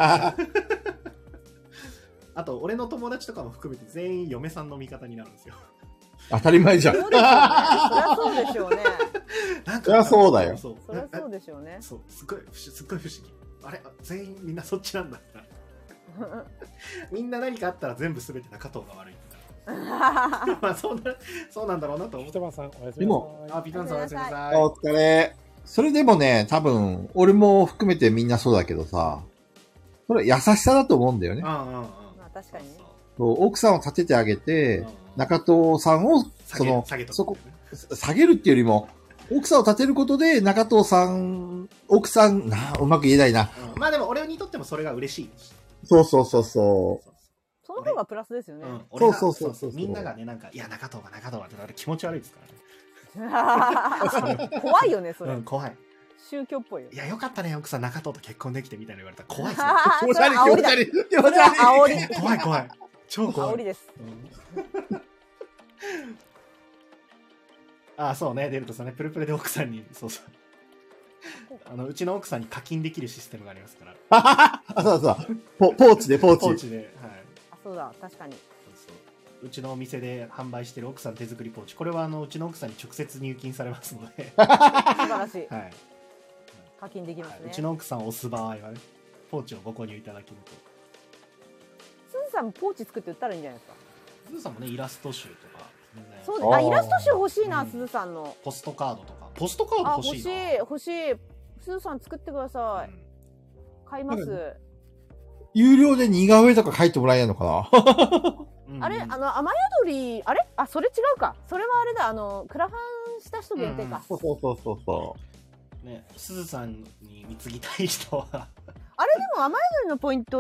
あと、俺の友達とかも含めて全員嫁さんの味方になるんですよ。 当たり前じゃん。 そうでしょうね。そりゃそうでしょうね。 そりゃそうだよ。 そりゃそうでしょうね。 そう、すっごい不思議。あれ全員みんなそっちなんだ。みんな何かあったら全部全て中藤が悪い。まあそうなんだろうなと思って。 ピタマンさん、おやすみなさい。 でも、ピタマンさんおやすみなさい。 お疲れ。それでもね、多分、俺も含めてみんなそうだけどさ、それ優しさだと思うんだよね。 まあ確かにね。 奥さんを立ててあげて、中藤さんを、下げるっていうよりも、奥さんを立てることで、中藤さん、奥さん、うまく言えないな。 まあでも俺にとってもそれが嬉しい。 そう。 その方がプラスですよね。 そう。 みんながね、なんか、いや、中藤がってなる気持ち悪いですからね。怖いよね、それ。 怖い。 宗教っぽいよ。 いや、よかったね、奥さん中藤と結婚できてみたいな言われたら怖いですね。 気持ち悪い。 煽り。 怖い。超怖い。 煽りです。 そうね、デルトさんね、プルプルで奥さんに、うちの奥さんに課金できるシステムがありますから。 そう。ポーチで。 はい。 そうだ、確かに。 うちのお店で販売してる奥さん手作りポーチ。これはうちの奥さんに直接入金されますので。 素晴らしい。 はい。 課金できますね。 うちの奥さんを押す場合はね、ポーチをご購入いただけると。 すずさんもポーチ作って売ったらいいんじゃないですか。 すずさんもね、イラスト集とか。 そうです。イラスト集欲しいな、すずさんの。 ポストカードとか。ポストカード欲しいな。 欲しい。すずさん作ってください。買います。 有料で似顔絵とか描いてもらえないのかな。 あれ、雨宿り、あれ、それ違うか。それはあれだ、クラファンした人限定か。 そう。 ね、すずさんに貢ぎたい人は。 あれでも雨宿りのポイントって、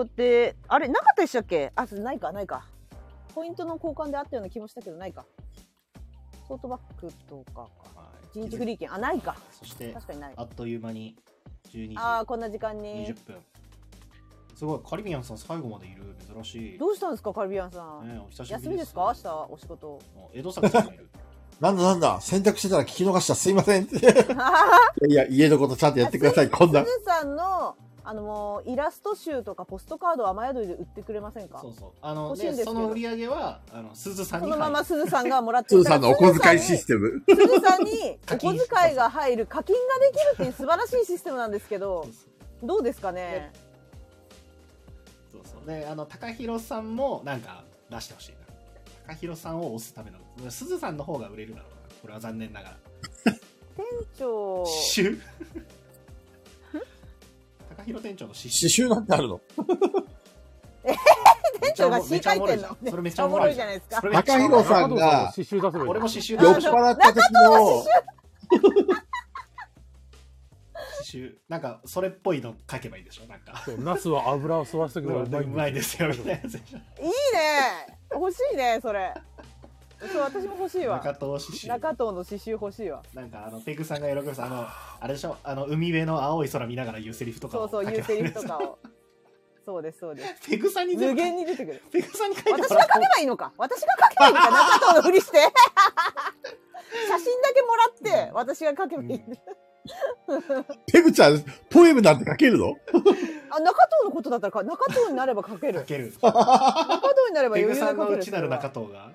あれなかったでしたっけ？ないか。ポイントの交換であったような気もしたけど、ないか。トートバッグとか1日フリー券、ないか。 そして、 確かにない。 あっという間に12時。 こんな時間に。 20分。すごい、カリビアンさん最後までいる。珍しい。 どうしたんですか、カリビアンさん。 お久しぶりです。 休みですか？明日お仕事。 江戸坂さんがいる。 なんだ、洗濯してたら聞き逃した。すいません。いや、家のことちゃんとやってください、こんな。 すずさんの、もうイラスト集とかポストカードを雨宿りで売ってくれませんか？ そう。でその売り上げはすずさんにそのまますずさんがもらってすずさんのお小遣いシステム。 すずさんにお小遣いが入る課金ができるっていう素晴らしいシステムなんですけど、どうですかね。 そうで高弘さんもなんか出してほしいな。高弘さんを押すためのすずさんの方が売れるだろうな。これは残念ながら。 店長。 高弘店長の刺繍なんてあるの？ 店長が詩書いてんの？ それめっちゃおもろいじゃないですか。 高弘さんが俺も刺繍酔っ払った時の刺繍なんかそれっぽいの書けばいいでしょ。なんかナスは油を吸わせてくればうまいですよみたいなやつ。いいね。欲しいねそれ。 そう、私も欲しいわ。 中藤刺繍。 中藤の刺繍欲しいわ。 なんかペグさんが喜びます。あれでしょ、海辺の青い空見ながら言うセリフとかをそうそう、言うセリフとかを。そうです、そうです。 ペグさんに無限に出てくる。 ペグさんに書いてもら私が書けばいいのか。私が書けばいいのか。中藤のふりして。写真だけもらって、私が書けばいい。 ペグちゃん、ポエムなんて書けるの？ あ、中藤のことだったら中藤になれば書ける。 書ける。 中藤になればペ余裕で書ける。 グさんの内なる中藤が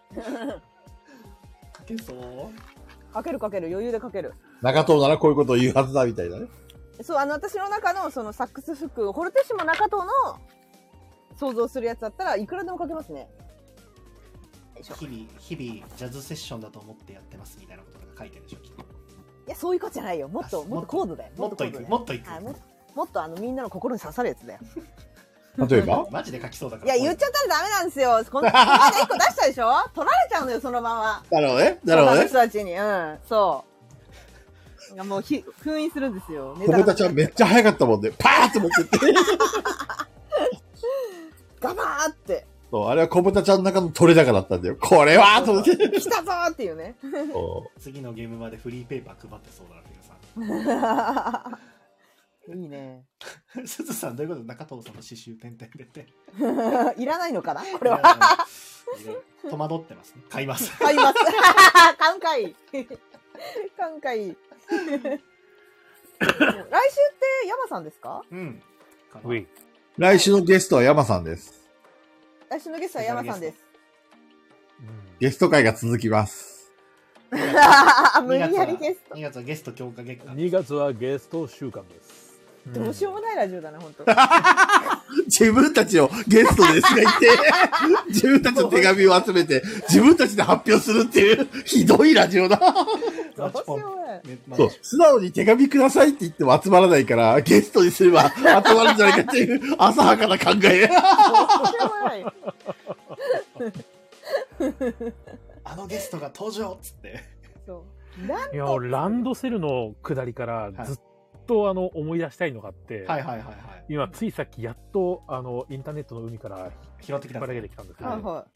書けそう。 書ける余裕で書ける。 中藤ならこういうことを言うはずだみたいなね。 そう、私の中のそのサックスフック、ホルテッシモ中藤の想像するやつだったらいくらでも書けますね。 日々ジャズセッションだと思ってやってますみたいなことが書いてるでしょ、きっと。 いや、そういうことじゃないよ。もっと高度だよ。 もっといく。 もっとみんなの心に刺さるやつだよ。 例えばマジで書きそうだから。 いや、言っちゃったらダメなんですよ。この間1個出したでしょ。取られちゃうのよ、そのまま。 なるほどね。なるほどね。 人たちに。うん、そう。もう封印するんですよ。 小豚ちゃんめっちゃ早かったもんね。パーって持ってって。 ガバーって。 そう、あれは小豚ちゃんの中の取れ高だったんだよ。これはと思って。 来たぞーっていうね。 次のゲームまでフリーペーパー配ってそうだな、ペグさん。いいね。 すずさん、どういうこと？中藤さんの刺繍点々出て。 いらないのかなこれは。 戸惑ってますね。買います。 買います。買うんかい。買うんかい。来週って山さんですか？ うん。 来週のゲストは山さんです。 来週のゲストは山さんです。 ゲスト会が続きます。 無理やりゲスト。 2月はゲスト強化月間。 2月はゲスト週間です。 どうしようもないラジオだな、本当。 自分たちをゲストですが言って、自分たちの手紙を集めて、自分たちで発表するっていう、ひどいラジオだ。 どうしようもない。 そう、素直に手紙くださいって言っても集まらないから、ゲストにすれば集まるんじゃないかっていう浅はかな考え。どうしようもない。 あのゲストが登場っつって。 そう。 いや、ランドセルの下りからずっと思い出したいのがあって、今ついさっきやっとインターネットの海から拾ってきた。 引っ張り上げてきたんですけど、 はいはい、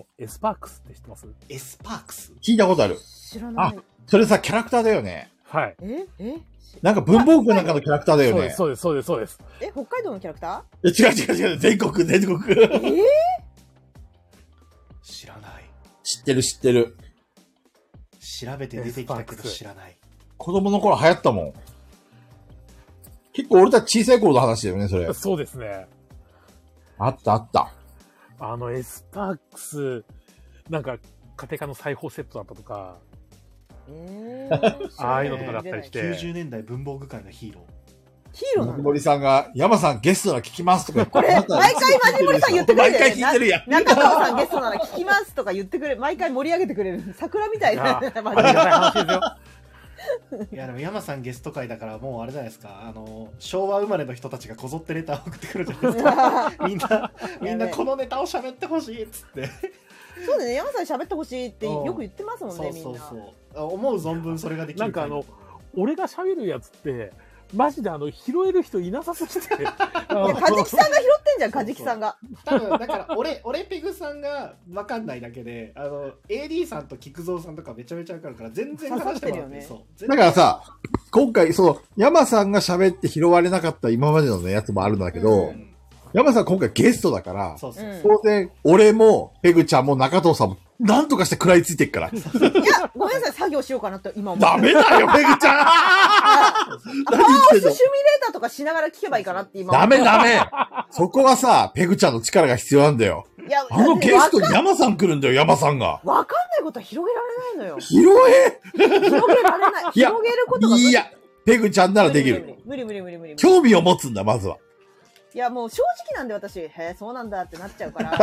エスパークスって知ってます？ エスパークス？ 聞いたことある。 知らない。 あ、それさ、キャラクターだよね。 はい。 なんか文房具なんかのキャラクターだよね。 そうです。 北海道のキャラクター？違う。全国。 知らない。 知ってる。 調べて出てきたけど知らない。 子供の頃流行ったもん。結構俺たち小さい頃の話だよね、それ。 そうですね。 あった。 エスパークス、なんか、家庭科の裁縫セットだったとか、ああいうのとかだったりして。 90年代文房具界のヒーロー。 ヒーローなの？ 森さんが、山さんゲストなら聞きますとか言って。 これ、毎回マジモリさん言ってくれる。 毎回聞いてるやん。 中川さんゲストなら聞きますとか言ってくれる。毎回盛り上げてくれる。桜みたいな。 マジで話ですよ。 いやでも山さんゲスト会だからもうあれじゃないですか、昭和生まれの人たちがこぞってレターを送ってくるじゃないですか。みんなこのネタを喋ってほしいっつって。 そうだね、山さん喋ってほしいってよく言ってますもんね、みんな。 そう思う存分それができる。 なんか俺が喋るやつってマジで拾える人いなさすぎて。いや、 カジキさんが拾ってんじゃん、カジキさんが。 多分、だから俺ペグさんが分かんないだけで、AD さんと菊蔵さんとかめちゃめちゃ分かるから、全然話してもらって、そう。 だからさ、今回、山さんが喋って拾われなかった今までのやつもあるんだけど、山さん今回ゲストだから、当然、俺も、ペグちゃんも中藤さんも、なんとかして食らいついてっから。いや、ごめんなさい、作業しようかなって今思って。 ダメだよ、ペグちゃんパワーシミュレーターとかしながら聞けばいいかなって今思って。 ダメそこはさ、ペグちゃんの力が必要なんだよ。いや、ゲストに山さん来るんだよ、山さんが。 わかんないことは広げられないのよ。 広げられない。 広げることが無理。 いや、ペグちゃんならできる。 無理。 興味を持つんだ、まずは。 いや、もう正直なんで私、へえ、そうなんだってなっちゃうから。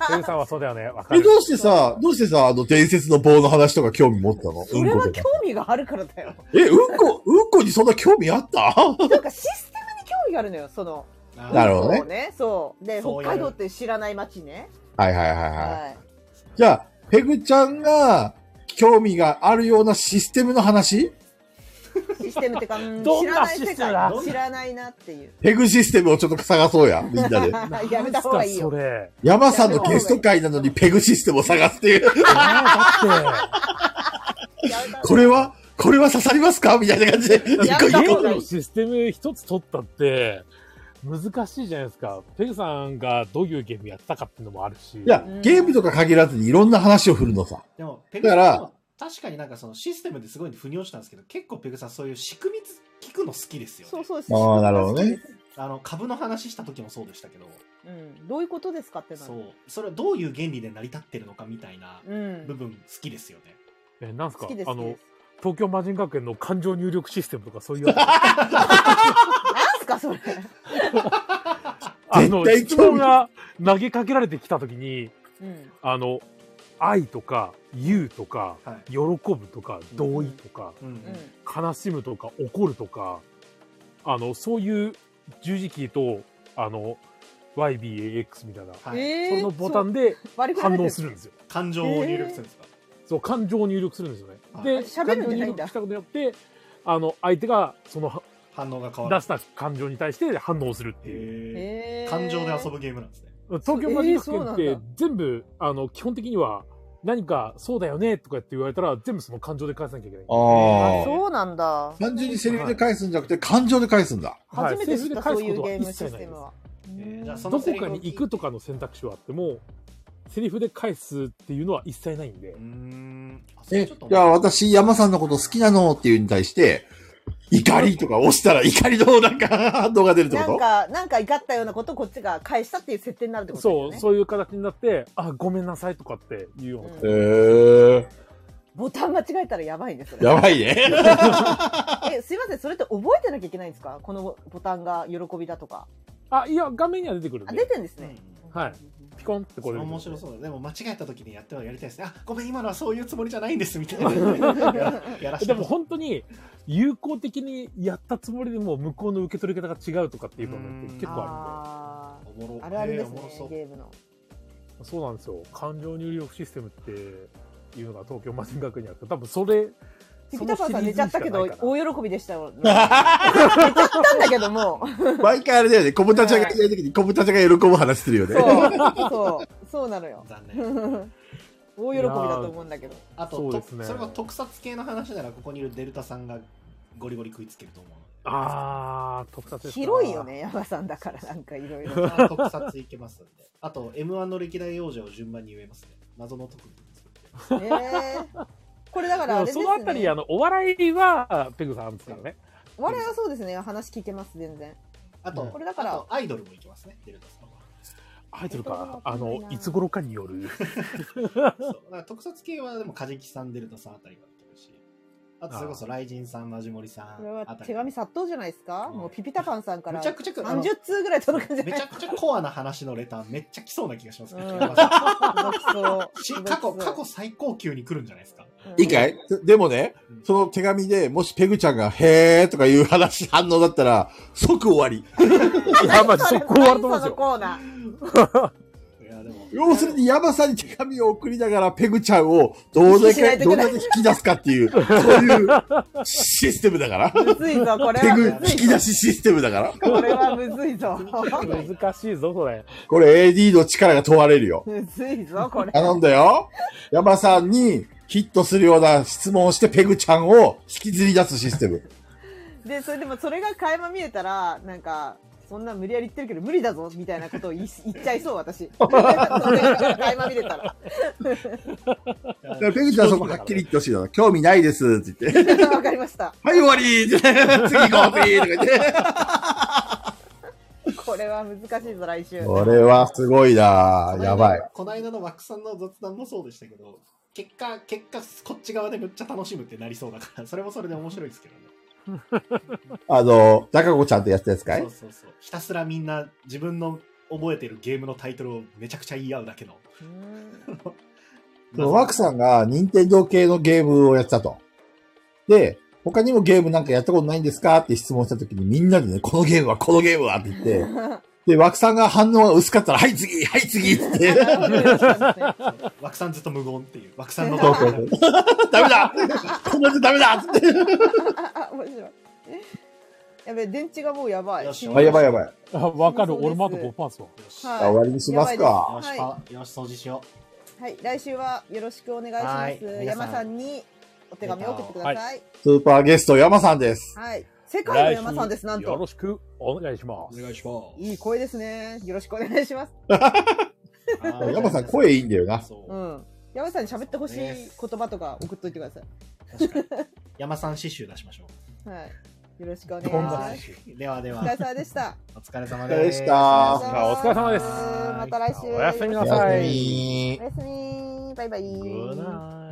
ペグさんはそうだよね。わかる。 どうしてさ、伝説の棒の話とか興味持ったの？ それは興味があるからだよ。 うんこにそんな興味あった？ なんかシステムに興味があるのよ、 なるほどね。 そう。で、北海道って知らない街ね。 はい。じゃあ、ペグちゃんが興味があるようなシステムの話？ システムってか、 どんなシステムだ知らないなっていう。 ペグシステムをちょっと探そうや、みんなで。 やめた方がいいよ。 それ。 山さんのゲスト会なのにペグシステムを探すっていう。これは刺さりますかみたいな感じで。ゲームのシステム一つ取ったって、難しいじゃないですか。ペグさんがどういうゲームやったかっていうのもあるし。 いや、ゲームとか限らずにいろんな話を振るのさ。 でも、ペグさんは確かになんかそのシステムですごい腑に落ちたんですけど、結構ペグさんそういう仕組み聞くの好きですよね。 そう。 ああ、なるほどね。 株の話した時もそうでしたけど。 どういうことですかってなる。 そう。それはどういう原理で成り立ってるのかみたいな部分好きですよね。 なんすか東京魔人学園の感情入力システムとかそういうやつ。 なんすかそれ。 質問が投げかけられてきたときに、愛とか、言うとか、喜ぶとか、同意とか、悲しむとか、怒るとか、そういう十字キーと、YBAX みたいな、そのボタンで反応するんですよ。 感情を入力するんですか？ そう、感情を入力するんですよね。で、 喋るんじゃないんだ。 感情を入力したことによって、相手が、その、 反応が変わる。 出した感情に対して反応するっていう。感情で遊ぶゲームなんですね。 東京マジック園って全部、基本的には何かそうだよねとかって言われたら全部その感情で返さなきゃいけない。 ああ、そうなんだ。 単純にセリフで返すんじゃなくて感情で返すんだ。 初めて知ったそういうゲームシステムは。 どこかに行くとかの選択肢はあっても、セリフで返すっていうのは一切ないんで。 じゃあ私山さんのこと好きなのっていうに対して、怒りとか押したら怒りのなんか反応が出るってこと？ なんか怒ったようなことをこっちが返したっていう設定になるってことですよね。 そういう形になって、ごめんなさいとかっていうような。 ボタン間違えたらやばいですね。 やばいね。 すいません、それって覚えてなきゃいけないんですか？このボタンが喜びだとか。 いや、画面には出てくるんで。 出てるんですね。 はい。ピコンってこれ。 面白そうだ。でも間違えた時にやりたいですね。ごめん、今のはそういうつもりじゃないんですみたいな。 でも本当に有効的にやったつもりでも向こうの受け取り方が違うとかっていう場面って結構あるんで。あるあるですね、ゲームの。 そうなんですよ。感情入力システムっていうのが東京魔人学園にあって、多分それ、 ピピタパンさん寝ちゃったけど、大喜びでしたよ。寝ちゃったんだけども。 毎回あれだよね、小豚ちゃんがいない時に小豚ちゃんが喜ぶ話するよね。 そうなのよ。 残念。 大喜びだと思うんだけど。 あと、それは特撮系の話なら、ここにいるデルタさんがゴリゴリ食いつけると思う。 特撮ですか。 広いよね、山さんだからなんかいろいろ。 特撮いけますんで。あと、M1 の歴代王者を順番に言えますね。謎の特技です。 これだからあれですね。 そのあたり、お笑いは、ペグさんあるんですからね。 お笑いはそうですね。話聞けます、全然。 あと、これだから、アイドルもいけますね、デルタさんは。 アイドルか、いつ頃かによる。 そう。だから特撮系は、でも、カジキさん、デルタさんあたりがいけるし。あと、それこそ、ライジンさん、マジモリさん。 これは手紙殺到じゃないですか？もうピピタパンさんからめちゃくちゃ 30通ぐらい届くんじゃない？ めちゃくちゃコアな話のレターめっちゃ来そうな気がしますけど。過去最高級に来るんじゃないですか？ いいかい？でもね、その手紙でもしペグちゃんがへーとかいう反応だったら即終わり。 いや、まじ即終わると思うんですよ。 要するに山さんに手紙を送りながらペグちゃんをどうだけ引き出すかっていう、そういうシステムだから。 むずいぞ、これは。 ペグ引き出しシステムだから。 これはむずいぞ。 難しいぞ、これ。 これ AD の力が問われるよ。 むずいぞ、これ。 頼んだよ。山さんにヒットするような質問をしてペグちゃんを引きずり出すシステム。 で、それでもそれが垣間見えたら、なんか、そんな無理やり言ってるけど無理だぞみたいなことを言っちゃいそう、私。垣間見れたら。 ペグちゃんそこはっきり言ってほしいの。興味ないですって言って。 わかりました。 はい、終わり次行こう、次とか言って。 これは難しいぞ、来週。 これはすごいなやばい。 この間のワックさんの雑談もそうでしたけど、結果、こっち側でめっちゃ楽しむってなりそうだから、それもそれで面白いですけどね。 中子ちゃんとやったやつかい？ そう。ひたすらみんな自分の覚えてるゲームのタイトルをめちゃくちゃ言い合うだけの。 ワクさんが任天堂系のゲームをやってたと。で、他にもゲームなんかやったことないんですかって質問したときにみんなでね、このゲームはって言って、 で、枠さんが反応が薄かったら、はい次はい次って。 枠さんずっと無言っていう。枠さんのそうそうそう。ダメだこんなじゃダメだって。 面白い。やべえ、電池がもうやばい。 よしあ、やばいやばい。 わかる。俺もあと5%すわ。 終わりにしますか。 よし、よし、掃除しよう。はい、来週はよろしくお願いします。山さんにお手紙を送ってください。 スーパーゲスト山さんです。 はい。世界の山さんです、なんと。 よろしくお願いします。 お願いします。 いい声ですね。よろしくお願いします。 山さん声いいんだよな。 うん。山さんに喋ってほしい言葉とか送っといてください。確かに。山さん刺繍出しましょう。はい。よろしくお願いします。 ではでは。 お疲れ様でした。 お疲れ様でした。 お疲れ様です。 また来週。 おやすみなさい。 おやすみ。バイバイ。 グッナイ。